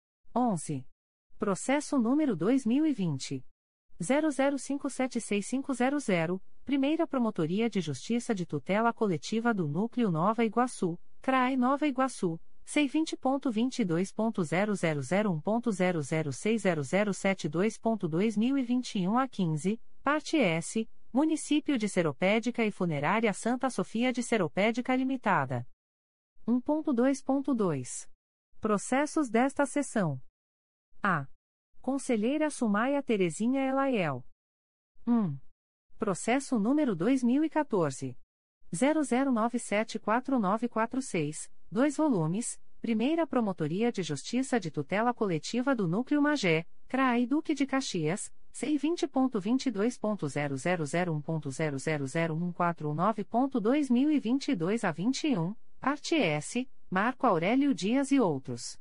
A: onze. Processo número dois mil e vinte. zero zero cinco sete seis cinco zero zero, Primeira Promotoria de Justiça de Tutela Coletiva do Núcleo Nova Iguaçu, C R A I Nova Iguaçu, C vinte ponto vinte e dois ponto zero zero zero um ponto zero zero seis zero zero sete dois ponto dois mil e vinte e um a quinze, parte S, Município de Seropédica e Funerária Santa Sofia de Seropédica Limitada. um ponto dois ponto dois. Processos desta sessão. A. Conselheira Sumaia Terezinha Elaiel. um. Processo número dois mil e quatorze. zero zero nove sete quatro nove quatro seis, dois volumes, Primeira Promotoria de Justiça de Tutela Coletiva do Núcleo Magé, C R A I Duque de Caxias, C vinte ponto vinte e dois ponto zero zero zero um ponto zero zero zero um quatro nove ponto dois mil e vinte e dois a vinte e um, parte S, Marco Aurélio Dias e outros.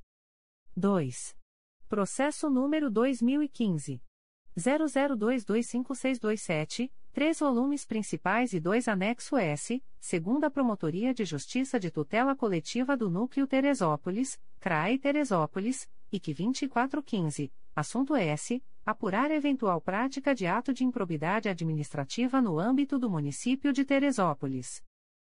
A: dois. Processo número dois mil e quinze. zero zero dois dois cinco seis dois sete, três volumes principais e dois anexo S, Segunda Promotoria de Justiça de Tutela Coletiva do Núcleo Teresópolis, C R A I Teresópolis, I C vinte e quatro quinze, assunto S, apurar eventual prática de ato de improbidade administrativa no âmbito do município de Teresópolis.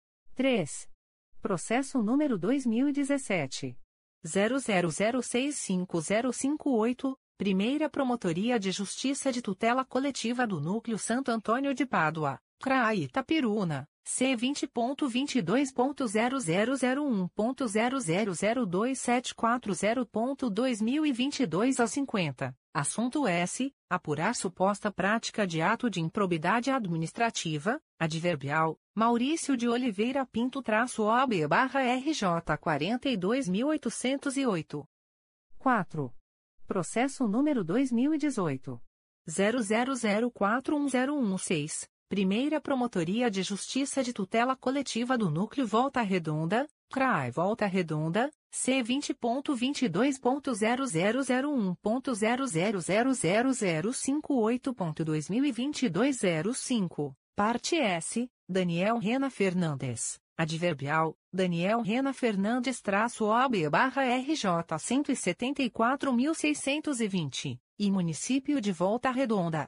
A: três. Processo número dois mil e dezessete. zero zero zero seis cinco zero cinco oito, Primeira Promotoria de Justiça de Tutela Coletiva do Núcleo Santo Antônio de Pádua, C R A I Itapiruna, C vinte ponto vinte e dois ponto zero zero zero um ponto zero zero zero dois sete quatro zero ponto dois mil e vinte e dois a cinquenta, assunto S, apurar suposta prática de ato de improbidade administrativa, adverbial, Maurício de Oliveira Pinto-O B barra R J quarenta e dois mil oitocentos e oito. quatro. Processo número dois mil e dezoito. zero zero zero quatro um zero um seis, Primeira Promotoria de Justiça de Tutela Coletiva do Núcleo Volta Redonda, C R A I Volta Redonda, C vinte ponto vinte e dois ponto zero zero zero um ponto zero zero zero zero zero cinco oito ponto dois mil e vinte e dois a zero cinco, parte S, Daniel Rena Fernandes, adverbial, Daniel Rena Fernandes traço O B barra R J cento e setenta e quatro mil seiscentos e vinte, e Município de Volta Redonda.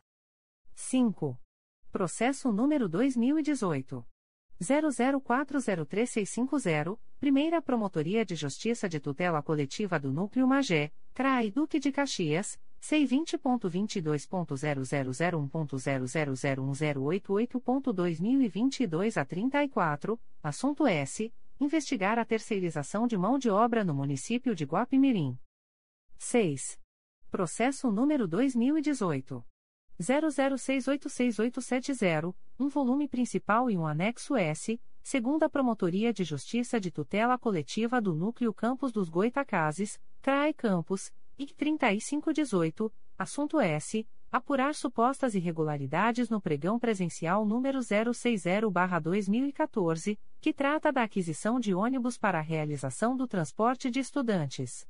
A: cinco. Processo número dois mil e dezoito. zero zero quatro zero três seis cinco zero, Primeira Promotoria de Justiça de Tutela Coletiva do Núcleo Magé, C R A I Duque de Caxias, C vinte ponto vinte e dois ponto zero zero zero um ponto zero zero zero um zero oito oito ponto dois mil e vinte e dois a trinta e quatro, assunto S, investigar a terceirização de mão de obra no município de Guapimirim. seis. Processo número dois mil e dezoito. zero zero seis oito seis oito sete zero, um volume principal e um anexo S, Segunda Promotoria de Justiça de Tutela Coletiva do Núcleo Campos dos Goitacazes, C R A I Campos, I C trinta e cinco dezoito, assunto S, apurar supostas irregularidades no pregão presencial número zero seis zero barra dois mil e quatorze, que trata da aquisição de ônibus para a realização do transporte de estudantes.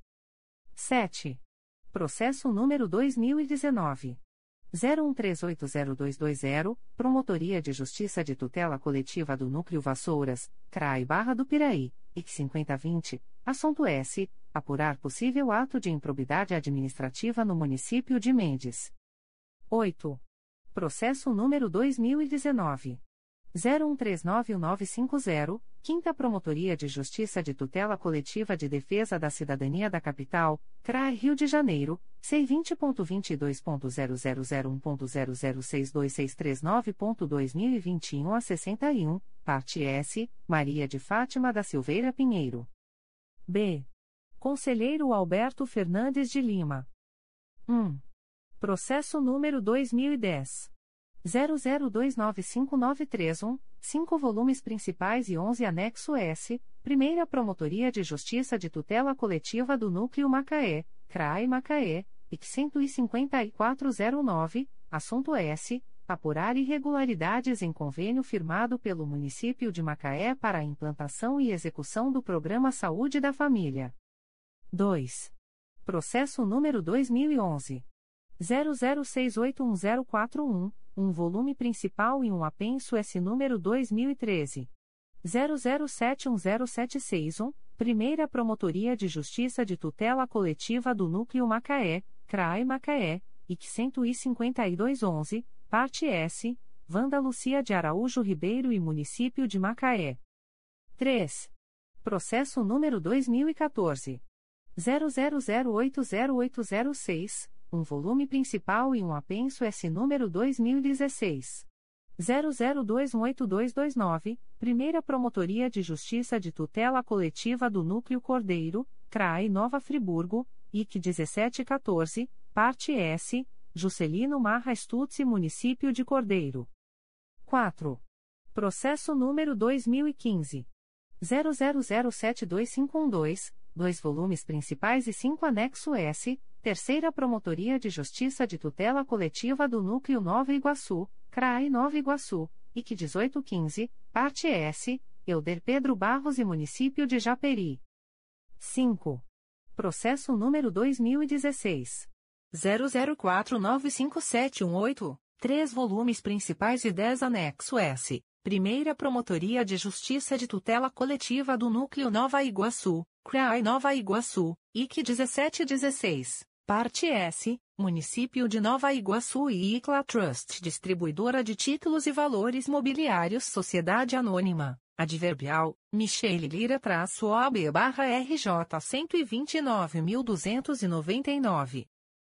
A: sete. Processo número dois mil e dezenove. zero um três oito zero dois dois zero, Promotoria de Justiça de Tutela Coletiva do Núcleo Vassouras, C R A I Barra do Piraí, I C cinquenta vinte, assunto S, apurar possível ato de improbidade administrativa no município de Mendes. oito. Processo número dois mil e dezenove. zero um três nove nove cinco zero, Quinta Promotoria de Justiça de Tutela Coletiva de Defesa da Cidadania da Capital, C R A I Rio de Janeiro, C vinte ponto vinte e dois ponto zero zero zero um ponto zero zero seis dois seis três nove ponto dois mil e vinte e um a sessenta e um, parte S, Maria de Fátima da Silveira Pinheiro. B. Conselheiro Alberto Fernandes de Lima. um. Processo número dois mil e dez. zero zero dois nove cinco nove três um, cinco volumes principais e onze anexo S, Primeira Promotoria de Justiça de Tutela Coletiva do Núcleo Macaé, C R A I Macaé, I C cento e cinquenta e quatro zero nove, assunto S, apurar irregularidades em convênio firmado pelo município de Macaé para a implantação e execução do Programa Saúde da Família. dois. Processo número dois mil e onze. zero zero seis oito um zero quatro um, um volume principal e um apenso S número dois mil e treze. zero zero sete um zero sete seis um, Primeira Promotoria de Justiça de Tutela Coletiva do Núcleo Macaé, C R A I Macaé, I C cento e cinquenta e dois onze, parte S, Wanda Lucia de Araújo Ribeiro e Município de Macaé. três. Processo número dois mil e quatorze. zero zero zero oito zero oito zero seis, um volume principal e um apenso S número dois mil e dezesseis. zero zero dois um oito dois dois nove, Primeira Promotoria de Justiça de Tutela Coletiva do Núcleo Cordeiro, C R A I Nova Friburgo, I C dezessete quatorze, parte S, Juscelino Marra Stutz Município de Cordeiro. quatro. Processo número dois mil e quinze. zero zero zero sete dois cinco um dois, dois volumes principais e cinco anexo S, Terceira Promotoria de Justiça de Tutela Coletiva do Núcleo Nova Iguaçu, C R A I Nova Iguaçu, I C dezoito quinze, parte S, Euder Pedro Barros e Município de Japeri. cinco. Processo número dois mil e dezesseis. zero zero quatro nove cinco sete um oito, três volumes principais e dez anexo S, Primeira Promotoria de Justiça de Tutela Coletiva do Núcleo Nova Iguaçu, C R A I Nova Iguaçu, I C dezessete dezesseis, parte S, Município de Nova Iguaçu e Icla Trust Distribuidora de Títulos e Valores Mobiliários Sociedade Anônima, Adverbial, Michele Lira-O A B barra R J cento e vinte e nove mil duzentos e noventa e nove.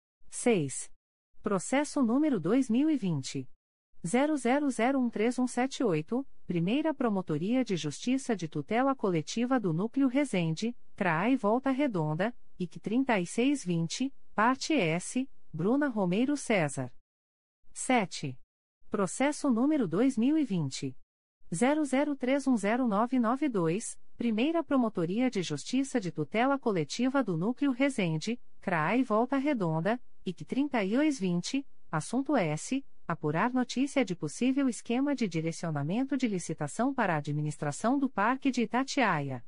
A: seis. Processo número dois mil e vinte. zero zero zero um três um sete oito, Primeira Promotoria de Justiça de Tutela Coletiva do Núcleo Resende, C R A I Volta Redonda, I C trinta e seis vinte, parte S, Bruna Romeiro César. sete. Processo número dois mil e vinte. zero zero três um zero nove nove dois, Primeira Promotoria de Justiça de Tutela Coletiva do Núcleo Resende, C R A I Volta Redonda, I C trinta e dois vinte, assunto S, apurar notícia de possível esquema de direcionamento de licitação para a administração do Parque de Itatiaia.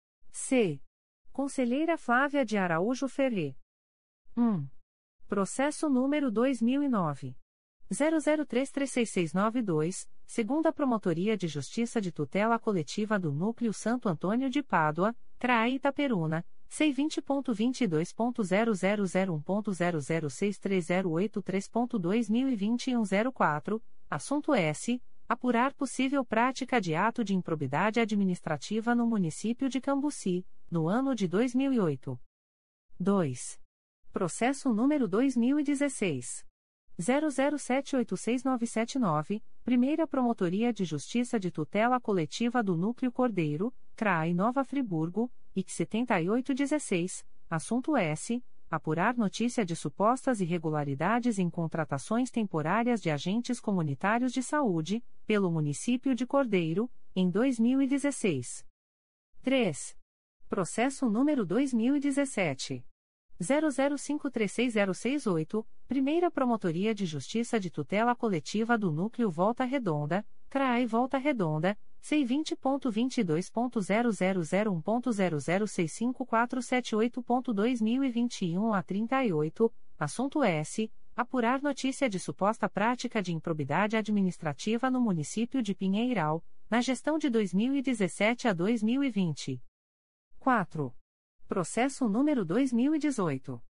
A: C. Conselheira Flávia de Araújo Ferrer. um. Processo número dois mil e nove. zero zero três três seis seis nove dois, Segunda Promotoria de Justiça de Tutela Coletiva do Núcleo Santo Antônio de Pádua, C R A I Itaperuna, C vinte ponto vinte e dois ponto zero zero zero um ponto zero zero seis três zero oito três ponto dois mil e vinte e um zero quatro, assunto S. Apurar possível prática de ato de improbidade administrativa no município de Cambuci, no ano de dois mil e oito. dois. Processo número dois mil e dezesseis. zero zero sete oito seis nove sete nove, Primeira Promotoria de Justiça de Tutela Coletiva do Núcleo Cordeiro, C R A I Nova Friburgo, I C setenta e oito dezesseis, assunto S. Apurar notícia de supostas irregularidades em contratações temporárias de agentes comunitários de saúde, pelo município de Cordeiro, em dois mil e dezesseis. três. Processo número dois mil e dezessete. zero zero cinco três seis zero seis oito, Primeira Promotoria de Justiça de Tutela Coletiva do Núcleo Volta Redonda, C R A I Volta Redonda, C vinte ponto vinte e dois ponto zero zero zero um ponto zero zero seis cinco quatro sete oito ponto dois mil e vinte e um a trinta e oito, assunto S. Apurar notícia de suposta prática de improbidade administrativa no município de Pinheiral, na gestão de dois mil e dezessete a dois mil e vinte. quatro. Processo número dois mil e dezoito.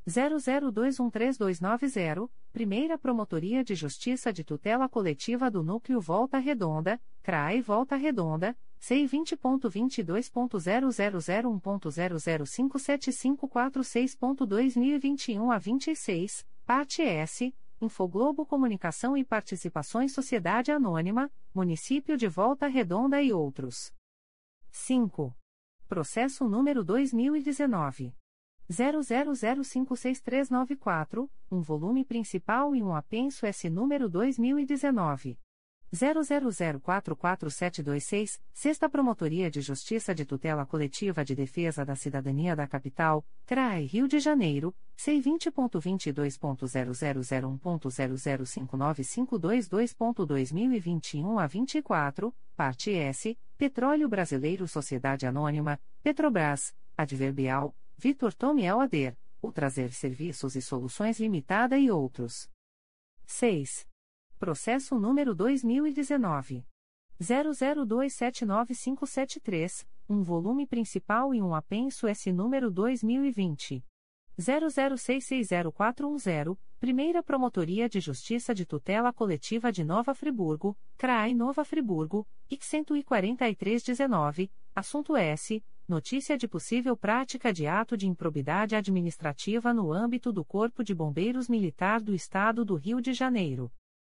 A: zero zero dois um três dois nove zero, Primeira Promotoria de Justiça de Tutela Coletiva do Núcleo Volta Redonda, C R A E Volta Redonda, C vinte ponto vinte e dois ponto zero zero zero um ponto zero zero cinco sete cinco quatro seis ponto dois mil e vinte e um a vinte e seis, parte S, Infoglobo Comunicação e Participações Sociedade Anônima, Município de Volta Redonda e outros. cinco. Processo número dois mil e dezenove. zero zero zero cinco seis três nove quatro, um volume principal e um apenso S número dois mil e dezenove. zero zero zero quatro quatro sete dois seis, Sexta Promotoria de Justiça de Tutela Coletiva de Defesa da Cidadania da Capital, C R A E Rio de Janeiro, C vinte ponto vinte e dois ponto zero zero zero um ponto zero zero cinco nove cinco dois dois ponto dois mil e vinte e um a vinte e quatro, parte S, Petróleo Brasileiro Sociedade Anônima, Petrobras, Adverbial, Vitor Tomiel Ader, Ultrazer Serviços e Soluções Limitada e outros. seis. Processo número dois mil e dezenove. zero zero dois sete nove cinco sete três, um volume principal e um apenso S número dois mil e vinte. zero zero seis seis zero quatro um zero, Primeira Promotoria de Justiça de Tutela Coletiva de Nova Friburgo, C R A E Nova Friburgo, I C cento e quarenta e três dezenove, assunto S. Notícia de possível prática de ato de improbidade administrativa no âmbito do Corpo de Bombeiros Militar do Estado do Rio de Janeiro.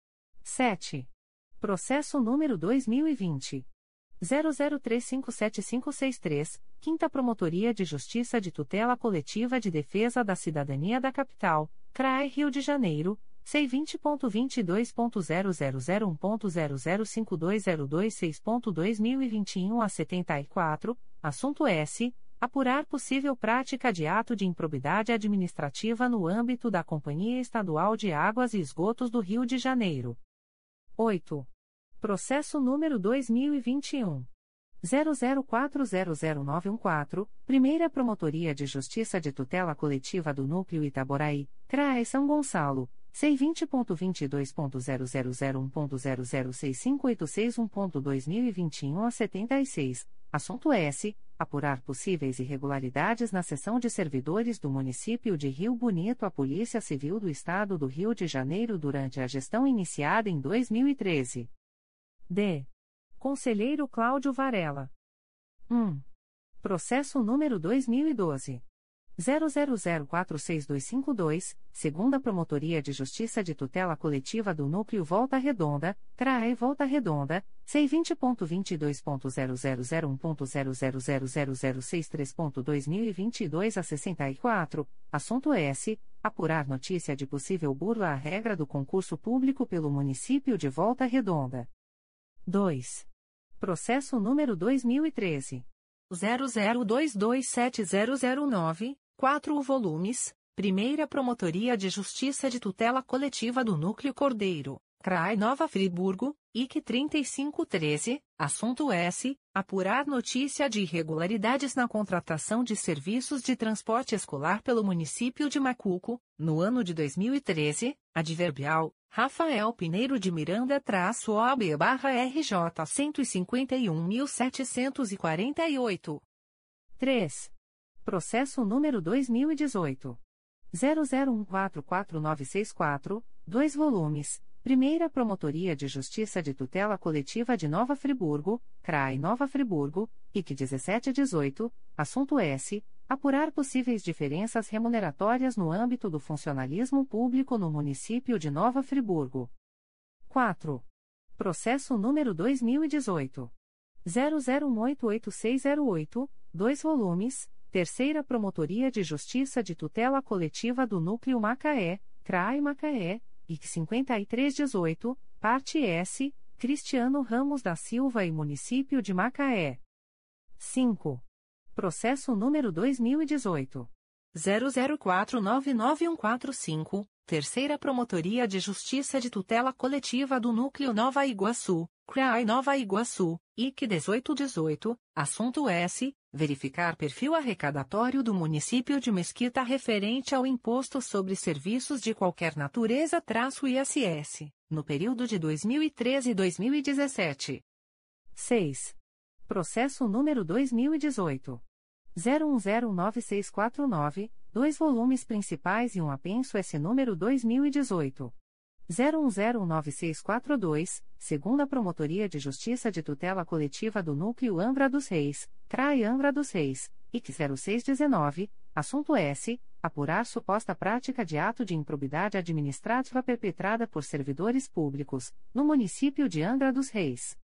A: sete. Processo número dois mil e vinte. zero zero três cinco sete cinco seis três, Quinta Promotoria de Justiça de Tutela Coletiva de Defesa da Cidadania da Capital, C R A E Rio de Janeiro, C vinte ponto vinte e dois ponto zero zero zero um ponto zero zero cinco dois zero dois seis ponto dois mil e vinte e um a setenta e quatro, assunto S. Apurar possível prática de ato de improbidade administrativa no âmbito da Companhia Estadual de Águas e Esgotos do Rio de Janeiro. oito. Processo número dois mil e vinte e um. zero zero quatro zero zero nove um quatro, Primeira Promotoria de Justiça de Tutela Coletiva do Núcleo Itaboraí, C R A E São Gonçalo, C vinte ponto vinte e dois ponto zero zero zero um ponto zero zero seis cinco oito seis um ponto dois mil e vinte e um a setenta e seis, assunto S. Apurar possíveis irregularidades na seção de servidores do município de Rio Bonito à Polícia Civil do Estado do Rio de Janeiro durante a gestão iniciada em dois mil e treze. D. Conselheiro Cláudio Varela. um. Processo número dois mil e doze. zero zero zero quatro seis dois cinco dois, Segunda Promotoria de Justiça de Tutela Coletiva do Núcleo Volta Redonda, C R A E Volta Redonda, C vinte ponto vinte e dois ponto zero zero zero um ponto zero zero zero zero zero seis três ponto dois mil e vinte e dois a sessenta e quatro, assunto S. Apurar notícia de possível burla à regra do concurso público pelo município de Volta Redonda. dois. Processo número dois mil e treze. zero zero dois dois sete zero zero nove, quatro volumes, Primeira Promotoria de Justiça de Tutela Coletiva do Núcleo Cordeiro, C R A E Nova Friburgo, I C trinta e cinco treze, assunto S. Apurar notícia de irregularidades na contratação de serviços de transporte escolar pelo município de Macuco, no ano de dois mil e treze, adverbial, Rafael Pineiro de Miranda-O A B barra R J cento e cinquenta e um mil setecentos e quarenta e oito. três. Processo número dois mil e dezoito. zero zero um quatro quatro nove seis quatro, dois volumes, Primeira Promotoria de Justiça de Tutela Coletiva de Nova Friburgo, C R A E Nova Friburgo, I C dezessete dezoito, assunto S. Apurar possíveis diferenças remuneratórias no âmbito do funcionalismo público no município de Nova Friburgo. quatro. Processo número dois mil e dezoito. zero zero um oito oito seis zero oito, dois volumes, Terceira Promotoria de Justiça de Tutela Coletiva do Núcleo Macaé, C R A E Macaé, I C cinquenta e três dezoito, parte S, Cristiano Ramos da Silva e Município de Macaé. cinco. Processo número dois mil e dezoito. zero zero quatro nove nove um quatro cinco, Terceira Promotoria de Justiça de Tutela Coletiva do Núcleo Nova Iguaçu, C R A E Nova Iguaçu, I C dezoito dezoito, assunto S. Verificar perfil arrecadatório do município de Mesquita referente ao Imposto sobre Serviços de Qualquer Natureza I S S, no período de dois mil e treze e dois mil e dezessete. seis. Processo número dois mil e dezoito. zero um zero nove seis quatro nove, dois volumes principais e um apenso S número dois mil e dezoito. zero um zero nove seis quatro dois, segunda Promotoria de Justiça de Tutela Coletiva do Núcleo Angra dos Reis, C R A I Angra dos Reis, I C zero seis dezenove, assunto S. Apurar suposta prática de ato de improbidade administrativa perpetrada por servidores públicos, no município de Angra dos Reis.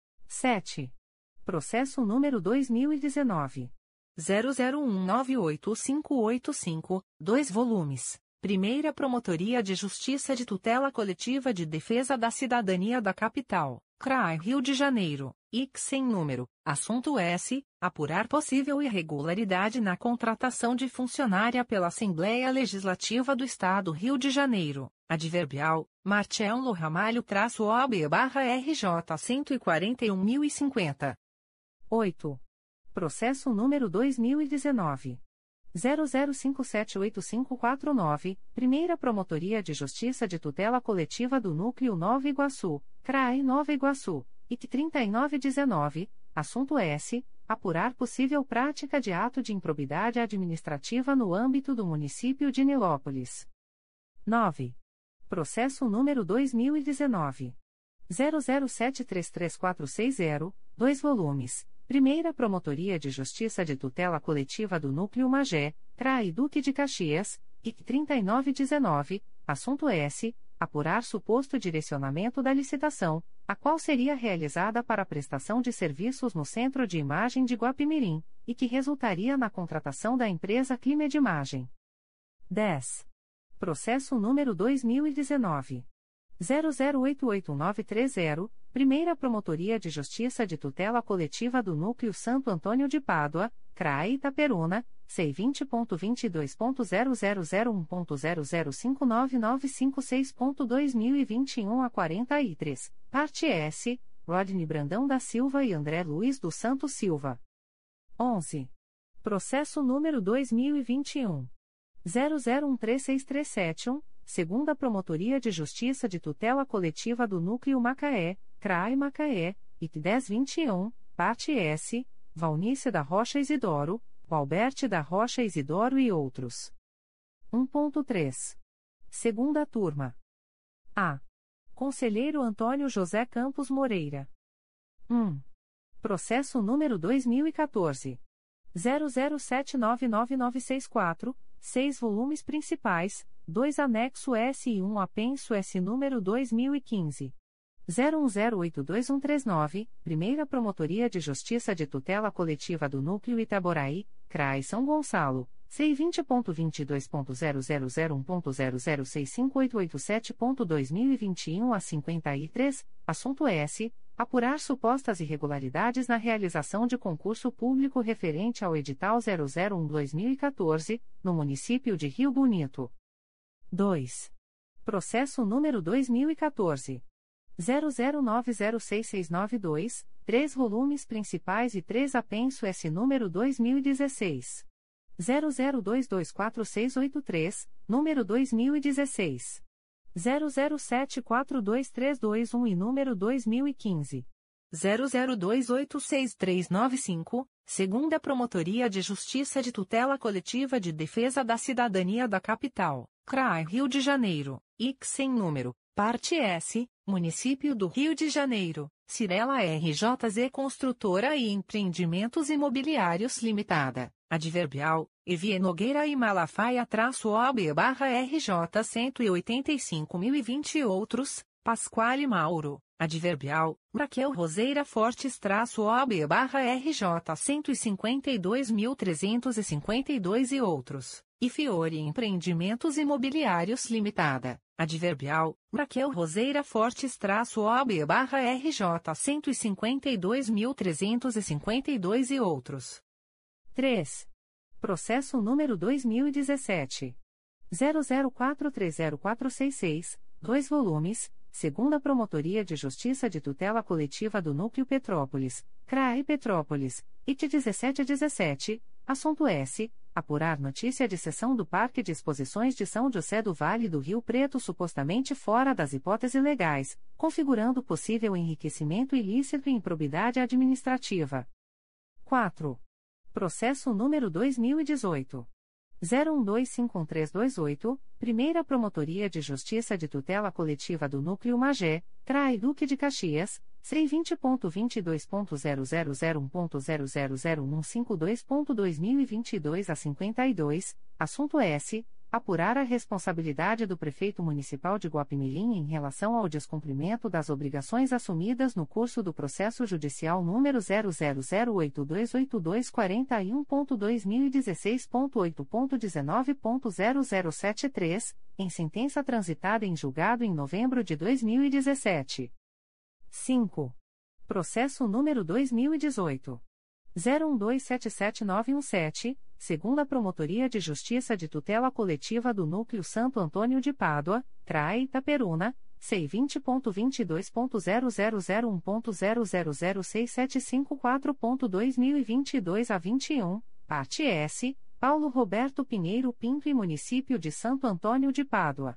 A: sete. Processo número dois mil e dezenove. zero zero um nove oito cinco oito cinco, dois volumes. Primeira Promotoria de Justiça de Tutela Coletiva de Defesa da Cidadania da Capital, C R A I Rio de Janeiro, I C sem número, assunto S. Apurar possível irregularidade na contratação de funcionária pela Assembleia Legislativa do Estado Rio de Janeiro, adverbial, Marcelo Ramalho-O B barra R J cento e quarenta e um mil e cinquenta. oito. Processo número dois mil e dezenove. zero zero cinco sete oito cinco quatro nove, Primeira Promotoria de Justiça de Tutela Coletiva do Núcleo Nova Iguaçu, C R A I Nova Iguaçu, I C trinta e nove dezenove, assunto S. Apurar possível prática de ato de improbidade administrativa no âmbito do município de Nilópolis. nove. Processo número dois mil e dezenove. zero zero sete três três quatro seis zero, dois volumes. Primeira Promotoria de Justiça de Tutela Coletiva do Núcleo Magé, C R A I Duque de Caxias, I C trinta e nove dezenove, assunto S. Apurar suposto direcionamento da licitação, a qual seria realizada para a prestação de serviços no Centro de Imagem de Guapimirim, e que resultaria na contratação da empresa Climedimagem. dez. Processo número dois mil e dezenove. zero zero oito oito nove três zero, Primeira Promotoria de Justiça de Tutela Coletiva do Núcleo Santo Antônio de Pádua, C R A I Itaperuna, C vinte ponto vinte e dois ponto zero zero zero um ponto zero zero cinco nove nove cinco seis ponto dois mil e vinte e um a quarenta e três, parte S, Rodney Brandão da Silva e André Luiz dos Santos Silva. onze. Processo número dois mil e vinte e um. zero zero um três seis três sete um, Segunda Promotoria de Justiça de Tutela Coletiva do Núcleo Macaé, C R A I Macaé, I C dez vinte e um, parte S, Valnice da Rocha Isidoro, Alberte da Rocha Isidoro e outros. um ponto três. Segunda Turma. A. Conselheiro Antônio José Campos Moreira. um. Processo número dois mil e quatorze. zero zero sete nove nove nove seis quatro, seis volumes principais, dois anexo S e um apenso S número dois mil e quinze. zero um zero oito dois um três nove, Primeira Promotoria de Justiça de Tutela Coletiva do Núcleo Itaboraí, C R A I São Gonçalo, C vinte ponto vinte e dois ponto zero zero zero um ponto zero zero seis cinco oito oito sete ponto dois mil e vinte e um a cinquenta e três, assunto S. Apurar supostas irregularidades na realização de concurso público referente ao edital zero zero um barra dois mil e quatorze, no município de Rio Bonito. dois. Processo número dois mil e quatorze. zero zero nove zero seis seis nove dois, três volumes principais e três apenso S número dois mil e dezesseis. zero zero dois dois quatro seis oito três, número dois mil e dezesseis. zero zero sete quatro dois três dois um e número dois mil e quinze. zero zero dois oito seis três nove cinco, Segunda Promotoria de Justiça de Tutela Coletiva de Defesa da Cidadania da Capital, C R A I Rio de Janeiro, I C sem número, parte S, Município do Rio de Janeiro, Cirela R J Z Construtora e Empreendimentos Imobiliários Limitada, adverbial, Evie Nogueira e Malafaia-O B barra R J cento e oitenta e cinco mil e vinte e outros, Pasquale Mauro, adverbial, Raquel Roseira Fortes-O B barra R J cento e cinquenta e dois mil trezentos e cinquenta e dois e outros, e Fiore Empreendimentos Imobiliários Limitada, adverbial, Raquel Roseira Fortes-O B barra R J cento e cinquenta e dois mil trezentos e cinquenta e dois e outros. três. Processo número dois mil e dezessete. zero zero quatro três zero quatro seis seis, dois volumes, Segunda Promotoria de Justiça de Tutela Coletiva do Núcleo Petrópolis, C R A I Petrópolis, I T dezessete dezessete, assunto S. Apurar notícia de cessão do Parque de Exposições de São José do Vale do Rio Preto supostamente fora das hipóteses legais, configurando possível enriquecimento ilícito e improbidade administrativa. quatro. Processo número dois mil e dezoito. zero um dois cinco um três dois oito, Primeira Promotoria de Justiça de Tutela Coletiva do Núcleo Magé, C R A I Duque de Caxias, C vinte ponto vinte e dois ponto zero zero zero um ponto zero zero zero um cinco dois ponto dois mil e vinte e dois a cinquenta e dois, assunto S. Apurar a responsabilidade do Prefeito Municipal de Guapimirim em relação ao descumprimento das obrigações assumidas no curso do processo judicial número zero zero zero oito dois oito dois quatro um ponto dois mil e dezesseis ponto oito ponto dezenove ponto zero zero sete três, em sentença transitada em julgado em novembro de dois mil e dezessete. cinco. Processo número dois mil e dezoito. zero um dois sete sete nove um sete, segunda Promotoria de Justiça de Tutela Coletiva do Núcleo Santo Antônio de Pádua, C R A I Itaperuna, C vinte ponto vinte e dois ponto zero zero zero um ponto zero zero zero seis sete cinco quatro ponto dois mil e vinte e dois a vinte e um, parte S, Paulo Roberto Pinheiro Pinto e Município de Santo Antônio de Pádua.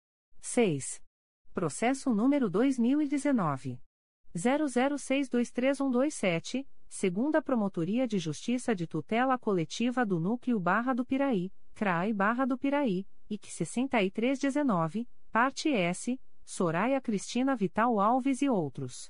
A: seis. Processo número dois mil e dezenove. zero zero seis dois três um dois sete, segunda Promotoria de Justiça de Tutela Coletiva do Núcleo Barra do Piraí, C R A I Barra do Piraí, I C sessenta e três dezenove, parte S, Soraya Cristina Vital Alves e outros.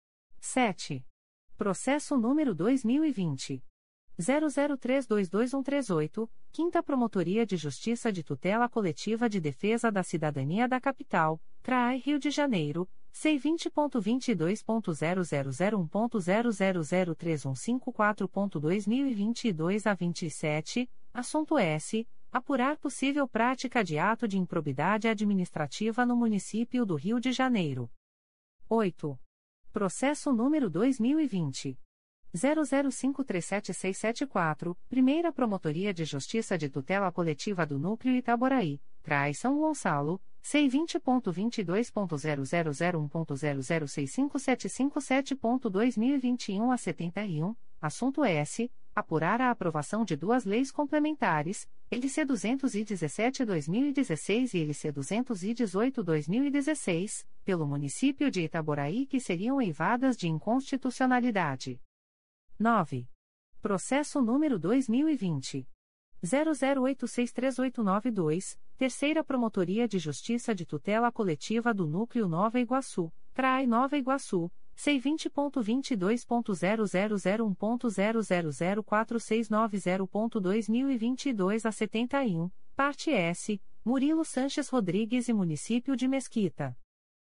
A: sete. Processo número dois mil e vinte. zero zero três dois dois um três oito, quinta Promotoria de Justiça de Tutela Coletiva de Defesa da Cidadania da Capital, C R A I Rio de Janeiro, C vinte ponto vinte e dois ponto zero zero zero um ponto zero zero zero três um cinco quatro ponto dois mil e vinte e dois a vinte e sete, assunto S. Apurar possível prática de ato de improbidade administrativa no município do Rio de Janeiro. oito. Processo número dois mil e vinte. zero zero cinco três sete seis sete quatro, Primeira Promotoria de Justiça de Tutela Coletiva do Núcleo Itaboraí, C R A I São Gonçalo, C vinte ponto vinte e dois ponto zero zero zero um ponto zero zero seis cinco sete cinco sete ponto dois mil e vinte e um a setenta e um, assunto S. Apurar a aprovação de duas leis complementares, L C duzentos e dezessete barra dois mil e dezesseis e L C duzentos e dezoito barra dois mil e dezesseis, pelo município de Itaboraí que seriam eivadas de inconstitucionalidade. nove. Processo número dois mil e vinte. zero zero oito seis três oito nove dois, Terceira Promotoria de Justiça de Tutela Coletiva do Núcleo Nova Iguaçu, C R A I Nova Iguaçu, C vinte ponto vinte e dois ponto zero zero zero um ponto zero zero zero quatro seis nove zero ponto dois mil e vinte e dois a setenta e um, parte S, Murilo Sanches Rodrigues e Município de Mesquita.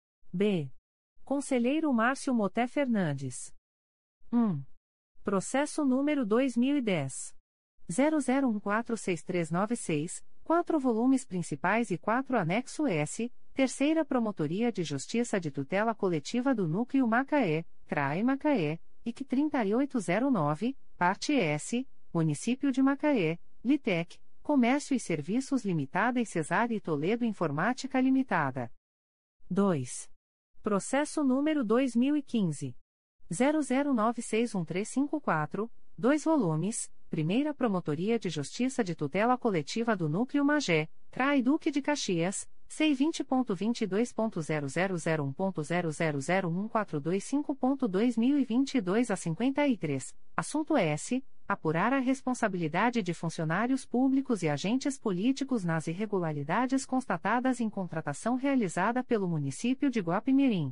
A: B. Conselheiro Márcio Moté Fernandes. um. Processo número dois mil e dez. zero zero um quatro seis três nove seis, quatro volumes principais e quatro anexo S, Terceira Promotoria de Justiça de Tutela Coletiva do Núcleo Macaé, C R A I Macaé, I C trinta e oito zero nove, parte S, Município de Macaé, Litec, Comércio e Serviços Limitada e Cesar e Toledo Informática Limitada. dois. Processo número dois mil e quinze. zero zero nove seis um três cinco quatro, dois volumes, Primeira Promotoria de Justiça de Tutela Coletiva do Núcleo Magé, C R A I Duque de Caxias, C vinte ponto vinte e dois ponto zero zero zero um ponto zero zero zero um quatro dois cinco ponto dois mil e vinte e dois a cinquenta e três, assunto S. Apurar a responsabilidade de funcionários públicos e agentes políticos nas irregularidades constatadas em contratação realizada pelo município de Guapimirim.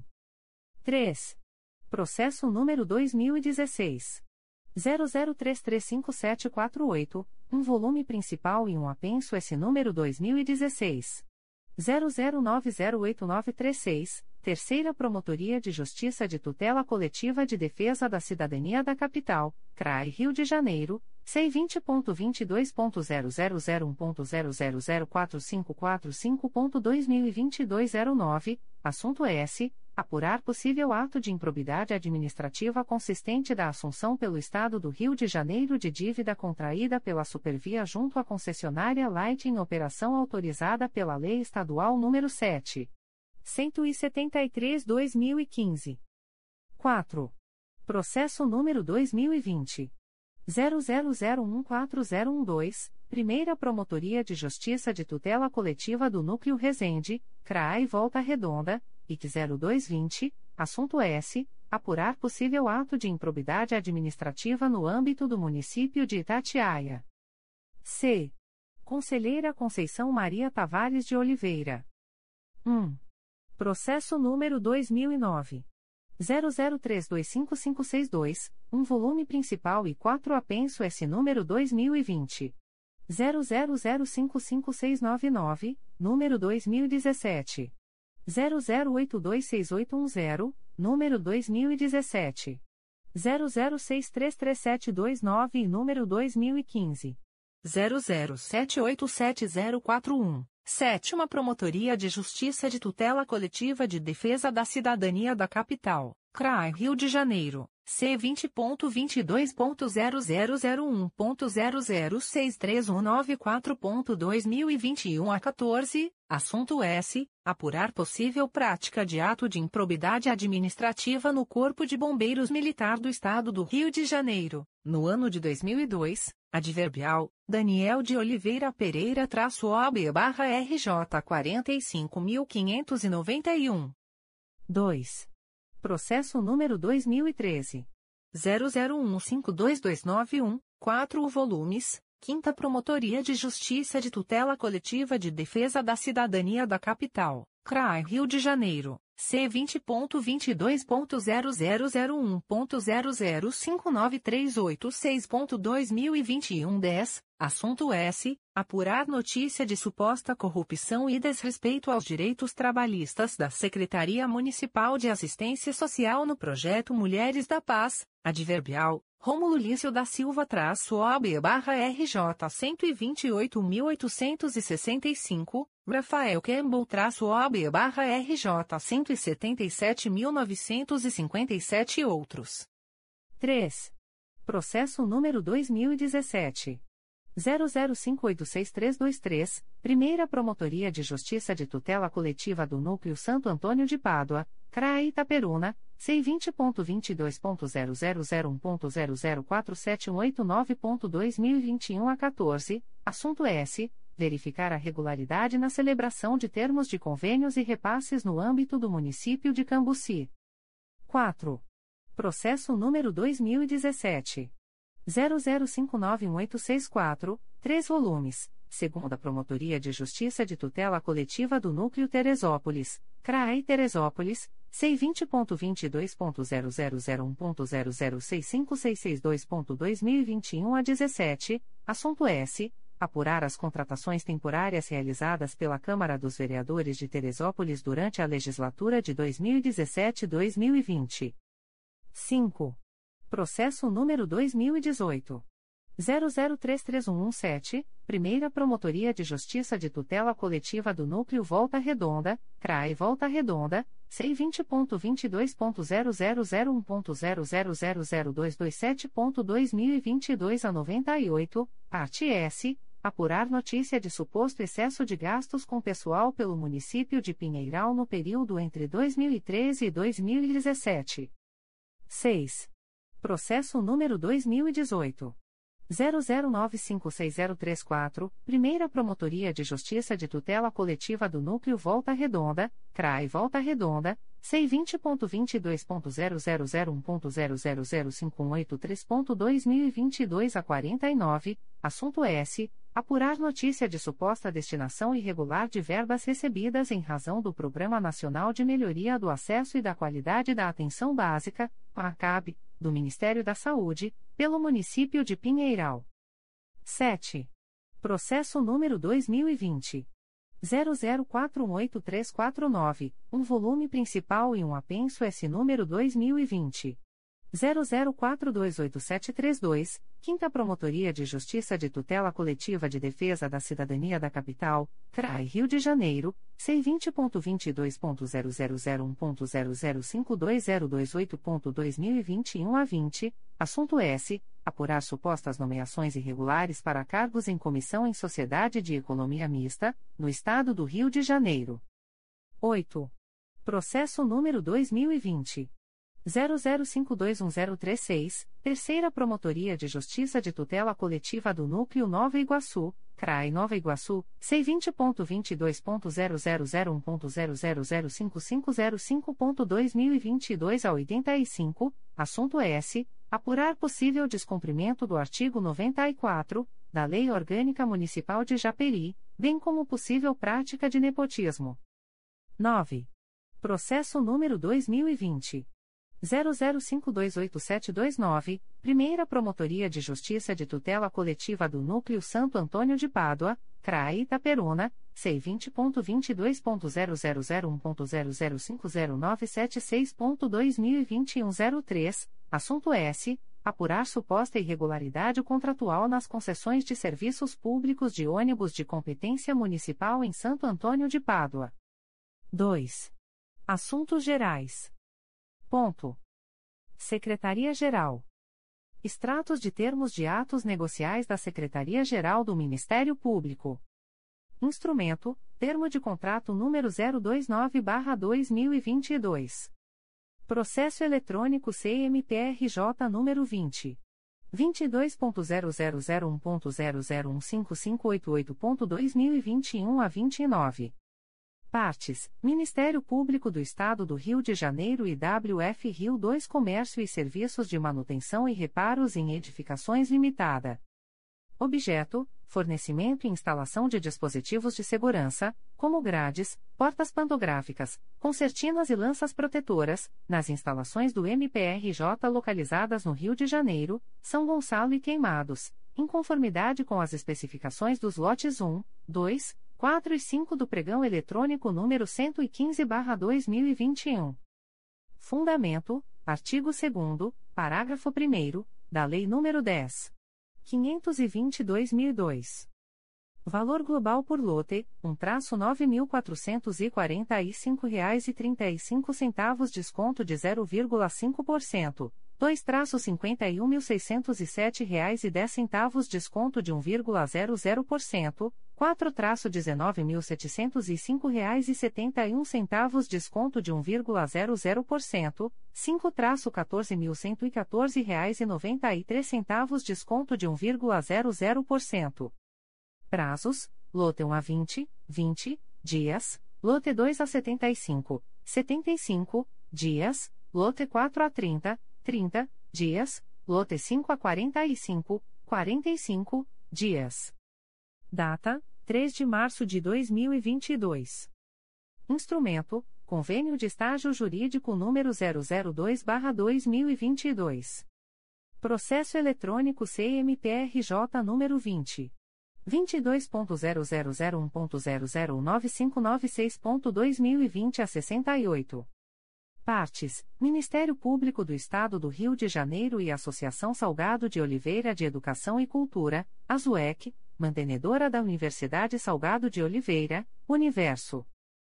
A: três. Processo número dois mil e dezesseis. zero zero três três cinco sete quatro oito, um volume principal e um apenso S número dois mil e dezesseis. zero zero nove zero oito nove três seis, Terceira Promotoria de Justiça de Tutela Coletiva de Defesa da Cidadania da Capital, C R A I Rio de Janeiro, C vinte ponto vinte e dois ponto zero zero zero um ponto zero zero zero quatro cinco quatro cinco ponto dois mil e vinte e dois a zero nove, assunto S. Apurar possível ato de improbidade administrativa consistente da assunção pelo Estado do Rio de Janeiro de dívida contraída pela Supervia junto à concessionária Light em operação autorizada pela Lei Estadual nº sete mil cento e setenta e três barra dois mil e quinze. quatro. Processo número dois mil e vinte. zero zero zero um quatro zero um dois, Primeira Promotoria de Justiça de Tutela Coletiva do Núcleo Resende, C R A I Volta Redonda, I C zero dois vinte, assunto S. Apurar possível ato de improbidade administrativa no âmbito do município de Itatiaia. C. Conselheira Conceição Maria Tavares de Oliveira. um. Processo número dois mil e nove. zero zero três dois cinco cinco seis dois, um volume principal e quatro apenso S número dois mil e vinte. zero zero zero cinco cinco seis nove nove, número dois mil e dezessete. zero zero oito dois seis oito um zero, número dois mil e dezessete. zero zero seis três três sete dois nove e número dois mil e quinze. zero zero sete oito sete zero quatro um, Sétima Promotoria de Justiça de Tutela Coletiva de Defesa da Cidadania da Capital, C R A I Rio de Janeiro, C vinte ponto vinte e dois ponto zero zero zero um ponto zero zero seis três um nove quatro ponto dois mil e vinte e um a quatorze, assunto S. Apurar possível prática de ato de improbidade administrativa no Corpo de Bombeiros Militar do Estado do Rio de Janeiro, no ano de dois mil e dois, adverbial, Daniel de Oliveira Pereira-O B barra R J quarenta e cinco mil quinhentos e noventa e um. dois. Processo número dois mil e treze. zero zero um cinco dois dois nove um, quatro volumes, Quinta Promotoria de Justiça de Tutela Coletiva de Defesa da Cidadania da Capital, C R A I Rio de Janeiro, C vinte ponto vinte e dois ponto zero zero zero um ponto zero zero cinco nove três oito seis ponto dois mil e vinte e um dez, assunto S. Apurar notícia de suposta corrupção e desrespeito aos direitos trabalhistas da Secretaria Municipal de Assistência Social no projeto Mulheres da Paz, adverbial, Rômulo Lício da Silva-O B barra R J cento e vinte e oito mil oitocentos e sessenta e cinco, Rafael Campbell-O B barra R J cento e setenta e sete mil novecentos e cinquenta e sete e outros. três. Processo número dois mil e dezessete. zero zero cinco oito seis três dois três, Primeira Promotoria de Justiça de Tutela Coletiva do Núcleo Santo Antônio de Pádua, C R A I Itaperuna, C vinte ponto vinte e dois ponto zero zero zero um ponto zero zero quatro sete um oito nove ponto dois mil e vinte e um a quatorze, assunto S. Verificar a regularidade na celebração de termos de convênios e repasses no âmbito do município de Cambuci. quatro. Processo número dois mil e dezessete. zero zero cinco nove um oito seis quatro, três volumes, Segunda Promotoria de Justiça de Tutela Coletiva do Núcleo Teresópolis, C R A I Teresópolis, C vinte ponto vinte e dois ponto zero zero zero um ponto zero zero seis cinco seis seis dois ponto dois mil e vinte e um a dezessete, assunto S. Apurar as contratações temporárias realizadas pela Câmara dos Vereadores de Teresópolis durante a legislatura de dois mil e dezessete a dois mil e vinte. cinco. Processo número dois mil e dezoito. zero zero três três um um sete, Primeira Promotoria de Justiça de Tutela Coletiva do Núcleo Volta Redonda, C R A I Volta Redonda, C vinte ponto vinte e dois ponto zero zero zero um ponto zero zero zero zero dois dois sete ponto dois mil e vinte e dois a noventa e oito, parte S. Apurar notícia de suposto excesso de gastos com pessoal pelo município de Pinheiral no período entre dois mil e treze e dois mil e dezessete. seis. Processo número dois mil e dezoito. zero zero nove cinco seis zero três quatro, Primeira Promotoria de Justiça de Tutela Coletiva do Núcleo Volta Redonda, C R A I Volta Redonda, C vinte ponto vinte e dois ponto zero zero zero um ponto zero zero zero cinco um oito três ponto dois mil e vinte e dois a quarenta e nove, assunto S. Apurar notícia de suposta destinação irregular de verbas recebidas em razão do Programa Nacional de Melhoria do Acesso e da Qualidade da Atenção Básica, PACAB, do Ministério da Saúde, pelo município de Pinheiral. sete. Processo número dois mil e vinte. zero zero quatro um oito três quatro nove, um volume principal e um apenso S número dois mil e vinte. zero zero quatro dois oito sete três dois, Quinta Promotoria de Justiça de Tutela Coletiva de Defesa da Cidadania da Capital, C R A I Rio de Janeiro, C vinte ponto vinte e dois ponto zero zero zero um ponto zero zero cinco dois zero dois oito ponto dois mil e vinte e um a vinte, assunto S. Apurar supostas nomeações irregulares para cargos em comissão em sociedade de economia mista, no Estado do Rio de Janeiro. oito. Processo número dois mil e vinte. zero zero cinco dois um zero três seis, Terceira Promotoria de Justiça de Tutela Coletiva do Núcleo Nova Iguaçu, C R A I Nova Iguaçu, C vinte ponto vinte e dois ponto zero zero zero um ponto zero zero zero cinco cinco zero cinco ponto dois mil e vinte e dois a oitenta e cinco, assunto S. Apurar possível descumprimento do artigo noventa e quatro, da Lei Orgânica Municipal de Japeri, bem como possível prática de nepotismo. nove. Processo número dois mil e vinte. zero zero cinco dois oito sete dois nove, Primeira Promotoria de Justiça de Tutela Coletiva do Núcleo Santo Antônio de Pádua, C R A I Itaperuna, C vinte ponto vinte e dois ponto zero zero zero um ponto zero zero cinco zero nove sete seis ponto dois mil e vinte e um zero três, assunto S. Apurar suposta irregularidade contratual nas concessões de serviços públicos de ônibus de competência municipal em Santo Antônio de Pádua. dois. Assuntos Gerais. Ponto. Secretaria-Geral. Extratos de termos de atos negociais da Secretaria-Geral do Ministério Público. Instrumento: Termo de Contrato número zero dois nove barra dois mil e vinte e dois. Processo Eletrônico C M P R J número vinte. vinte e dois ponto zero zero zero um ponto zero zero um cinco cinco oito oito ponto dois mil e vinte e um a vinte e nove. Partes: Ministério Público do Estado do Rio de Janeiro e W F Rio dois Comércio e Serviços de Manutenção e Reparos em Edificações Limitada. Objeto: fornecimento e instalação de dispositivos de segurança, como grades, portas pantográficas, concertinas e lanças protetoras, nas instalações do M P R J localizadas no Rio de Janeiro, São Gonçalo e Queimados, em conformidade com as especificações dos lotes um, dois, quatro e cinco do Pregão Eletrônico número cento e quinze barra dois mil e vinte e um. Fundamento: artigo segundo, parágrafo primeiro, da Lei nº dez mil quinhentos e vinte barra dois mil e dois. Valor global por lote: um traço nove mil quatrocentos e quarenta e cinco reais e trinta e cinco centavos, desconto de zero vírgula cinco por cento. dois traço cinquenta e um mil seiscentos e sete reais e dez centavos, desconto de um vírgula zero zero por cento. quatro traço dezenove mil setecentos e cinco reais e setenta e um centavos, desconto de um vírgula zero zero por cento. cinco traço quatorze mil cento e quatorze reais e noventa e três centavos, desconto de um vírgula zero zero por cento. Prazos: lote um a vinte, vinte dias, lote dois a setenta e cinco, setenta e cinco dias, lote quatro a trinta, trinta dias, lote cinco a quarenta e cinco, quarenta e cinco dias. Data: três de março de dois mil e vinte e dois. Instrumento: Convênio de Estágio Jurídico número zero zero dois barra dois mil e vinte e dois. Processo Eletrônico C M P R J número vinte. vinte e dois ponto zero zero zero um ponto zero zero nove cinco nove seis ponto dois mil e vinte a sessenta e oito. Partes: Ministério Público do Estado do Rio de Janeiro e Associação Salgado de Oliveira de Educação e Cultura, ASUEC, mantenedora da Universidade Salgado de Oliveira, Universo.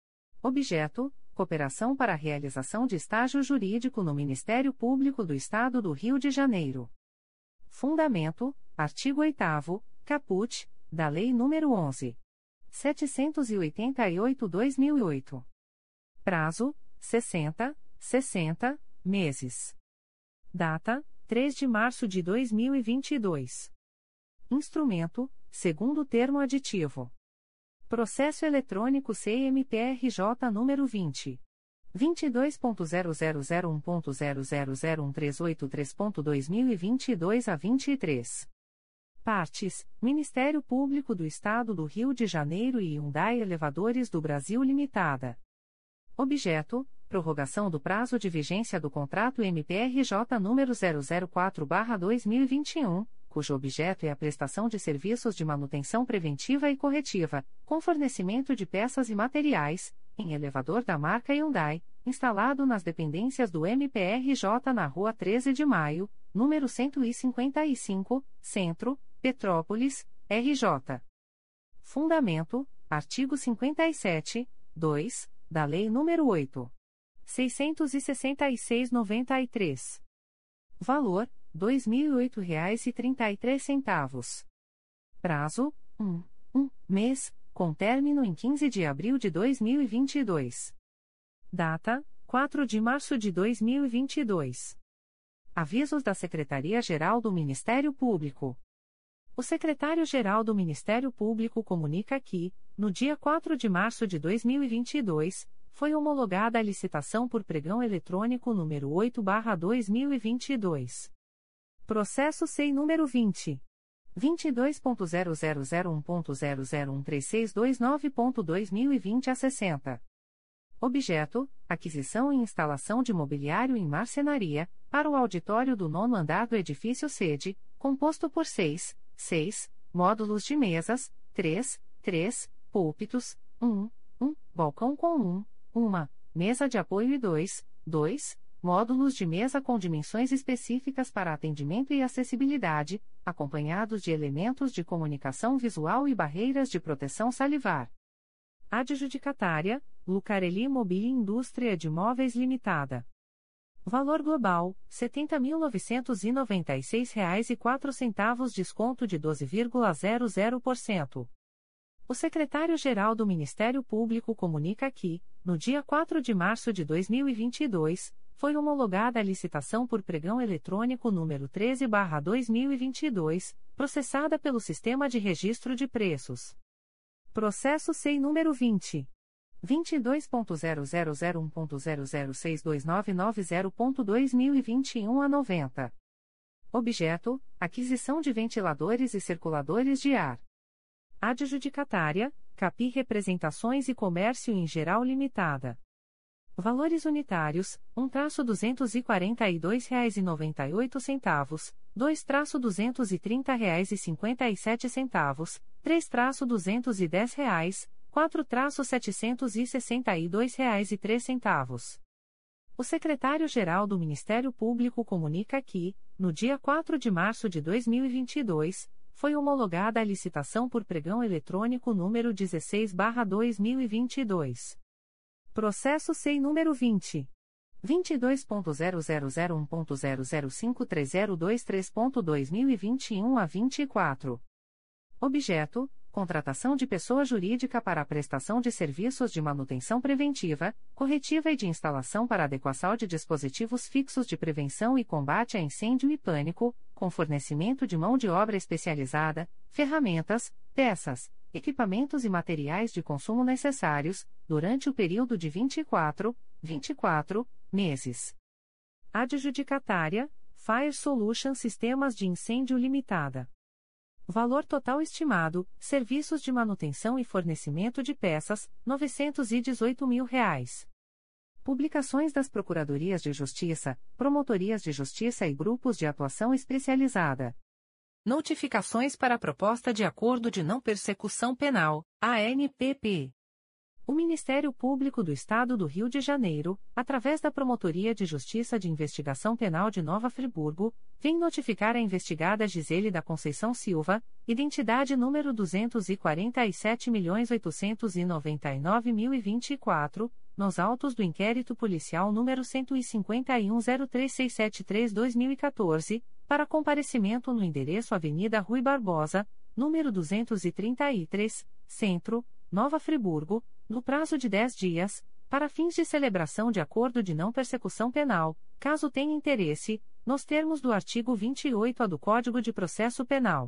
A: Objeto: cooperação para a realização de estágio jurídico no Ministério Público do Estado do Rio de Janeiro. Fundamento: artigo oitavo, caput, da Lei nº onze mil setecentos e oitenta e oito barra dois mil e oito. Prazo: sessenta, sessenta meses. Data: três de março de dois mil e vinte e dois. Instrumento: segundo termo aditivo. Processo Eletrônico C M P R J número vinte. vinte e dois ponto zero zero zero um ponto zero zero zero um três oito três ponto dois mil e vinte e dois a vinte e três. Partes: Ministério Público do Estado do Rio de Janeiro e Hyundai Elevadores do Brasil Limitada. Objeto: prorrogação do prazo de vigência do contrato M P R J número zero zero quatro barra dois mil e vinte e um, cujo objeto é a prestação de serviços de manutenção preventiva e corretiva, com fornecimento de peças e materiais, em elevador da marca Hyundai, instalado nas dependências do M P R J na Rua treze de Maio, número cento e cinquenta e cinco, Centro, Petrópolis, R J. Fundamento: artigo cinquenta e sete, dois, da Lei nº oito mil seiscentos e sessenta e seis barra noventa e três. Valor: dois mil e oito reais e trinta e três centavos. Prazo: um, um mês, com término em quinze de abril de dois mil e vinte e dois. Data: quatro de março de dois mil e vinte e dois. Avisos da Secretaria-Geral do Ministério Público. O secretário-geral do Ministério Público comunica que, no dia quatro de março de dois mil e vinte e dois, foi homologada a licitação por pregão eletrônico número oito barra dois mil e vinte e dois. Processo S E I número vinte. vinte e dois ponto zero zero zero um ponto zero zero um três seis dois nove ponto dois mil e vinte a sessenta. Objeto: aquisição e instalação de mobiliário em marcenaria, para o auditório do nono andar do edifício sede, composto por seis, seis, módulos de mesas, três, três, púlpitos, um, um, balcão com um, uma, mesa de apoio e dois, dois, módulos de mesa com dimensões específicas para atendimento e acessibilidade, acompanhados de elementos de comunicação visual e barreiras de proteção salivar. Adjudicatária: Lucarelli Mobili Indústria de Móveis Limitada. Valor global: setenta mil novecentos e noventa e seis reais e quatro centavos, desconto de doze vírgula zero zero por cento. O secretário-geral do Ministério Público comunica que, no dia quatro de março de dois mil e vinte e dois, foi homologada a licitação por pregão eletrônico número treze barra dois mil e vinte e dois, processada pelo Sistema de Registro de Preços. Processo S E I número vinte. vinte e dois ponto zero zero zero um ponto zero zero seis dois nove nove zero ponto dois mil e vinte e um a noventa. Objeto: aquisição de ventiladores e circuladores de ar. Adjudicatária: Capi Representações e Comércio em Geral Limitada. Valores unitários: um traço duzentos e quarenta e dois reais e noventa e oito centavos, dois traço duzentos e trinta reais e cinquenta e sete centavos, três traço duzentos e dez reais, quatro traço setecentos e sessenta e dois reais e três centavos. O secretário-geral do Ministério Público comunica que, no dia quatro de março de dois mil e vinte e dois, foi homologada a licitação por pregão eletrônico número dezesseis barra dois mil e vinte e dois. Processo S E I número vinte. vinte e dois ponto zero zero zero um ponto zero zero cinco três zero dois três ponto dois mil e vinte e um a vinte e quatro. Objeto: contratação de pessoa jurídica para a prestação de serviços de manutenção preventiva, corretiva e de instalação para adequação de dispositivos fixos de prevenção e combate a incêndio e pânico, com fornecimento de mão de obra especializada, ferramentas, peças, equipamentos e materiais de consumo necessários, durante o período de vinte e quatro, vinte e quatro, meses. Adjudicatária: Fire Solution Sistemas de Incêndio Limitada. Valor total estimado: serviços de manutenção e fornecimento de peças, novecentos e dezoito mil reais. Publicações das Procuradorias de Justiça, Promotorias de Justiça e Grupos de Atuação Especializada. Notificações para a Proposta de Acordo de Não Persecução Penal, A N P P. O Ministério Público do Estado do Rio de Janeiro, através da Promotoria de Justiça de Investigação Penal de Nova Friburgo, vem notificar a investigada Gisele da Conceição Silva, identidade número duzentos e quarenta e sete milhões oitocentos e noventa e nove mil e vinte e quatro, nos autos do inquérito policial número cento e cinquenta e um zero três seis sete três barra dois mil e quatorze, para comparecimento no endereço Avenida Rui Barbosa, número duzentos e trinta e três, Centro, Nova Friburgo, no prazo de dez dias, para fins de celebração de acordo de não persecução penal, caso tenha interesse, nos termos do artigo vinte e oito A do Código de Processo Penal.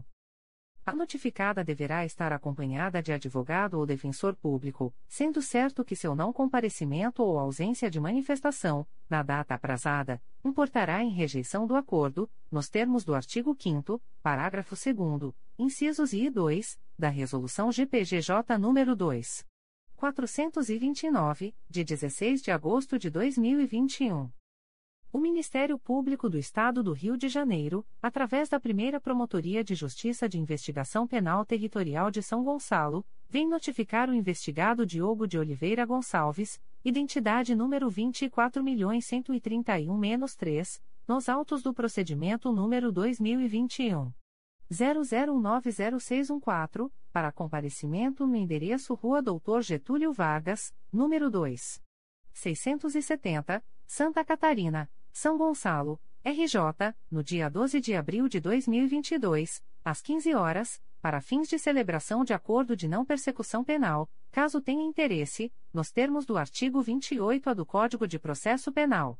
A: A notificada deverá estar acompanhada de advogado ou defensor público, sendo certo que seu não comparecimento ou ausência de manifestação, na data aprazada, importará em rejeição do acordo, nos termos do artigo quinto, parágrafo segundo, incisos I e dois, da Resolução G P G J nº dois mil quatrocentos e vinte e nove, de dezesseis de agosto de dois mil e vinte e um. O Ministério Público do Estado do Rio de Janeiro, através da Primeira Promotoria de Justiça de Investigação Penal Territorial de São Gonçalo, vem notificar o investigado Diogo de Oliveira Gonçalves, identidade número vinte e quatro milhões cento e trinta e um menos três, nos autos do procedimento número dois mil e vinte e um. zero zero um nove zero seis um quatro, para comparecimento no endereço Rua Doutor Getúlio Vargas, número dois mil seiscentos e setenta, Santa Catarina, São Gonçalo, R J, no dia doze de abril de dois mil e vinte e dois, às quinze horas, para fins de celebração de acordo de não persecução penal, caso tenha interesse, nos termos do artigo vinte e oito A do Código de Processo Penal.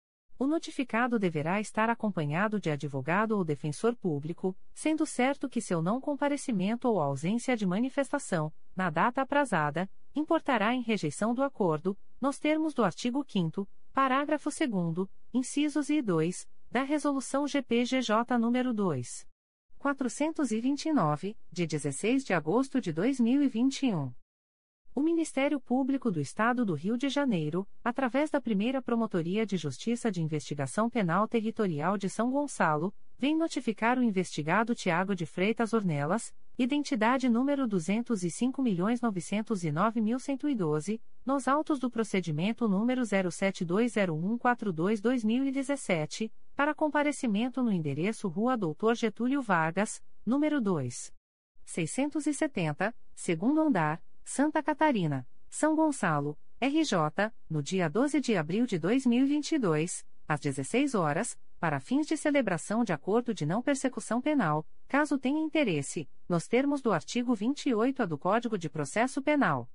A: O notificado deverá estar acompanhado de advogado ou defensor público, sendo certo que seu não comparecimento ou ausência de manifestação, na data aprazada, importará em rejeição do acordo, nos termos do artigo quinto, parágrafo segundo, incisos I e dois, da Resolução G P G J nº dois mil quatrocentos e vinte e nove, de dezesseis de agosto de dois mil e vinte e um. O Ministério Público do Estado do Rio de Janeiro, através da Primeira Promotoria de Justiça de Investigação Penal Territorial de São Gonçalo, vem notificar o investigado Tiago de Freitas Ornelas, identidade número duzentos e cinco milhões novecentos e nove mil cento e doze, nos autos do procedimento número zero sete dois zero um quatro dois barra dois mil e dezessete, para comparecimento no endereço Rua Doutor Getúlio Vargas, número dois. seiscentos e setenta, segundo andar, Santa Catarina, São Gonçalo, R J, no dia doze de abril de dois mil e vinte e dois, às dezesseis horas, para fins de celebração de acordo de não persecução penal, caso tenha interesse, nos termos do artigo vinte e oito A do Código de Processo Penal.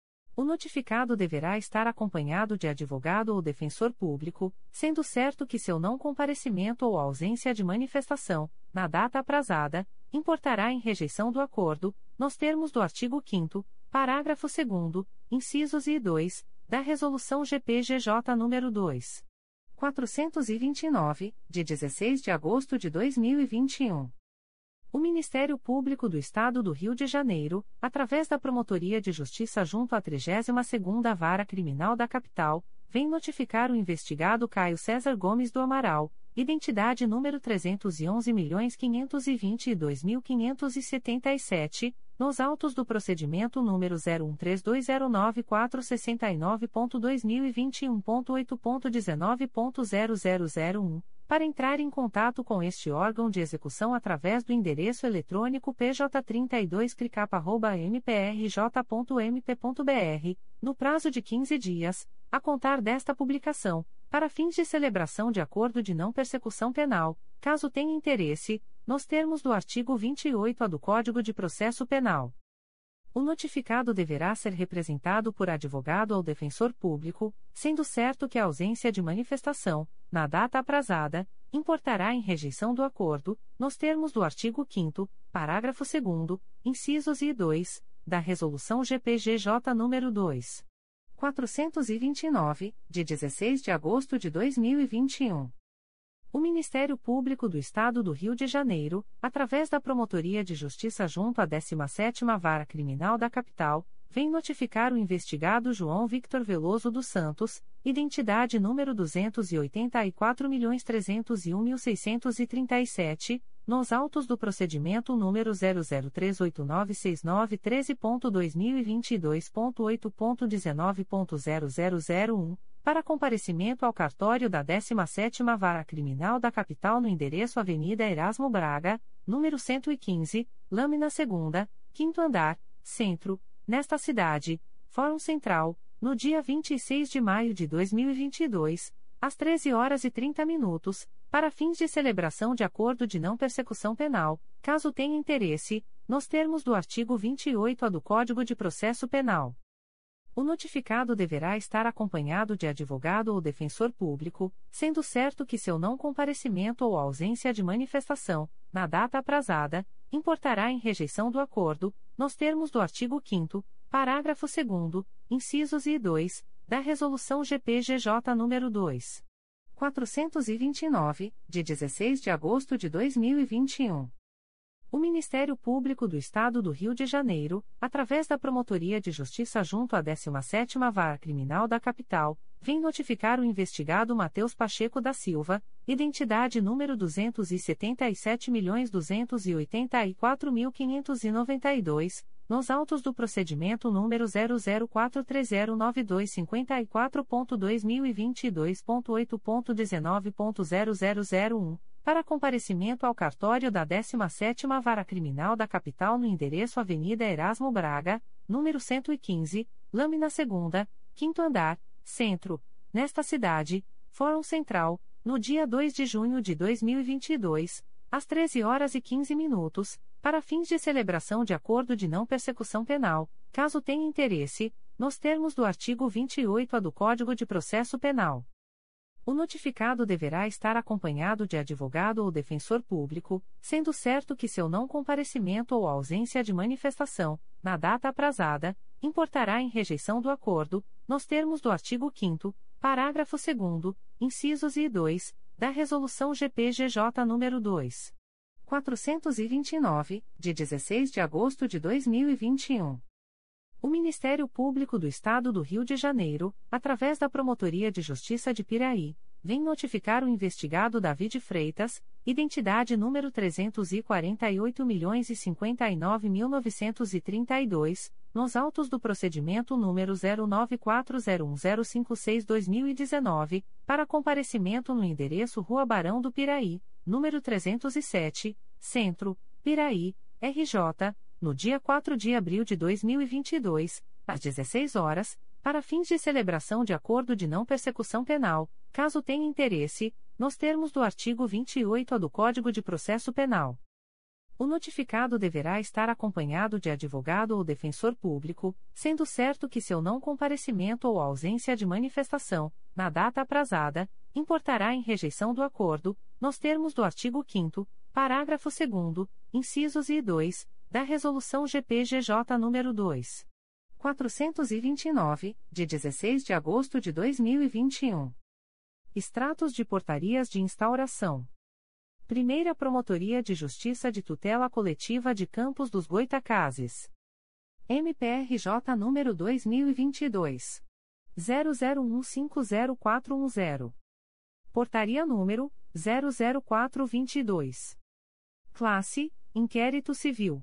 A: O notificado deverá estar acompanhado de advogado ou defensor público, sendo certo que seu não comparecimento ou ausência de manifestação, na data aprazada, importará em rejeição do acordo, nos termos do artigo quinto, parágrafo segundo, incisos I e dois, da Resolução G P G J nº dois mil quatrocentos e vinte e nove, de dezesseis de agosto de dois mil e vinte e um. O Ministério Público do Estado do Rio de Janeiro, através da Promotoria de Justiça junto à trigésima segunda Vara Criminal da Capital, vem notificar o investigado Caio César Gomes do Amaral, identidade número trezentos e onze milhões quinhentos e vinte e dois mil quinhentos e setenta e sete, nos autos do procedimento número zero um três dois zero nove quatro seis nove ponto dois mil e vinte e um ponto oito ponto dezenove ponto zero zero zero um, para entrar em contato com este órgão de execução através do endereço eletrônico p j trinta e dois cricap arroba m p r j ponto m p ponto b r, no prazo de quinze dias, a contar desta publicação, para fins de celebração de acordo de não persecução penal, caso tenha interesse, nos termos do artigo vinte e oito A do Código de Processo Penal. O notificado deverá ser representado por advogado ou defensor público, sendo certo que a ausência de manifestação, na data aprazada, importará em rejeição do acordo, nos termos do artigo quinto, parágrafo segundo, incisos I e dois, da Resolução G P G J nº dois mil quatrocentos e vinte e nove, de dezesseis de agosto de dois mil e vinte e um. O Ministério Público do Estado do Rio de Janeiro, através da Promotoria de Justiça junto à décima sétima Vara Criminal da Capital, vem notificar o investigado João Victor Veloso dos Santos, identidade número duzentos e oitenta e quatro milhões trezentos e um mil seiscentos e trinta e sete, nos autos do procedimento número zero zero três oito nove seis nove um três ponto dois mil e vinte e dois ponto oito ponto dezenove ponto zero zero zero um, para comparecimento ao cartório da décima sétima Vara Criminal da Capital no endereço Avenida Erasmo Braga, número cento e quinze, Lâmina segunda, quinto andar, Centro, nesta cidade, Fórum Central, no dia vinte e seis de maio de dois mil e vinte e dois, às treze horas e trinta minutos, para fins de celebração de acordo de não persecução penal, caso tenha interesse, nos termos do artigo vinte e oito A do Código de Processo Penal. O notificado deverá estar acompanhado de advogado ou defensor público, sendo certo que seu não comparecimento ou ausência de manifestação, na data aprazada, importará em rejeição do acordo, nos termos do artigo quinto, parágrafo segundo, incisos I e dois, da Resolução G P G J nº dois mil quatrocentos e vinte e nove, de dezesseis de agosto de dois mil e vinte e um. O Ministério Público do Estado do Rio de Janeiro, através da Promotoria de Justiça junto à décima sétima Vara Criminal da Capital, vem notificar o investigado Matheus Pacheco da Silva, identidade número duzentos e setenta e sete milhões duzentos e oitenta e quatro mil quinhentos e noventa e dois, nos autos do procedimento número zero zero quatro três zero nove dois cinco quatro ponto dois mil e vinte e dois ponto oito ponto dezenove ponto zero zero zero um, para comparecimento ao cartório da décima sétima Vara Criminal da Capital no endereço Avenida Erasmo Braga, número cento e quinze, Lâmina segunda, quinto andar, Centro, nesta cidade, Fórum Central, no dia dois de junho de dois mil e vinte e dois, às treze horas e quinze minutos, para fins de celebração de acordo de não persecução penal, caso tenha interesse, nos termos do artigo vinte e oito A do Código de Processo Penal. O notificado deverá estar acompanhado de advogado ou defensor público, sendo certo que seu não comparecimento ou ausência de manifestação, na data aprazada, importará em rejeição do acordo, nos termos do artigo quinto, parágrafo segundo, incisos I e dois, da Resolução G P G J nº dois mil quatrocentos e vinte e nove, de dezesseis de agosto de dois mil e vinte e um. O Ministério Público do Estado do Rio de Janeiro, através da Promotoria de Justiça de Piraí, vem notificar o investigado David Freitas, identidade número trezentos e quarenta e oito milhões e cinquenta e nove mil novecentos e trinta e dois, nos autos do procedimento número zero nove quatro zero um zero cinco seis barra dois mil e dezenove, para comparecimento no endereço Rua Barão do Piraí, número trezentos e sete, Centro, Piraí, R J, no dia quatro de abril de dois mil e vinte e dois, às dezesseis horas, para fins de celebração de acordo de não persecução penal, caso tenha interesse, nos termos do artigo vinte e oito-A do Código de Processo Penal. O notificado deverá estar acompanhado de advogado ou defensor público, sendo certo que seu não comparecimento ou ausência de manifestação, na data aprazada, importará em rejeição do acordo, nos termos do artigo quinto, parágrafo segundo, incisos I e dois, da Resolução G P G J nº dois mil quatrocentos e vinte e nove, de dezesseis de agosto de dois mil e vinte e um. Extratos de portarias de instauração. Primeira Promotoria de Justiça de Tutela Coletiva de Campos dos Goitacazes. M P R J número dois mil e vinte e dois. zero zero um cinco zero quatro um zero. Portaria número zero zero quatro vinte e dois. Classe: Inquérito Civil.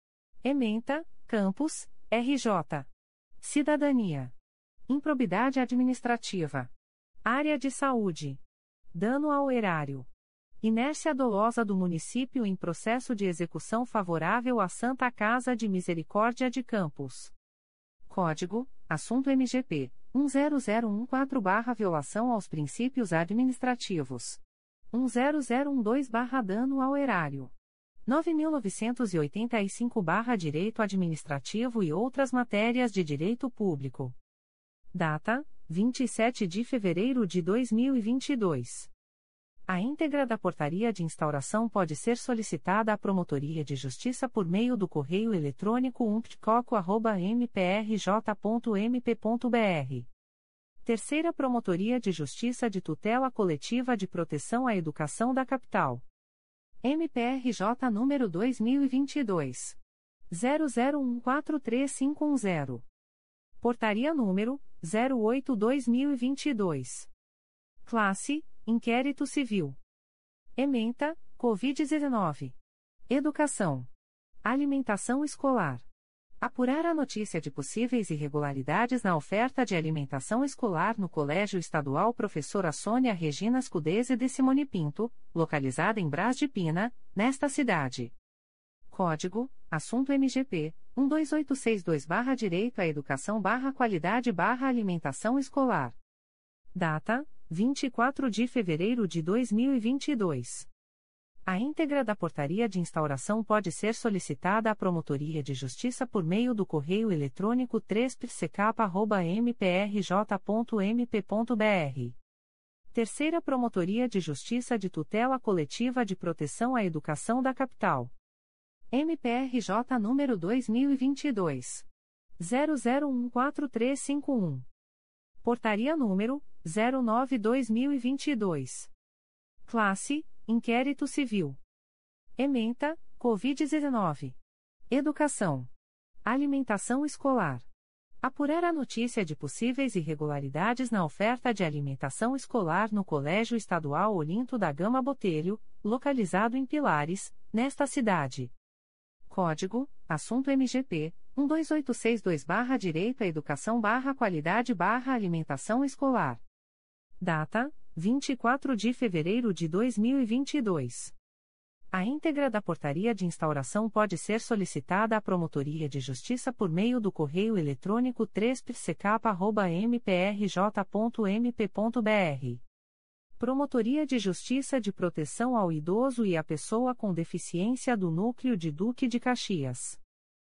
A: Ementa: Campos, R J. Cidadania. Improbidade administrativa. Área de saúde. Dano ao erário. Inércia dolosa do município em processo de execução favorável à Santa Casa de Misericórdia de Campos. Código: Assunto M G P um zero zero um quatro barra violação aos princípios administrativos. um zero zero um dois barra dano ao erário. nove mil novecentos e oitenta e cinco barra Direito Administrativo e outras matérias de direito público. Data: vinte e sete de fevereiro de dois mil e vinte e dois. A íntegra da portaria de instauração pode ser solicitada à Promotoria de Justiça por meio do correio eletrônico umptcoco arroba m p r j ponto m p ponto b r. Terceira Promotoria de Justiça de Tutela Coletiva de Proteção à Educação da Capital. M P R J número dois mil e vinte e dois. zero zero um quatro três cinco um zero. Portaria número zero oito barra dois mil e vinte e dois. Classe: Inquérito Civil. Ementa: covid dezenove. Educação. Alimentação escolar. Apurar a notícia de possíveis irregularidades na oferta de alimentação escolar no Colégio Estadual Professora Sônia Regina Scudese de Simone Pinto, localizada em Brás de Pina, nesta cidade. Código: Assunto M G P um dois oito seis dois barra Direito à Educação barra Qualidade barra Alimentação Escolar. Data: vinte e quatro de fevereiro de dois mil e vinte e dois. A íntegra da portaria de instauração pode ser solicitada à Promotoria de Justiça por meio do correio eletrônico três p c k arroba m p r j ponto m p ponto b r. Terceira Promotoria de Justiça de Tutela Coletiva de Proteção à Educação da Capital. M P R J número dois mil e vinte e dois. zero zero um quatro três cinco um. Portaria número zero nove barra dois mil e vinte e dois. Classe: Inquérito Civil. Ementa: covid dezenove. Educação. Alimentação escolar. Apurar a notícia de possíveis irregularidades na oferta de alimentação escolar no Colégio Estadual Olinto da Gama Botelho, localizado em Pilares, nesta cidade. Código: Assunto M G P um dois oito seis dois barra Direito à Educação barra Qualidade barra Alimentação Escolar. Data: vinte e quatro de fevereiro de dois mil e vinte e dois. A íntegra da portaria de instauração pode ser solicitada à Promotoria de Justiça por meio do correio eletrônico três p c k arroba m p r j ponto m p ponto b r. Promotoria de Justiça de Proteção ao Idoso e à Pessoa com Deficiência do Núcleo de Duque de Caxias.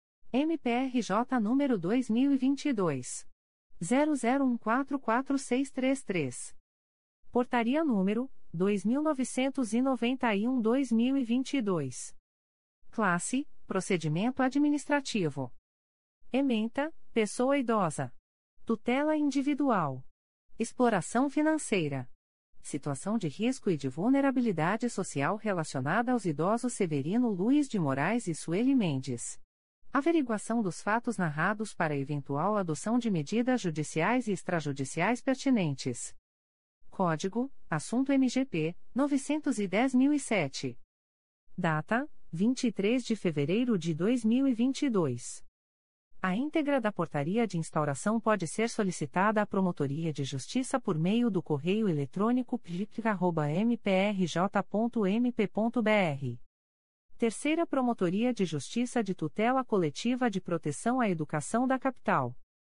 A: M P R J número dois mil e vinte e dois. zero zero um quatro quatro seis três três. Portaria número dois mil novecentos e noventa e um barra dois mil e vinte e dois. Classe: Procedimento Administrativo. Ementa: Pessoa idosa. Tutela individual. Exploração financeira. Situação de risco e de vulnerabilidade social relacionada aos idosos Severino Luiz de Moraes e Sueli Mendes. Averiguação dos fatos narrados para eventual adoção de medidas judiciais e extrajudiciais pertinentes. Código: Assunto M G P novecentos e dez mil e sete. Data: vinte e três de fevereiro de dois mil e vinte e dois. A íntegra da portaria de instauração pode ser solicitada à Promotoria de Justiça por meio do correio eletrônico p j arroba m p r j ponto m p ponto b r. Terceira Promotoria de Justiça de Tutela Coletiva de Proteção à Educação da Capital.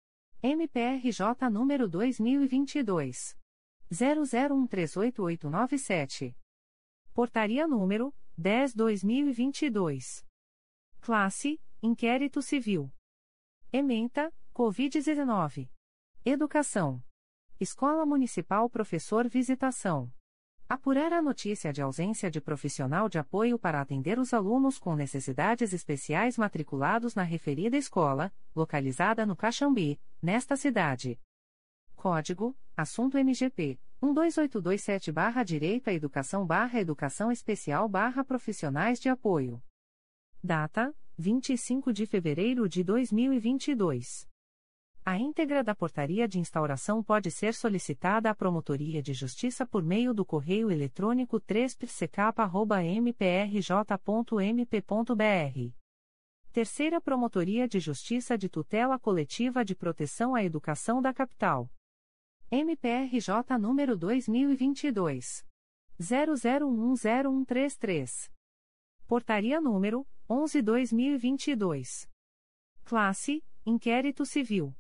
A: M P R J número dois mil e vinte e dois. zero zero um três oito oito nove sete. Portaria número dez barra dois mil e vinte e dois. Classe: Inquérito Civil. Ementa: covid dezenove. Educação. Escola Municipal Professor Visitação. Apurar a notícia de ausência de profissional de apoio para atender os alunos com necessidades especiais matriculados na referida escola, localizada no Caxambi, nesta cidade. Código: Assunto M G P um dois oito dois sete barra Direito à Educação barra Educação Especial barra Profissionais de Apoio. Data: vinte e cinco de fevereiro de dois mil e vinte e dois. A íntegra da portaria de instauração pode ser solicitada à Promotoria de Justiça por meio do correio eletrônico três p c k arroba m p r j ponto m p ponto b r. Terceira Promotoria de Justiça de Tutela Coletiva de Proteção à Educação da Capital. M P R J número dois mil e vinte e dois. zero zero um zero um três três. Portaria número onze barra dois mil e vinte e dois. Classe: Inquérito Civil.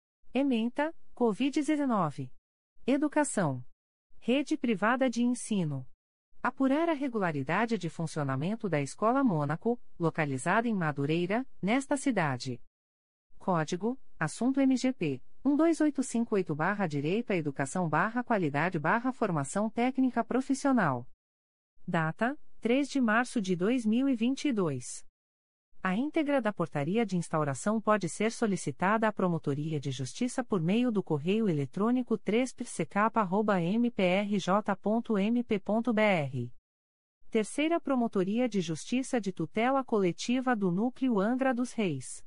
A: Ementa: covid dezenove. Educação. Rede Privada de Ensino. Apurar a regularidade de funcionamento da Escola Mônaco, localizada em Madureira, nesta cidade. Código: Assunto M G P um dois oito cinco oito barra Direito à Educação barra Qualidade barra Formação Técnica Profissional. Data: três de março de dois mil e vinte e dois. A íntegra da portaria de instauração pode ser solicitada à Promotoria de Justiça por meio do correio eletrônico três p c k arroba m p r j ponto m p ponto b r. Terceira Promotoria de Justiça de Tutela Coletiva do Núcleo Angra dos Reis.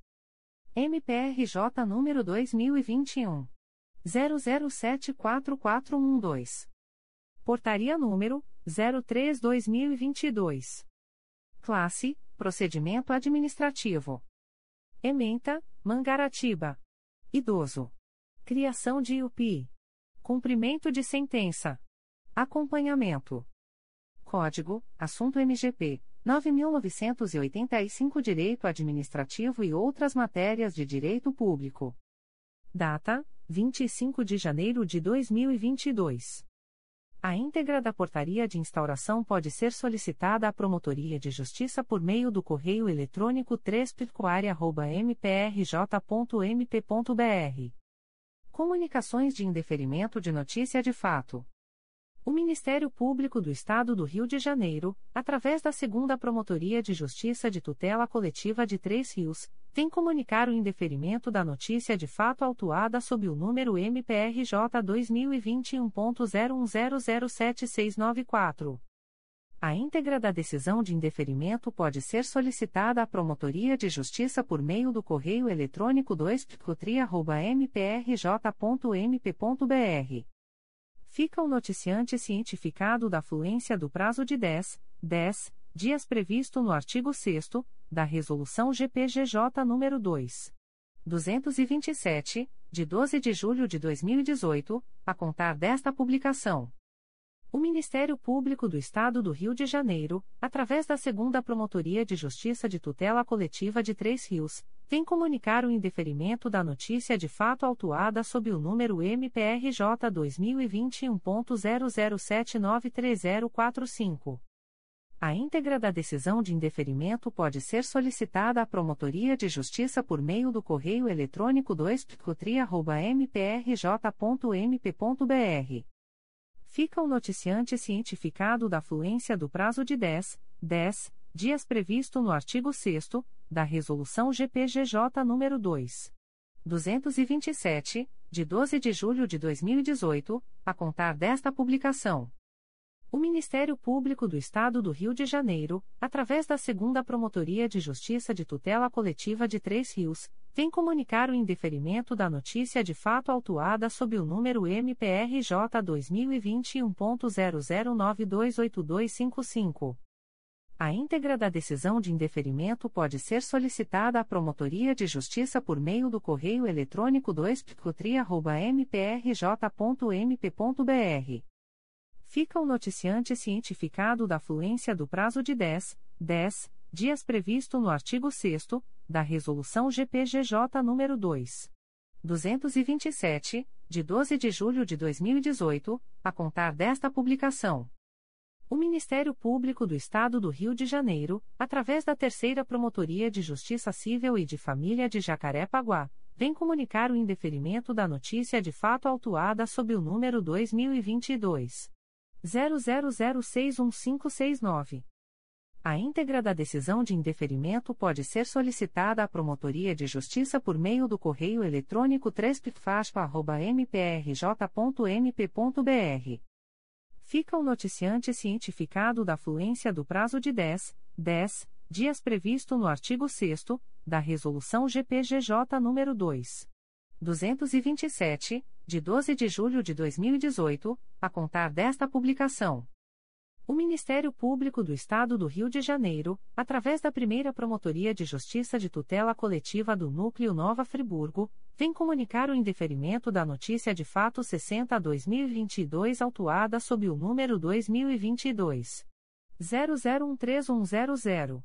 A: M P R J número dois mil e vinte e um. zero zero sete quatro quatro um dois. Portaria número zero três barra dois mil e vinte e dois. Classe: Procedimento Administrativo. Ementa: Mangaratiba. Idoso. Criação de U P I. Cumprimento de sentença. Acompanhamento. Código: Assunto M G P nove mil novecentos e oitenta e cinco Direito Administrativo e outras matérias de Direito Público. Data: vinte e cinco de janeiro de dois mil e vinte e dois. A íntegra da portaria de instauração pode ser solicitada à Promotoria de Justiça por meio do correio eletrônico três p coare arroba m p r j ponto m p ponto b r. Comunicações de indeferimento de notícia de fato. O Ministério Público do Estado do Rio de Janeiro, através da segunda Promotoria de Justiça de Tutela Coletiva de Três Rios, vem comunicar o indeferimento da notícia de fato autuada sob o número M P R J dois mil e vinte e um ponto zero um zero zero sete seis nove quatro. A íntegra da decisão de indeferimento pode ser solicitada à Promotoria de Justiça por meio do correio eletrônico dois p c tri arroba m p r j ponto m p ponto b r. Fica o noticiante cientificado da fluência do prazo de dez, dez dias previsto no artigo sexto da Resolução G P G J nº dois mil duzentos e vinte e sete, de doze de julho de dois mil e dezoito, a contar desta publicação. O Ministério Público do Estado do Rio de Janeiro, através da segunda Promotoria de Justiça de Tutela Coletiva de Três Rios, vem comunicar o indeferimento da notícia de fato autuada sob o número M P R J dois mil e vinte e um ponto zero zero sete nove três zero quatro cinco. A íntegra da decisão de indeferimento pode ser solicitada à Promotoria de Justiça por meio do correio eletrônico dois p c tri arroba m p r j ponto m p ponto b r. Fica o noticiante cientificado da fluência do prazo de dez, dez dias previsto no artigo sexto da Resolução G P G J nº dois mil duzentos e vinte e sete, de doze de julho de dois mil e dezoito, a contar desta publicação. O Ministério Público do Estado do Rio de Janeiro, através da Segunda Promotoria de Justiça de Tutela Coletiva de Três Rios, vem comunicar o indeferimento da notícia de fato autuada sob o número M P R J dois mil e vinte e um ponto zero zero nove dois oito dois cinco cinco. A íntegra da decisão de indeferimento pode ser solicitada à Promotoria de Justiça por meio do correio eletrônico dois p c o t r i arroba m p r j ponto m p ponto b r. Fica o noticiante cientificado da fluência do prazo de dez, dez dias previsto no artigo sexto da Resolução G P G J nº dois mil duzentos e vinte e sete, de doze de julho de dois mil e dezoito, a contar desta publicação. O Ministério Público do Estado do Rio de Janeiro, através da Terceira Promotoria de Justiça Civil e de Família de Jacarepaguá, vem comunicar o indeferimento da notícia de fato autuada sob o número dois mil e vinte e dois zero zero zero seis um cinco seis nove. A íntegra da decisão de indeferimento pode ser solicitada à Promotoria de Justiça por meio do correio eletrônico três p f a s p arroba m p r j ponto m p ponto b r. Fica o noticiante cientificado da fluência do prazo de dez, dez dias previsto no artigo sexto da Resolução G P G J nº dois mil duzentos e vinte e sete, de doze de julho de dois mil e dezoito, a contar desta publicação. O Ministério Público do Estado do Rio de Janeiro, através da Primeira Promotoria de Justiça de Tutela Coletiva do Núcleo Nova Friburgo, vem comunicar o indeferimento da notícia de fato sessenta barra dois mil e vinte e dois autuada sob o número dois mil e vinte e dois zero zero um três um zero zero.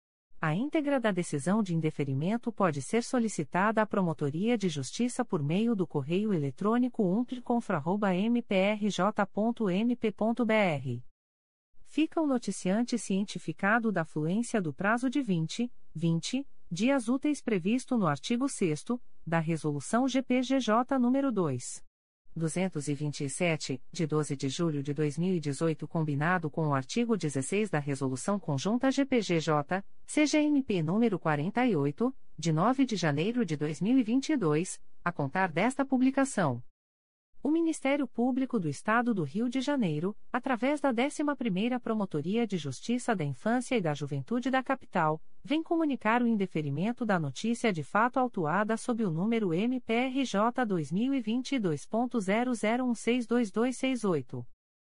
A: A íntegra da decisão de indeferimento pode ser solicitada à Promotoria de Justiça por meio do correio eletrônico umplicofra arroba m p r j ponto m p ponto b r. Fica o noticiante cientificado da fluência do prazo de vinte, vinte dias úteis previsto no artigo sexto da Resolução G P G J nº dois mil duzentos e vinte e sete, de doze de julho de dois mil e dezoito, combinado com o artigo dezesseis da Resolução Conjunta G P G J, C G M P número quarenta e oito, de nove de janeiro de dois mil e vinte e dois, a contar desta publicação. O Ministério Público do Estado do Rio de Janeiro, através da décima primeira Promotoria de Justiça da Infância e da Juventude da Capital, vem comunicar o indeferimento da notícia de fato autuada sob o número M P R J dois mil e vinte e dois ponto zero zero um seis dois dois seis oito.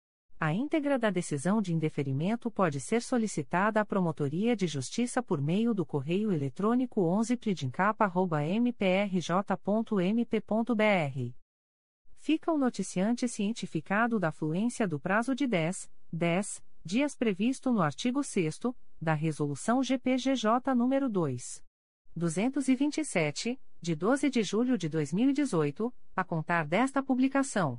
A: A íntegra da decisão de indeferimento pode ser solicitada à Promotoria de Justiça por meio do correio eletrônico onze pridincapa arroba m p r j ponto m p ponto b r. Fica o noticiante cientificado da fluência do prazo de dez, dez dias previsto no artigo sexto da Resolução G P G J nº dois mil duzentos e vinte e sete, de doze de julho de dois mil e dezoito, a contar desta publicação.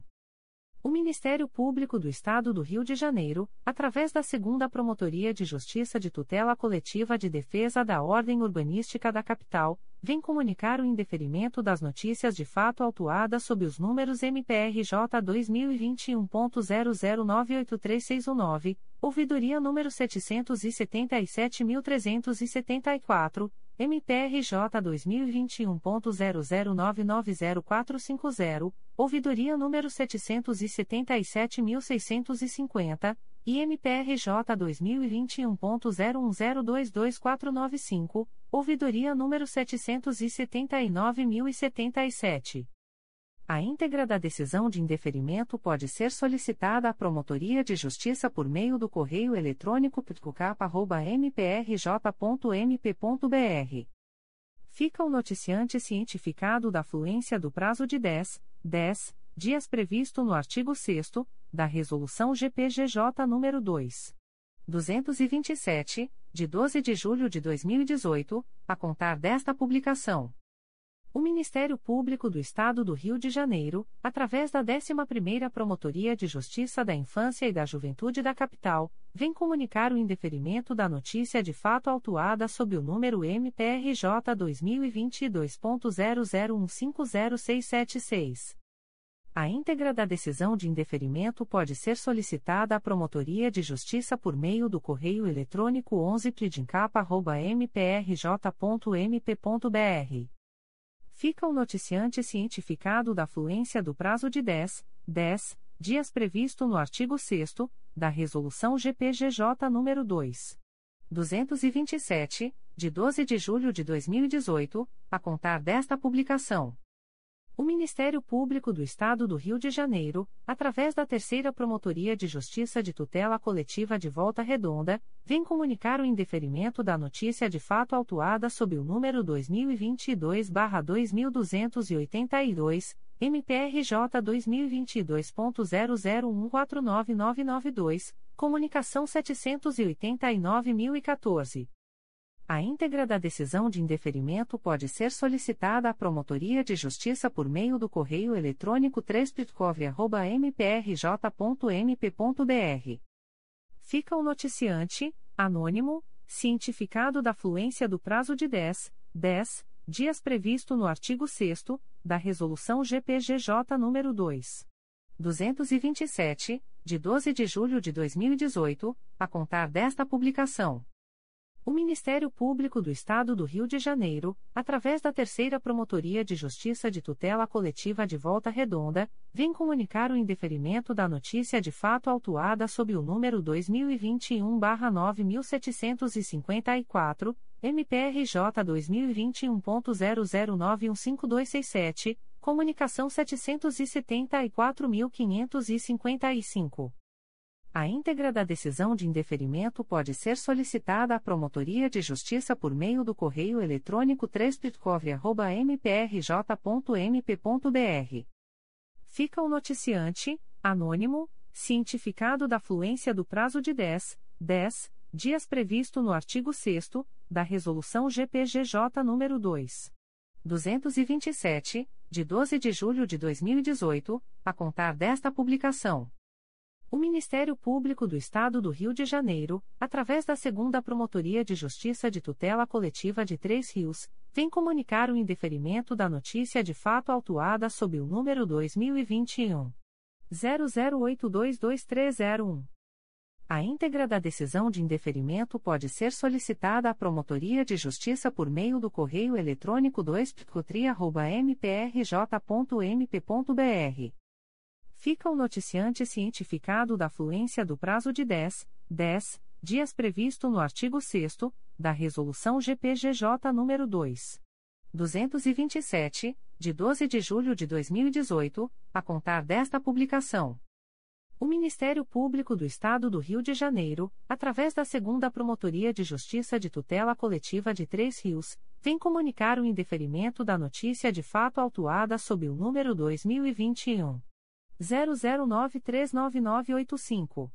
A: O Ministério Público do Estado do Rio de Janeiro, através da Segunda Promotoria de Justiça de Tutela Coletiva de Defesa da Ordem Urbanística da Capital, vem comunicar o indeferimento das notícias de fato autuadas sob os números M P R J dois mil e vinte e um ponto zero zero nove oito três seis um nove, ouvidoria número setecentos e setenta e sete mil trezentos e setenta e quatro, M P R J dois mil e vinte e um ponto zero zero nove nove zero quatro cinco zero, ouvidoria número setecentos e setenta e sete mil seiscentos e cinquenta, e M P R J dois mil e vinte e um ponto zero um zero dois dois quatro nove cinco, ouvidoria número setecentos e setenta e nove mil e setenta e sete. A íntegra da decisão de indeferimento pode ser solicitada à Promotoria de Justiça por meio do correio eletrônico ptcocapa arroba m p r j ponto m p ponto b r. Fica o noticiante cientificado da fluência do prazo de dez, dez dias previsto no artigo sexto da Resolução G P G J nº dois mil duzentos e vinte e sete, de doze de julho de dois mil e dezoito, a contar desta publicação. O Ministério Público do Estado do Rio de Janeiro, através da décima primeira Promotoria de Justiça da Infância e da Juventude da Capital, vem comunicar o indeferimento da notícia de fato autuada sob o número M P R J dois mil e vinte e dois ponto zero zero um cinco zero seis sete seis. A íntegra da decisão de indeferimento pode ser solicitada à Promotoria de Justiça por meio do correio eletrônico onze pridincapa arroba m p r j ponto m p ponto b r. Fica o noticiante cientificado da fluência do prazo de dez, dez dias previsto no artigo sexto da Resolução G P G J nº dois mil duzentos e vinte e sete, de doze de julho de dois mil e dezoito, a contar desta publicação. O Ministério Público do Estado do Rio de Janeiro, através da Terceira Promotoria de Justiça de Tutela Coletiva de Volta Redonda, vem comunicar o indeferimento da notícia de fato autuada sob o número dois mil e vinte e dois barra dois mil duzentos e oitenta e dois, M P R J dois mil e vinte e dois ponto zero zero um quatro nove nove nove dois, comunicação setecentos e oitenta e nove mil e quatorze. A íntegra da decisão de indeferimento pode ser solicitada à Promotoria de Justiça por meio do correio eletrônico três pitcov arroba m p r j ponto m p ponto b r. Fica o noticiante, anônimo, cientificado da fluência do prazo de dez, dez dias previsto no artigo sexto da Resolução G P G J nº dois mil duzentos e vinte e sete, de doze de julho de dois mil e dezoito, a contar desta publicação. O Ministério Público do Estado do Rio de Janeiro, através da Terceira Promotoria de Justiça de Tutela Coletiva de Volta Redonda, vem comunicar o indeferimento da notícia de fato autuada sob o número dois mil e vinte e um barra nove mil setecentos e cinquenta e quatro, M P R J dois mil e vinte e um ponto zero zero nove um cinco dois seis sete, comunicação setecentos e setenta e quatro mil quinhentos e cinquenta e cinco. A íntegra da decisão de indeferimento pode ser solicitada à Promotoria de Justiça por meio do correio eletrônico três pitcov arroba m p r j ponto m p ponto b r. Fica o noticiante, anônimo, cientificado da fluência do prazo de dez, dez dias previsto no artigo sexto da Resolução G P G J nº dois mil duzentos e vinte e sete, de doze de julho de dois mil e dezoito, a contar desta publicação. O Ministério Público do Estado do Rio de Janeiro, através da Segunda Promotoria de Justiça de Tutela Coletiva de Três Rios, vem comunicar o indeferimento da notícia de fato autuada sob o número dois mil e vinte e um ponto zero zero oito dois dois três zero um. A íntegra da decisão de indeferimento pode ser solicitada à Promotoria de Justiça por meio do correio eletrônico dois pitcotri arroba m p r j ponto m p ponto b r. Fica o noticiante cientificado da fluência do prazo de dez, dez dias previsto no artigo sexto da Resolução G P G J nº dois mil duzentos e vinte e sete, de doze de julho de dois mil e dezoito, a contar desta publicação. O Ministério Público do Estado do Rio de Janeiro, através da Segunda Promotoria de Justiça de Tutela Coletiva de Três Rios, vem comunicar o indeferimento da notícia de fato autuada sob o número dois mil e vinte e um ponto zero zero nove três nove nove oito cinco.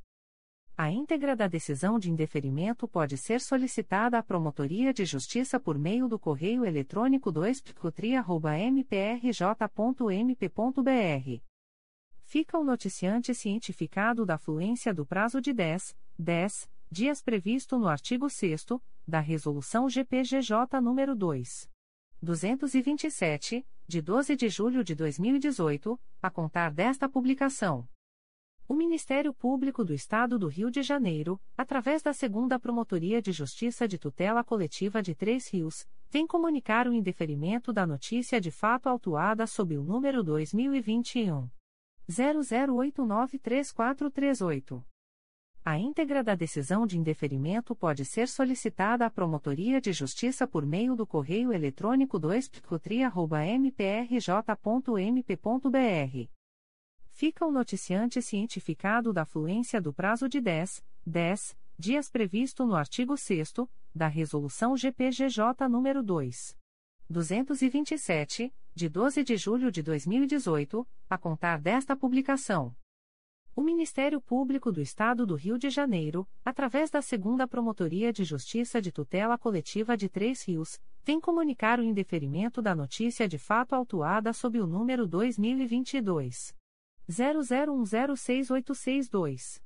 A: A íntegra da decisão de indeferimento pode ser solicitada à Promotoria de Justiça por meio do correio eletrônico dois pitcotri arroba m p r j ponto m p ponto b r. Fica o noticiante cientificado da fluência do prazo de dez, dez dias previsto no artigo sexto da Resolução G P G J nº dois mil duzentos e vinte e sete, de doze de julho de dois mil e dezoito, a contar desta publicação. O Ministério Público do Estado do Rio de Janeiro, através da Segunda Promotoria de Justiça de Tutela Coletiva de Três Rios, vem comunicar o indeferimento da notícia de fato autuada sob o número dois mil e vinte e um ponto zero zero oito nove três quatro três oito. A íntegra da decisão de indeferimento pode ser solicitada à Promotoria de Justiça por meio do correio eletrônico dois pitcotri arroba m p r j ponto m p ponto b r. Fica o noticiante cientificado da fluência do prazo de dez, dez dias previsto no artigo sexto da Resolução G P G J nº dois mil duzentos e vinte e sete, de doze de julho de dois mil e dezoito, a contar desta publicação. O Ministério Público do Estado do Rio de Janeiro, através da Segunda Promotoria de Justiça de Tutela Coletiva de Três Rios, vem comunicar o indeferimento da notícia de fato autuada sob o número dois mil e vinte e dois ponto zero zero um zero seis oito seis dois.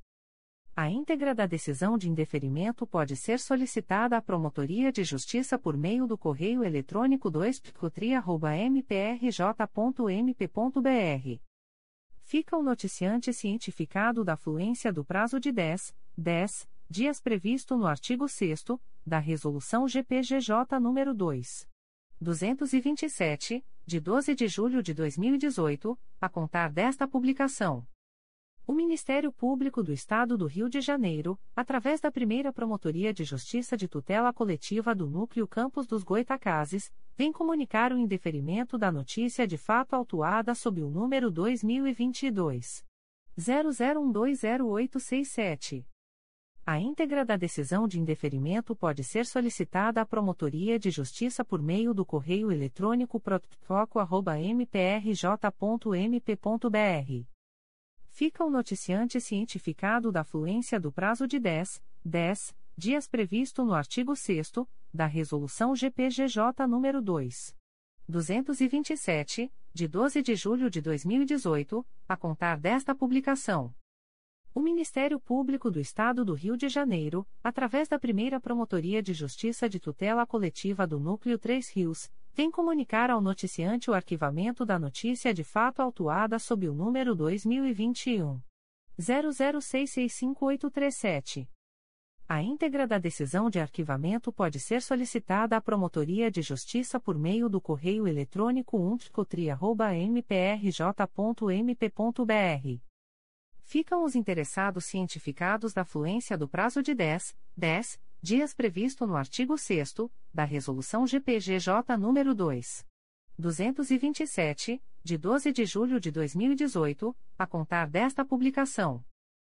A: A íntegra da decisão de indeferimento pode ser solicitada à Promotoria de Justiça por meio do correio eletrônico dois pitcotri arroba m p r j ponto m p ponto b r. Fica o noticiante cientificado da fluência do prazo de dez, dez dias previsto no artigo sexto da Resolução G P G J nº dois mil duzentos e vinte e sete, de doze de julho de dois mil e dezoito, a contar desta publicação. O Ministério Público do Estado do Rio de Janeiro, através da Primeira Promotoria de Justiça de Tutela Coletiva do Núcleo Campos dos Goitacazes, vem comunicar o indeferimento da notícia de fato autuada sob o número dois mil e vinte e dois zero zero um dois zero oito seis sete. A íntegra da decisão de indeferimento pode ser solicitada à Promotoria de Justiça por meio do correio eletrônico protfoco arroba m p r j ponto m p ponto b r. Fica o noticiante cientificado da fluência do prazo de dez, dez dias previsto no artigo sexto da Resolução G P G J nº dois mil duzentos e vinte e sete, de doze de julho de dois mil e dezoito, a contar desta publicação. O Ministério Público do Estado do Rio de Janeiro, através da Primeira Promotoria de Justiça de Tutela Coletiva do Núcleo Três Rios, vem comunicar ao noticiante o arquivamento da notícia de fato autuada sob o número dois mil e vinte e um zero zero seis seis cinco oito três sete. A íntegra da decisão de arquivamento pode ser solicitada à Promotoria de Justiça por meio do correio eletrônico umptcotri arroba m p r j ponto m p ponto b r. Ficam os interessados cientificados da fluência do prazo de dez, dez dias previsto no artigo sexto da Resolução G P G J nº dois mil duzentos e vinte e sete, de doze de julho de dois mil e dezoito, a contar desta publicação.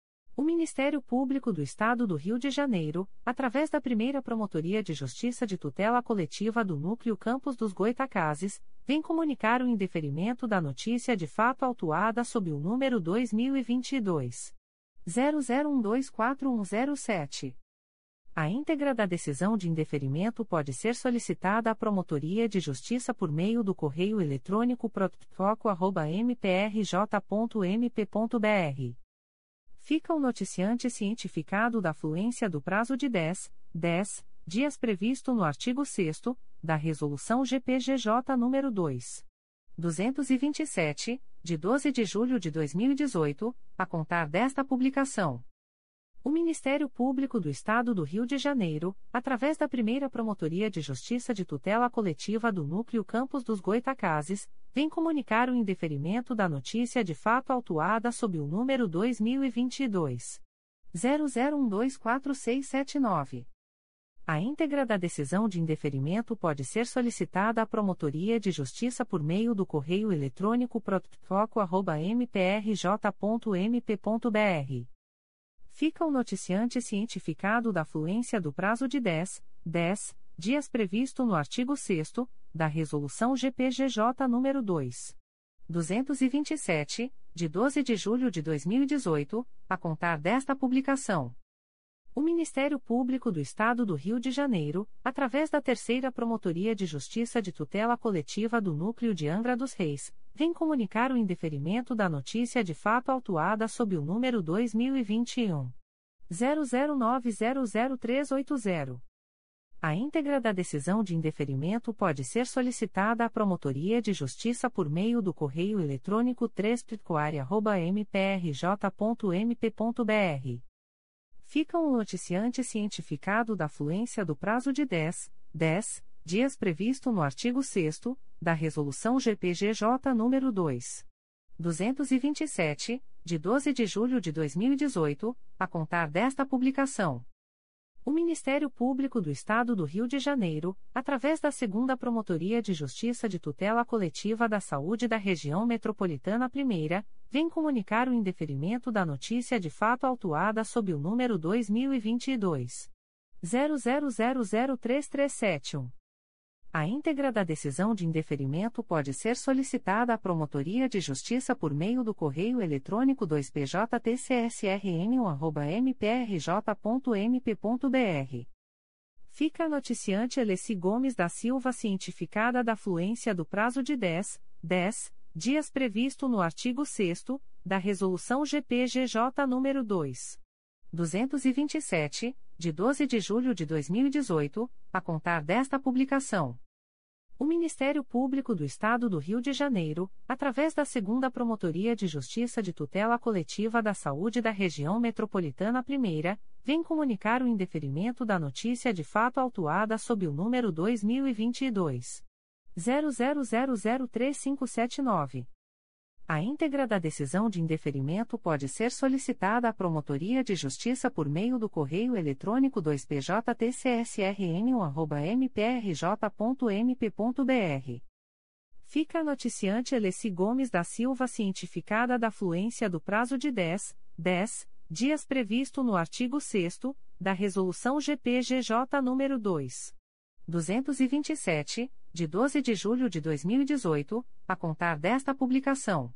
A: O Ministério Público do Estado do Rio de Janeiro, através da Primeira Promotoria de Justiça de Tutela Coletiva do Núcleo Campos dos Goitacazes, vem comunicar o indeferimento da notícia de fato autuada sob o número dois mil e vinte e dois zero zero um dois quatro um zero sete. A íntegra da decisão de indeferimento pode ser solicitada à Promotoria de Justiça por meio do correio eletrônico protfoco arroba m p r j ponto m p ponto b r. Fica o noticiante cientificado da fluência do prazo de dez, dez dias previsto no artigo sexto da Resolução G P G J nº dois mil duzentos e vinte e sete, de doze de julho de dois mil e dezoito, a contar desta publicação. O Ministério Público do Estado do Rio de Janeiro, através da Primeira Promotoria de Justiça de Tutela Coletiva do Núcleo Campos dos Goitacazes, vem comunicar o indeferimento da notícia de fato autuada sob o número dois mil e vinte e dois zero zero um dois quatro seis sete nove. A íntegra da decisão de indeferimento pode ser solicitada à Promotoria de Justiça por meio do correio eletrônico protfoco arroba m p r j ponto m p ponto b r. Fica o noticiante cientificado da fluência do prazo de dez, dez dias previsto no artigo sexto da Resolução G P G J nº dois mil duzentos e vinte e sete, de doze de julho de dois mil e dezoito, a contar desta publicação. O Ministério Público do Estado do Rio de Janeiro, através da Terceira Promotoria de Justiça de Tutela Coletiva do Núcleo de Angra dos Reis, vem comunicar o indeferimento da notícia de fato autuada sob o número dois mil e vinte e um zero zero nove zero zero três oito zero. A íntegra da decisão de indeferimento pode ser solicitada à Promotoria de Justiça por meio do correio eletrônico três picoare arroba m p r j ponto m p ponto b r. Fica o noticiante cientificado da fluência do prazo de dez, dez dias previsto no artigo sexto da Resolução G P G J nº dois mil duzentos e vinte e sete, de doze de julho de dois mil e dezoito, a contar desta publicação. O Ministério Público do Estado do Rio de Janeiro, através da Segunda Promotoria de Justiça de Tutela Coletiva da Saúde da Região Metropolitana I, vem comunicar o indeferimento da notícia de fato autuada sob o número dois mil e vinte e dois zero zero zero zero três três sete um. A íntegra da decisão de indeferimento pode ser solicitada à Promotoria de Justiça por meio do correio eletrônico dois p j t c s r n um arroba m p r j ponto m p ponto b r. Fica a noticiante Eleci Gomes da Silva cientificada da fluência do prazo de dez, dez dias previsto no artigo sexto da Resolução G P G J nº dois mil duzentos e vinte e sete, de doze de julho de dois mil e dezoito, a contar desta publicação. O Ministério Público do Estado do Rio de Janeiro, através da Segunda Promotoria de Justiça de Tutela Coletiva da Saúde da Região Metropolitana I, vem comunicar o indeferimento da notícia de fato autuada sob o número dois mil e vinte e dois zero zero zero zero três cinco sete nove. A íntegra da decisão de indeferimento pode ser solicitada à Promotoria de Justiça por meio do correio eletrônico dois p j t c s r n u arroba m p r j ponto m p ponto b r. Fica a noticiante Eleci Gomes da Silva cientificada da fluência do prazo de dez, dez dias previsto no artigo sexto da Resolução G P G J nº dois mil duzentos e vinte e sete, de doze de julho de dois mil e dezoito, a contar desta publicação.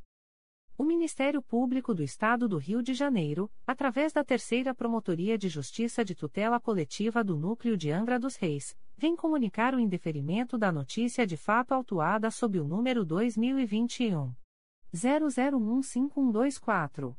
A: O Ministério Público do Estado do Rio de Janeiro, através da Terceira Promotoria de Justiça de Tutela Coletiva do Núcleo de Angra dos Reis, vem comunicar o indeferimento da notícia de fato autuada sob o número dois mil e vinte e um zero zero um cinco um dois quatro.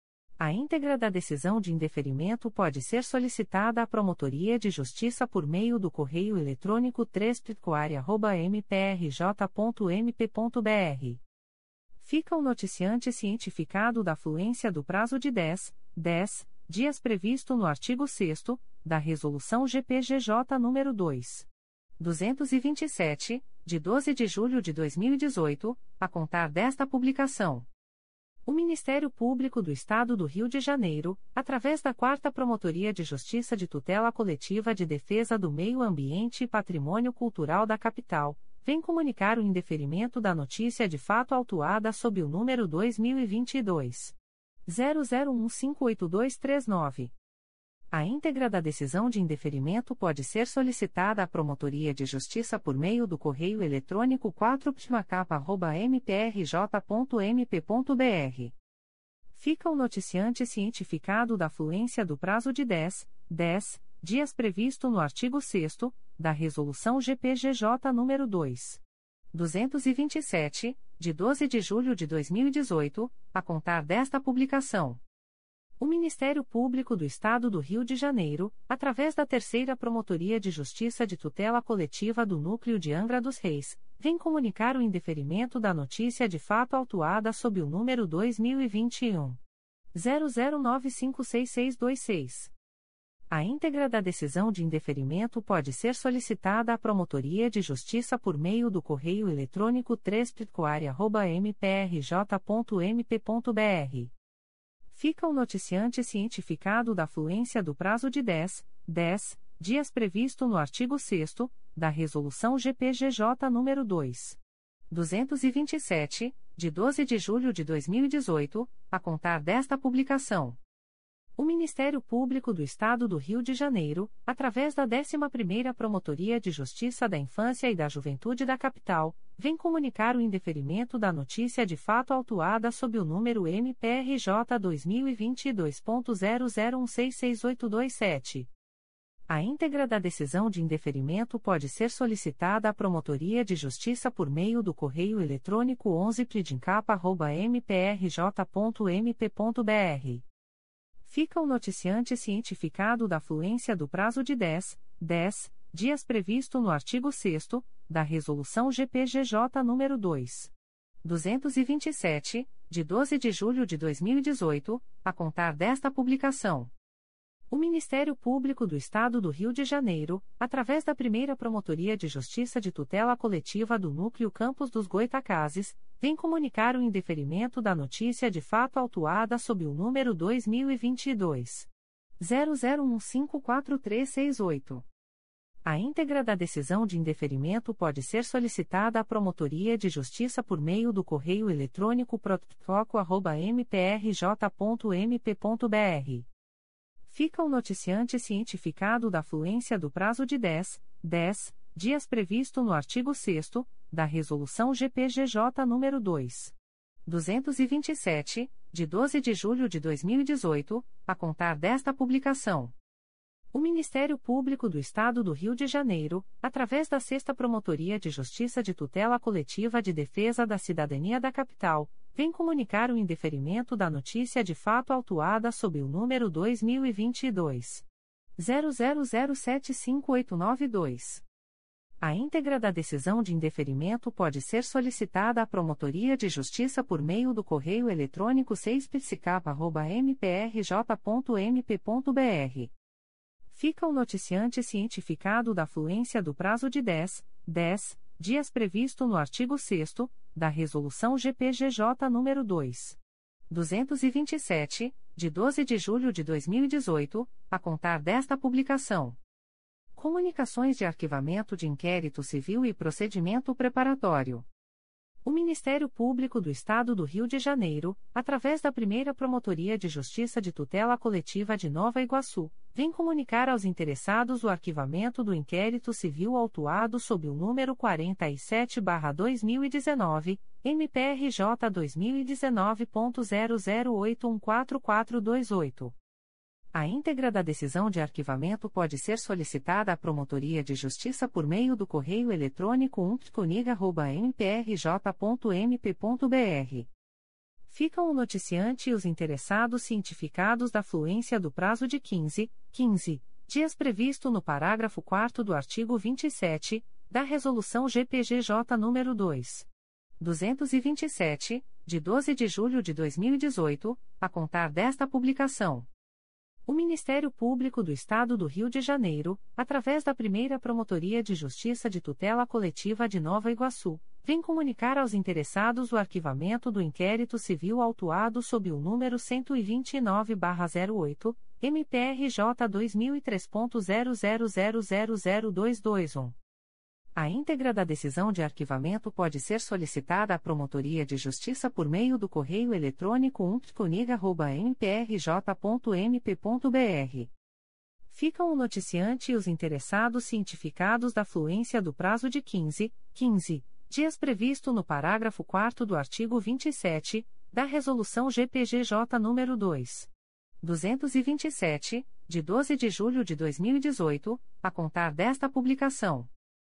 A: A íntegra da decisão de indeferimento pode ser solicitada à Promotoria de Justiça por meio do correio eletrônico três p coare arroba m p r j ponto m p ponto b r. Fica o noticiante cientificado da fluência do prazo de dez, dez dias previsto no artigo sexto da Resolução G P G J nº dois mil duzentos e vinte e sete, de doze de julho de dois mil e dezoito, a contar desta publicação. O Ministério Público do Estado do Rio de Janeiro, através da quarta Promotoria de Justiça de Tutela Coletiva de Defesa do Meio Ambiente e Patrimônio Cultural da Capital, vem comunicar o indeferimento da notícia de fato autuada sob o número dois mil e vinte e dois zero zero um cinco oito dois três nove. A íntegra da decisão de indeferimento pode ser solicitada à Promotoria de Justiça por meio do correio eletrônico quatro p m a c a p arroba m p r j ponto m p ponto b r. Fica o noticiante cientificado da fluência do prazo de dez, dez dias previsto no artigo sexto da Resolução G P G J nº dois mil duzentos e vinte e sete, de doze de julho de dois mil e dezoito, a contar desta publicação. O Ministério Público do Estado do Rio de Janeiro, através da Terceira Promotoria de Justiça de Tutela Coletiva do Núcleo de Angra dos Reis, vem comunicar o indeferimento da notícia de fato autuada sob o número dois mil e vinte e um zero zero nove cinco seis seis dois seis. A íntegra da decisão de indeferimento pode ser solicitada à Promotoria de Justiça por meio do correio eletrônico três p coare arroba m p r j ponto m p ponto b r. Fica o noticiante cientificado da fluência do prazo de dez, dez dias previsto no artigo sexto da Resolução G P G J nº dois mil duzentos e vinte e sete, de doze de julho de dois mil e dezoito, a contar desta publicação. O Ministério Público do Estado do Rio de Janeiro, através da décima primeira Promotoria de Justiça da Infância e da Juventude da Capital, vem comunicar o indeferimento da notícia de fato autuada sob o número M P R J dois mil e vinte e dois ponto zero zero um seis seis oito dois sete. A íntegra da decisão de indeferimento pode ser solicitada à Promotoria de Justiça por meio do correio eletrônico onze p d i n c a p arroba m p r j ponto m p ponto b r. Fica o noticiante cientificado da fluência do prazo de dez, dez dias previsto no artigo sexto da Resolução G P G J nº dois mil duzentos e vinte e sete, de doze de julho de dois mil e dezoito, a contar desta publicação. O Ministério Público do Estado do Rio de Janeiro, através da primeira Promotoria de Justiça de Tutela Coletiva do Núcleo Campos dos Goitacazes, vem comunicar o indeferimento da notícia de fato autuada sob o número dois mil e vinte e dois zero zero um cinco quatro três seis oito. A íntegra da decisão de indeferimento pode ser solicitada à Promotoria de Justiça por meio do correio eletrônico protocolo arroba m p r j ponto m p ponto b r. Fica o noticiante cientificado da fluência do prazo de dez, dez dias previsto no artigo sexto da Resolução G P G J nº dois mil duzentos e vinte e sete, de doze de julho de dois mil e dezoito, a contar desta publicação. O Ministério Público do Estado do Rio de Janeiro, através da sexta Promotoria de Justiça de Tutela Coletiva de Defesa da Cidadania da Capital, vem comunicar o indeferimento da notícia de fato autuada sob o número dois mil e vinte e dois zero zero zero sete cinco oito nove dois. A íntegra da decisão de indeferimento pode ser solicitada à Promotoria de Justiça por meio do correio eletrônico seis p s c a p arroba m p r j ponto m p ponto b r. Fica o noticiante cientificado da fluência do prazo de dez, dez dias previsto no artigo sexto da Resolução G P G J nº dois mil duzentos e vinte e sete, de doze de julho de dois mil e dezoito, a contar desta publicação. Comunicações de arquivamento de inquérito civil e procedimento preparatório. O Ministério Público do Estado do Rio de Janeiro, através da Primeira Promotoria de Justiça de Tutela Coletiva de Nova Iguaçu, vem comunicar aos interessados o arquivamento do inquérito civil autuado sob o número quarenta e sete barra dois mil e dezenove, M P R J dois mil e dezenove ponto zero zero oito um quatro quatro dois oito. A íntegra da decisão de arquivamento pode ser solicitada à Promotoria de Justiça por meio do correio eletrônico umptconig arroba m p r j ponto m p ponto b r. Ficam o noticiante e os interessados cientificados da fluência do prazo de quinze, quinze dias previsto no parágrafo quarto do artigo vinte e sete, da Resolução G P G J nº dois mil duzentos e vinte e sete, de doze de julho de dois mil e dezoito, a contar desta publicação. O Ministério Público do Estado do Rio de Janeiro, através da Primeira Promotoria de Justiça de Tutela Coletiva de Nova Iguaçu, vem comunicar aos interessados o arquivamento do inquérito civil autuado sob o número cento e vinte e nove barra zero oito, M P R J dois mil e três ponto zero zero zero zero zero dois dois um. A íntegra da decisão de arquivamento pode ser solicitada à Promotoria de Justiça por meio do correio eletrônico umptconig arroba m p r j ponto m p ponto b r. Ficam o noticiante e os interessados cientificados da fluência do prazo de quinze, quinze dias previsto no parágrafo quarto do artigo vinte e sete, da Resolução G P G J nº dois mil duzentos e vinte e sete, de doze de julho de dois mil e dezoito, a contar desta publicação.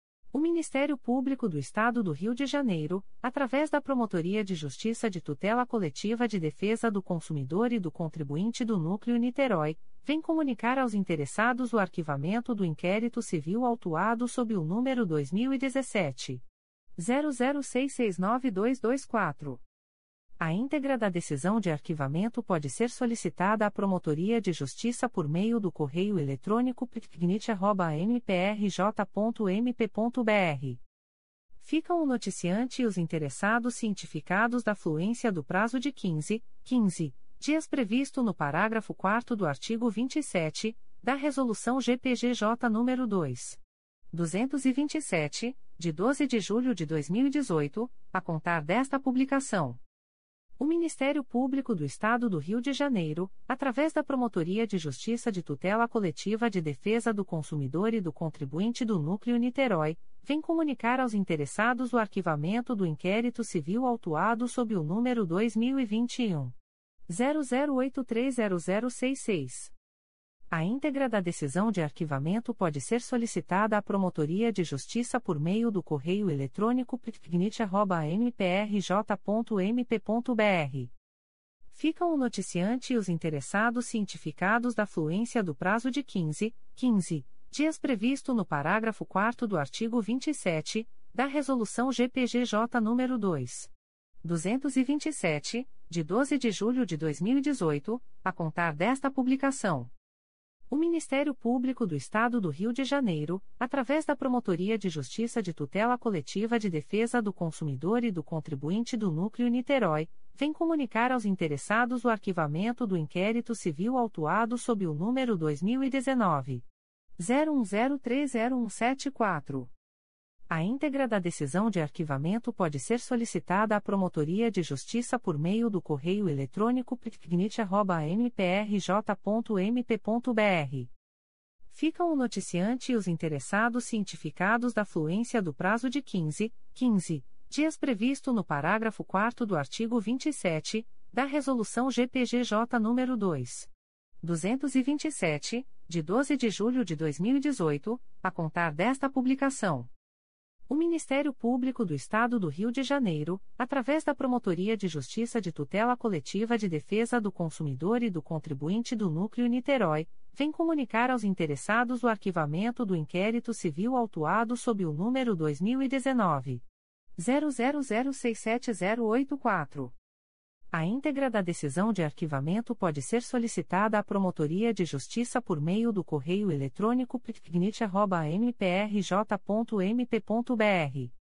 A: O Ministério Público do Estado do Rio de Janeiro, através da Promotoria de Justiça de Tutela Coletiva de Defesa do Consumidor e do Contribuinte do Núcleo Niterói, vem comunicar aos interessados o arquivamento do inquérito civil autuado sob o número dois mil e dezessete zero zero seis seis nove dois dois quatro. A íntegra da decisão de arquivamento pode ser solicitada à Promotoria de Justiça por meio do correio eletrônico picgnit arroba m p r j ponto m p ponto b r. Ficam o noticiante e os interessados cientificados da fluência do prazo de quinze, quinze dias previsto no parágrafo quarto do artigo vinte e sete, da Resolução G P G J nº dois mil duzentos e vinte e sete, de doze de julho de dois mil e dezoito, a contar desta publicação. O Ministério Público do Estado do Rio de Janeiro, através da Promotoria de Justiça de Tutela Coletiva de Defesa do Consumidor e do Contribuinte do Núcleo Niterói, vem comunicar aos interessados o arquivamento do inquérito civil autuado sob o número dois mil e vinte e um zero zero oito três zero zero seis seis. A íntegra da decisão de arquivamento pode ser solicitada à Promotoria de Justiça por meio do correio eletrônico picgnit arroba m p r j ponto m p ponto b r. Ficam o noticiante e os interessados cientificados da fluência do prazo de quinze, quinze dias previsto no parágrafo quarto do artigo vinte e sete, da Resolução G P G J nº dois mil duzentos e vinte e sete, de doze de julho de dois mil e dezoito, a contar desta publicação. O Ministério Público do Estado do Rio de Janeiro, através da Promotoria de Justiça de Tutela Coletiva de Defesa do Consumidor e do Contribuinte do Núcleo Niterói, vem comunicar aos interessados o arquivamento do inquérito civil autuado sob o número dois mil e dezenove zero um zero três zero um sete quatro. A íntegra da decisão de arquivamento pode ser solicitada à Promotoria de Justiça por meio do correio eletrônico picgnit arroba m p r j ponto m p ponto b r. Ficam o noticiante e os interessados cientificados da fluência do prazo de quinze, quinze dias previsto no parágrafo quarto do artigo vinte e sete, da Resolução G P G J nº dois mil duzentos e vinte e sete, de doze de julho de dois mil e dezoito, a contar desta publicação. O Ministério Público do Estado do Rio de Janeiro, através da Promotoria de Justiça de Tutela Coletiva de Defesa do Consumidor e do Contribuinte do Núcleo Niterói, vem comunicar aos interessados o arquivamento do inquérito civil autuado sob o número dois mil e dezenove zero zero zero seis sete zero oito quatro. A íntegra da decisão de arquivamento pode ser solicitada à Promotoria de Justiça por meio do correio eletrônico picgnit arroba m p r j ponto m p ponto b r.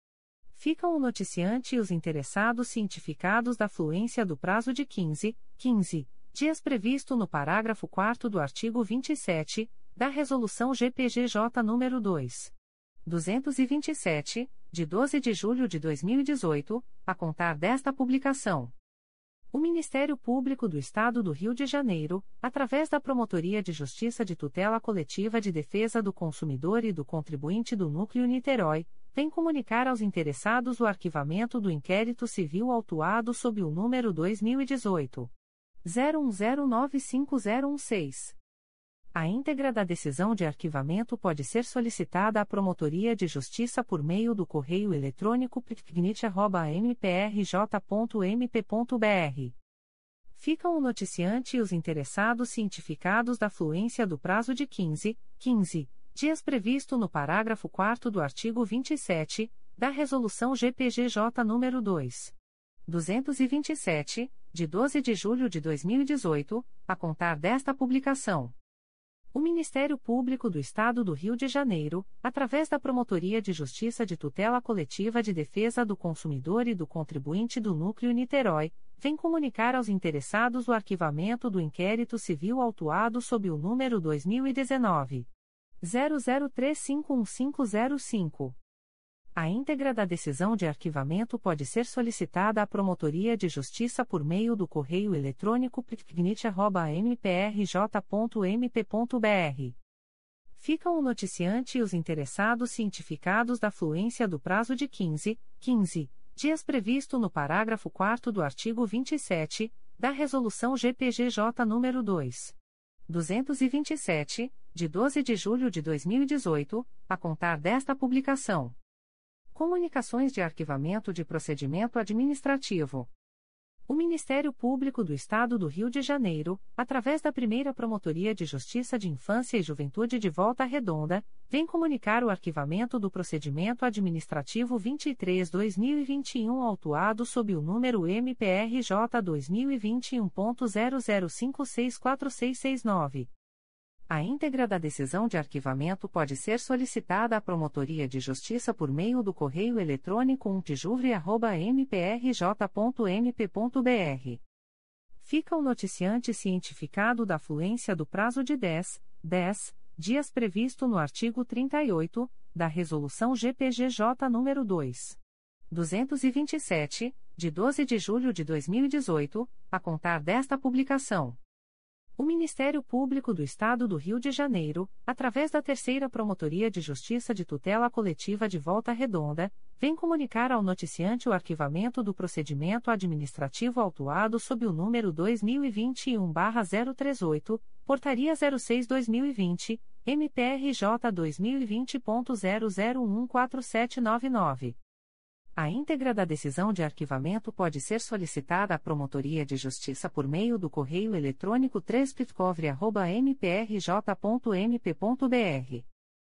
A: Ficam o noticiante e os interessados cientificados da fluência do prazo de quinze, quinze dias previsto no parágrafo quarto do artigo vinte e sete, da Resolução G P G J nº dois mil duzentos e vinte e sete, de doze de julho de dois mil e dezoito, a contar desta publicação. O Ministério Público do Estado do Rio de Janeiro, através da Promotoria de Justiça de Tutela Coletiva de Defesa do Consumidor e do Contribuinte do Núcleo Niterói, vem comunicar aos interessados o arquivamento do inquérito civil autuado sob o número dois mil e dezoito. zero um zero nove cinco zero um seis. A íntegra da decisão de arquivamento pode ser solicitada à Promotoria de Justiça por meio do correio eletrônico p t g n i t arroba m p r j ponto m p ponto b r. Ficam o noticiante e os interessados cientificados da fluência do prazo de quinze, quinze dias previsto no parágrafo quarto do artigo vinte e sete, da Resolução G P G J nº dois mil duzentos e vinte e sete, de doze de julho de dois mil e dezoito, a contar desta publicação. O Ministério Público do Estado do Rio de Janeiro, através da Promotoria de Justiça de Tutela Coletiva de Defesa do Consumidor e do Contribuinte do Núcleo Niterói, vem comunicar aos interessados o arquivamento do inquérito civil autuado sob o número dois mil e dezenove. zero zero três cinco um cinco zero cinco. A íntegra da decisão de arquivamento pode ser solicitada à Promotoria de Justiça por meio do correio eletrônico p t g n i t arroba m p r j ponto m p ponto b r. Ficam o noticiante e os interessados cientificados da fluência do prazo de quinze, quinze dias previsto no parágrafo quarto do artigo vinte e sete, da Resolução G P G J nº dois mil duzentos e vinte e sete, de doze de julho de dois mil e dezoito, a contar desta publicação. Comunicações de arquivamento de procedimento administrativo. O Ministério Público do Estado do Rio de Janeiro, através da Primeira Promotoria de Justiça de Infância e Juventude de Volta Redonda, vem comunicar o arquivamento do procedimento administrativo vinte e três barra dois mil e vinte e um autuado sob o número M P R J dois mil e vinte e um ponto zero zero cinco seis quatro seis seis nove. A íntegra da decisão de arquivamento pode ser solicitada à Promotoria de Justiça por meio do correio eletrônico umptjuvre arroba m p r j ponto m p ponto b r. Fica o noticiante cientificado da fluência do prazo de dez, dez dias previsto no artigo trinta e oito, da Resolução G P G J nº dois mil duzentos e vinte e sete, de doze de julho de dois mil e dezoito, a contar desta publicação. O Ministério Público do Estado do Rio de Janeiro, através da Terceira Promotoria de Justiça de Tutela Coletiva de Volta Redonda, vem comunicar ao noticiante o arquivamento do procedimento administrativo autuado sob o número dois mil e vinte e um barra zero trinta e oito, Portaria zero seis barra dois mil e vinte, M P R J dois mil e vinte ponto zero zero um quatro sete nove nove. A íntegra da decisão de arquivamento pode ser solicitada à Promotoria de Justiça por meio do correio eletrônico três pitcovre arroba m p r j ponto m p ponto b r.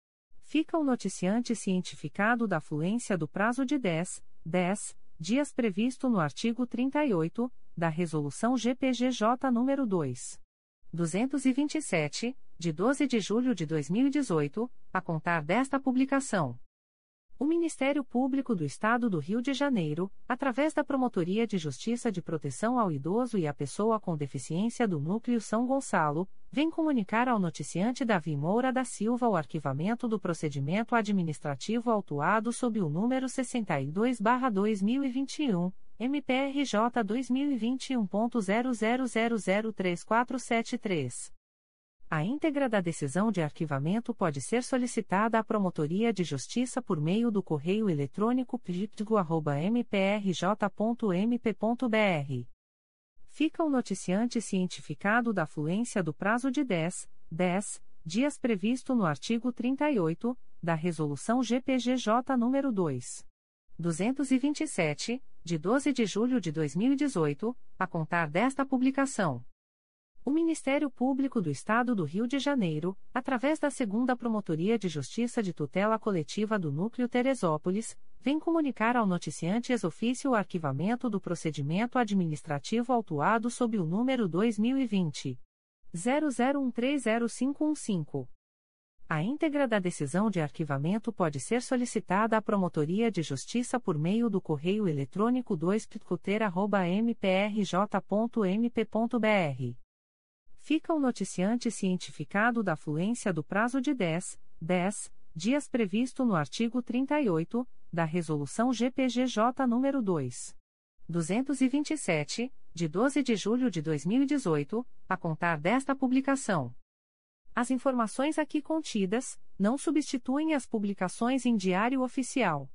A: Fica o noticiante cientificado da fluência do prazo de dez, dez dias previsto no artigo trinta e oito, da Resolução G P G J nº dois mil duzentos e vinte e sete, de doze de julho de dois mil e dezoito, a contar desta publicação. O Ministério Público do Estado do Rio de Janeiro, através da Promotoria de Justiça de Proteção ao Idoso e à Pessoa com Deficiência do Núcleo São Gonçalo, vem comunicar ao noticiante Davi Moura da Silva o arquivamento do procedimento administrativo autuado sob o número sessenta e dois barra dois mil e vinte e um, M P R J dois mil e vinte e um ponto zero zero zero zero três quatro sete três. A íntegra da decisão de arquivamento pode ser solicitada à Promotoria de Justiça por meio do correio eletrônico p g arroba m p r j ponto m p ponto b r. Fica o noticiante cientificado da fluência do prazo de dez, dez dias previsto no artigo trinta e oito, da Resolução G P G J nº dois mil duzentos e vinte e sete, de doze de julho de dois mil e dezoito, a contar desta publicação. O Ministério Público do Estado do Rio de Janeiro, através da Segunda Promotoria de Justiça de Tutela Coletiva do Núcleo Teresópolis, vem comunicar ao noticiante ex-ofício o arquivamento do procedimento administrativo autuado sob o número dois mil e vinte. zero zero um três zero cinco um cinco. A íntegra da decisão de arquivamento pode ser solicitada à Promotoria de Justiça por meio do correio eletrônico dois picoteira arroba m p r j ponto m p ponto b r. Fica o noticiante cientificado da fluência do prazo de dez, dez dias previsto no artigo trinta e oito, da Resolução G P G J nº dois mil duzentos e vinte e sete, de doze de julho de dois mil e dezoito, a contar desta publicação. As informações aqui contidas não substituem as publicações em Diário Oficial.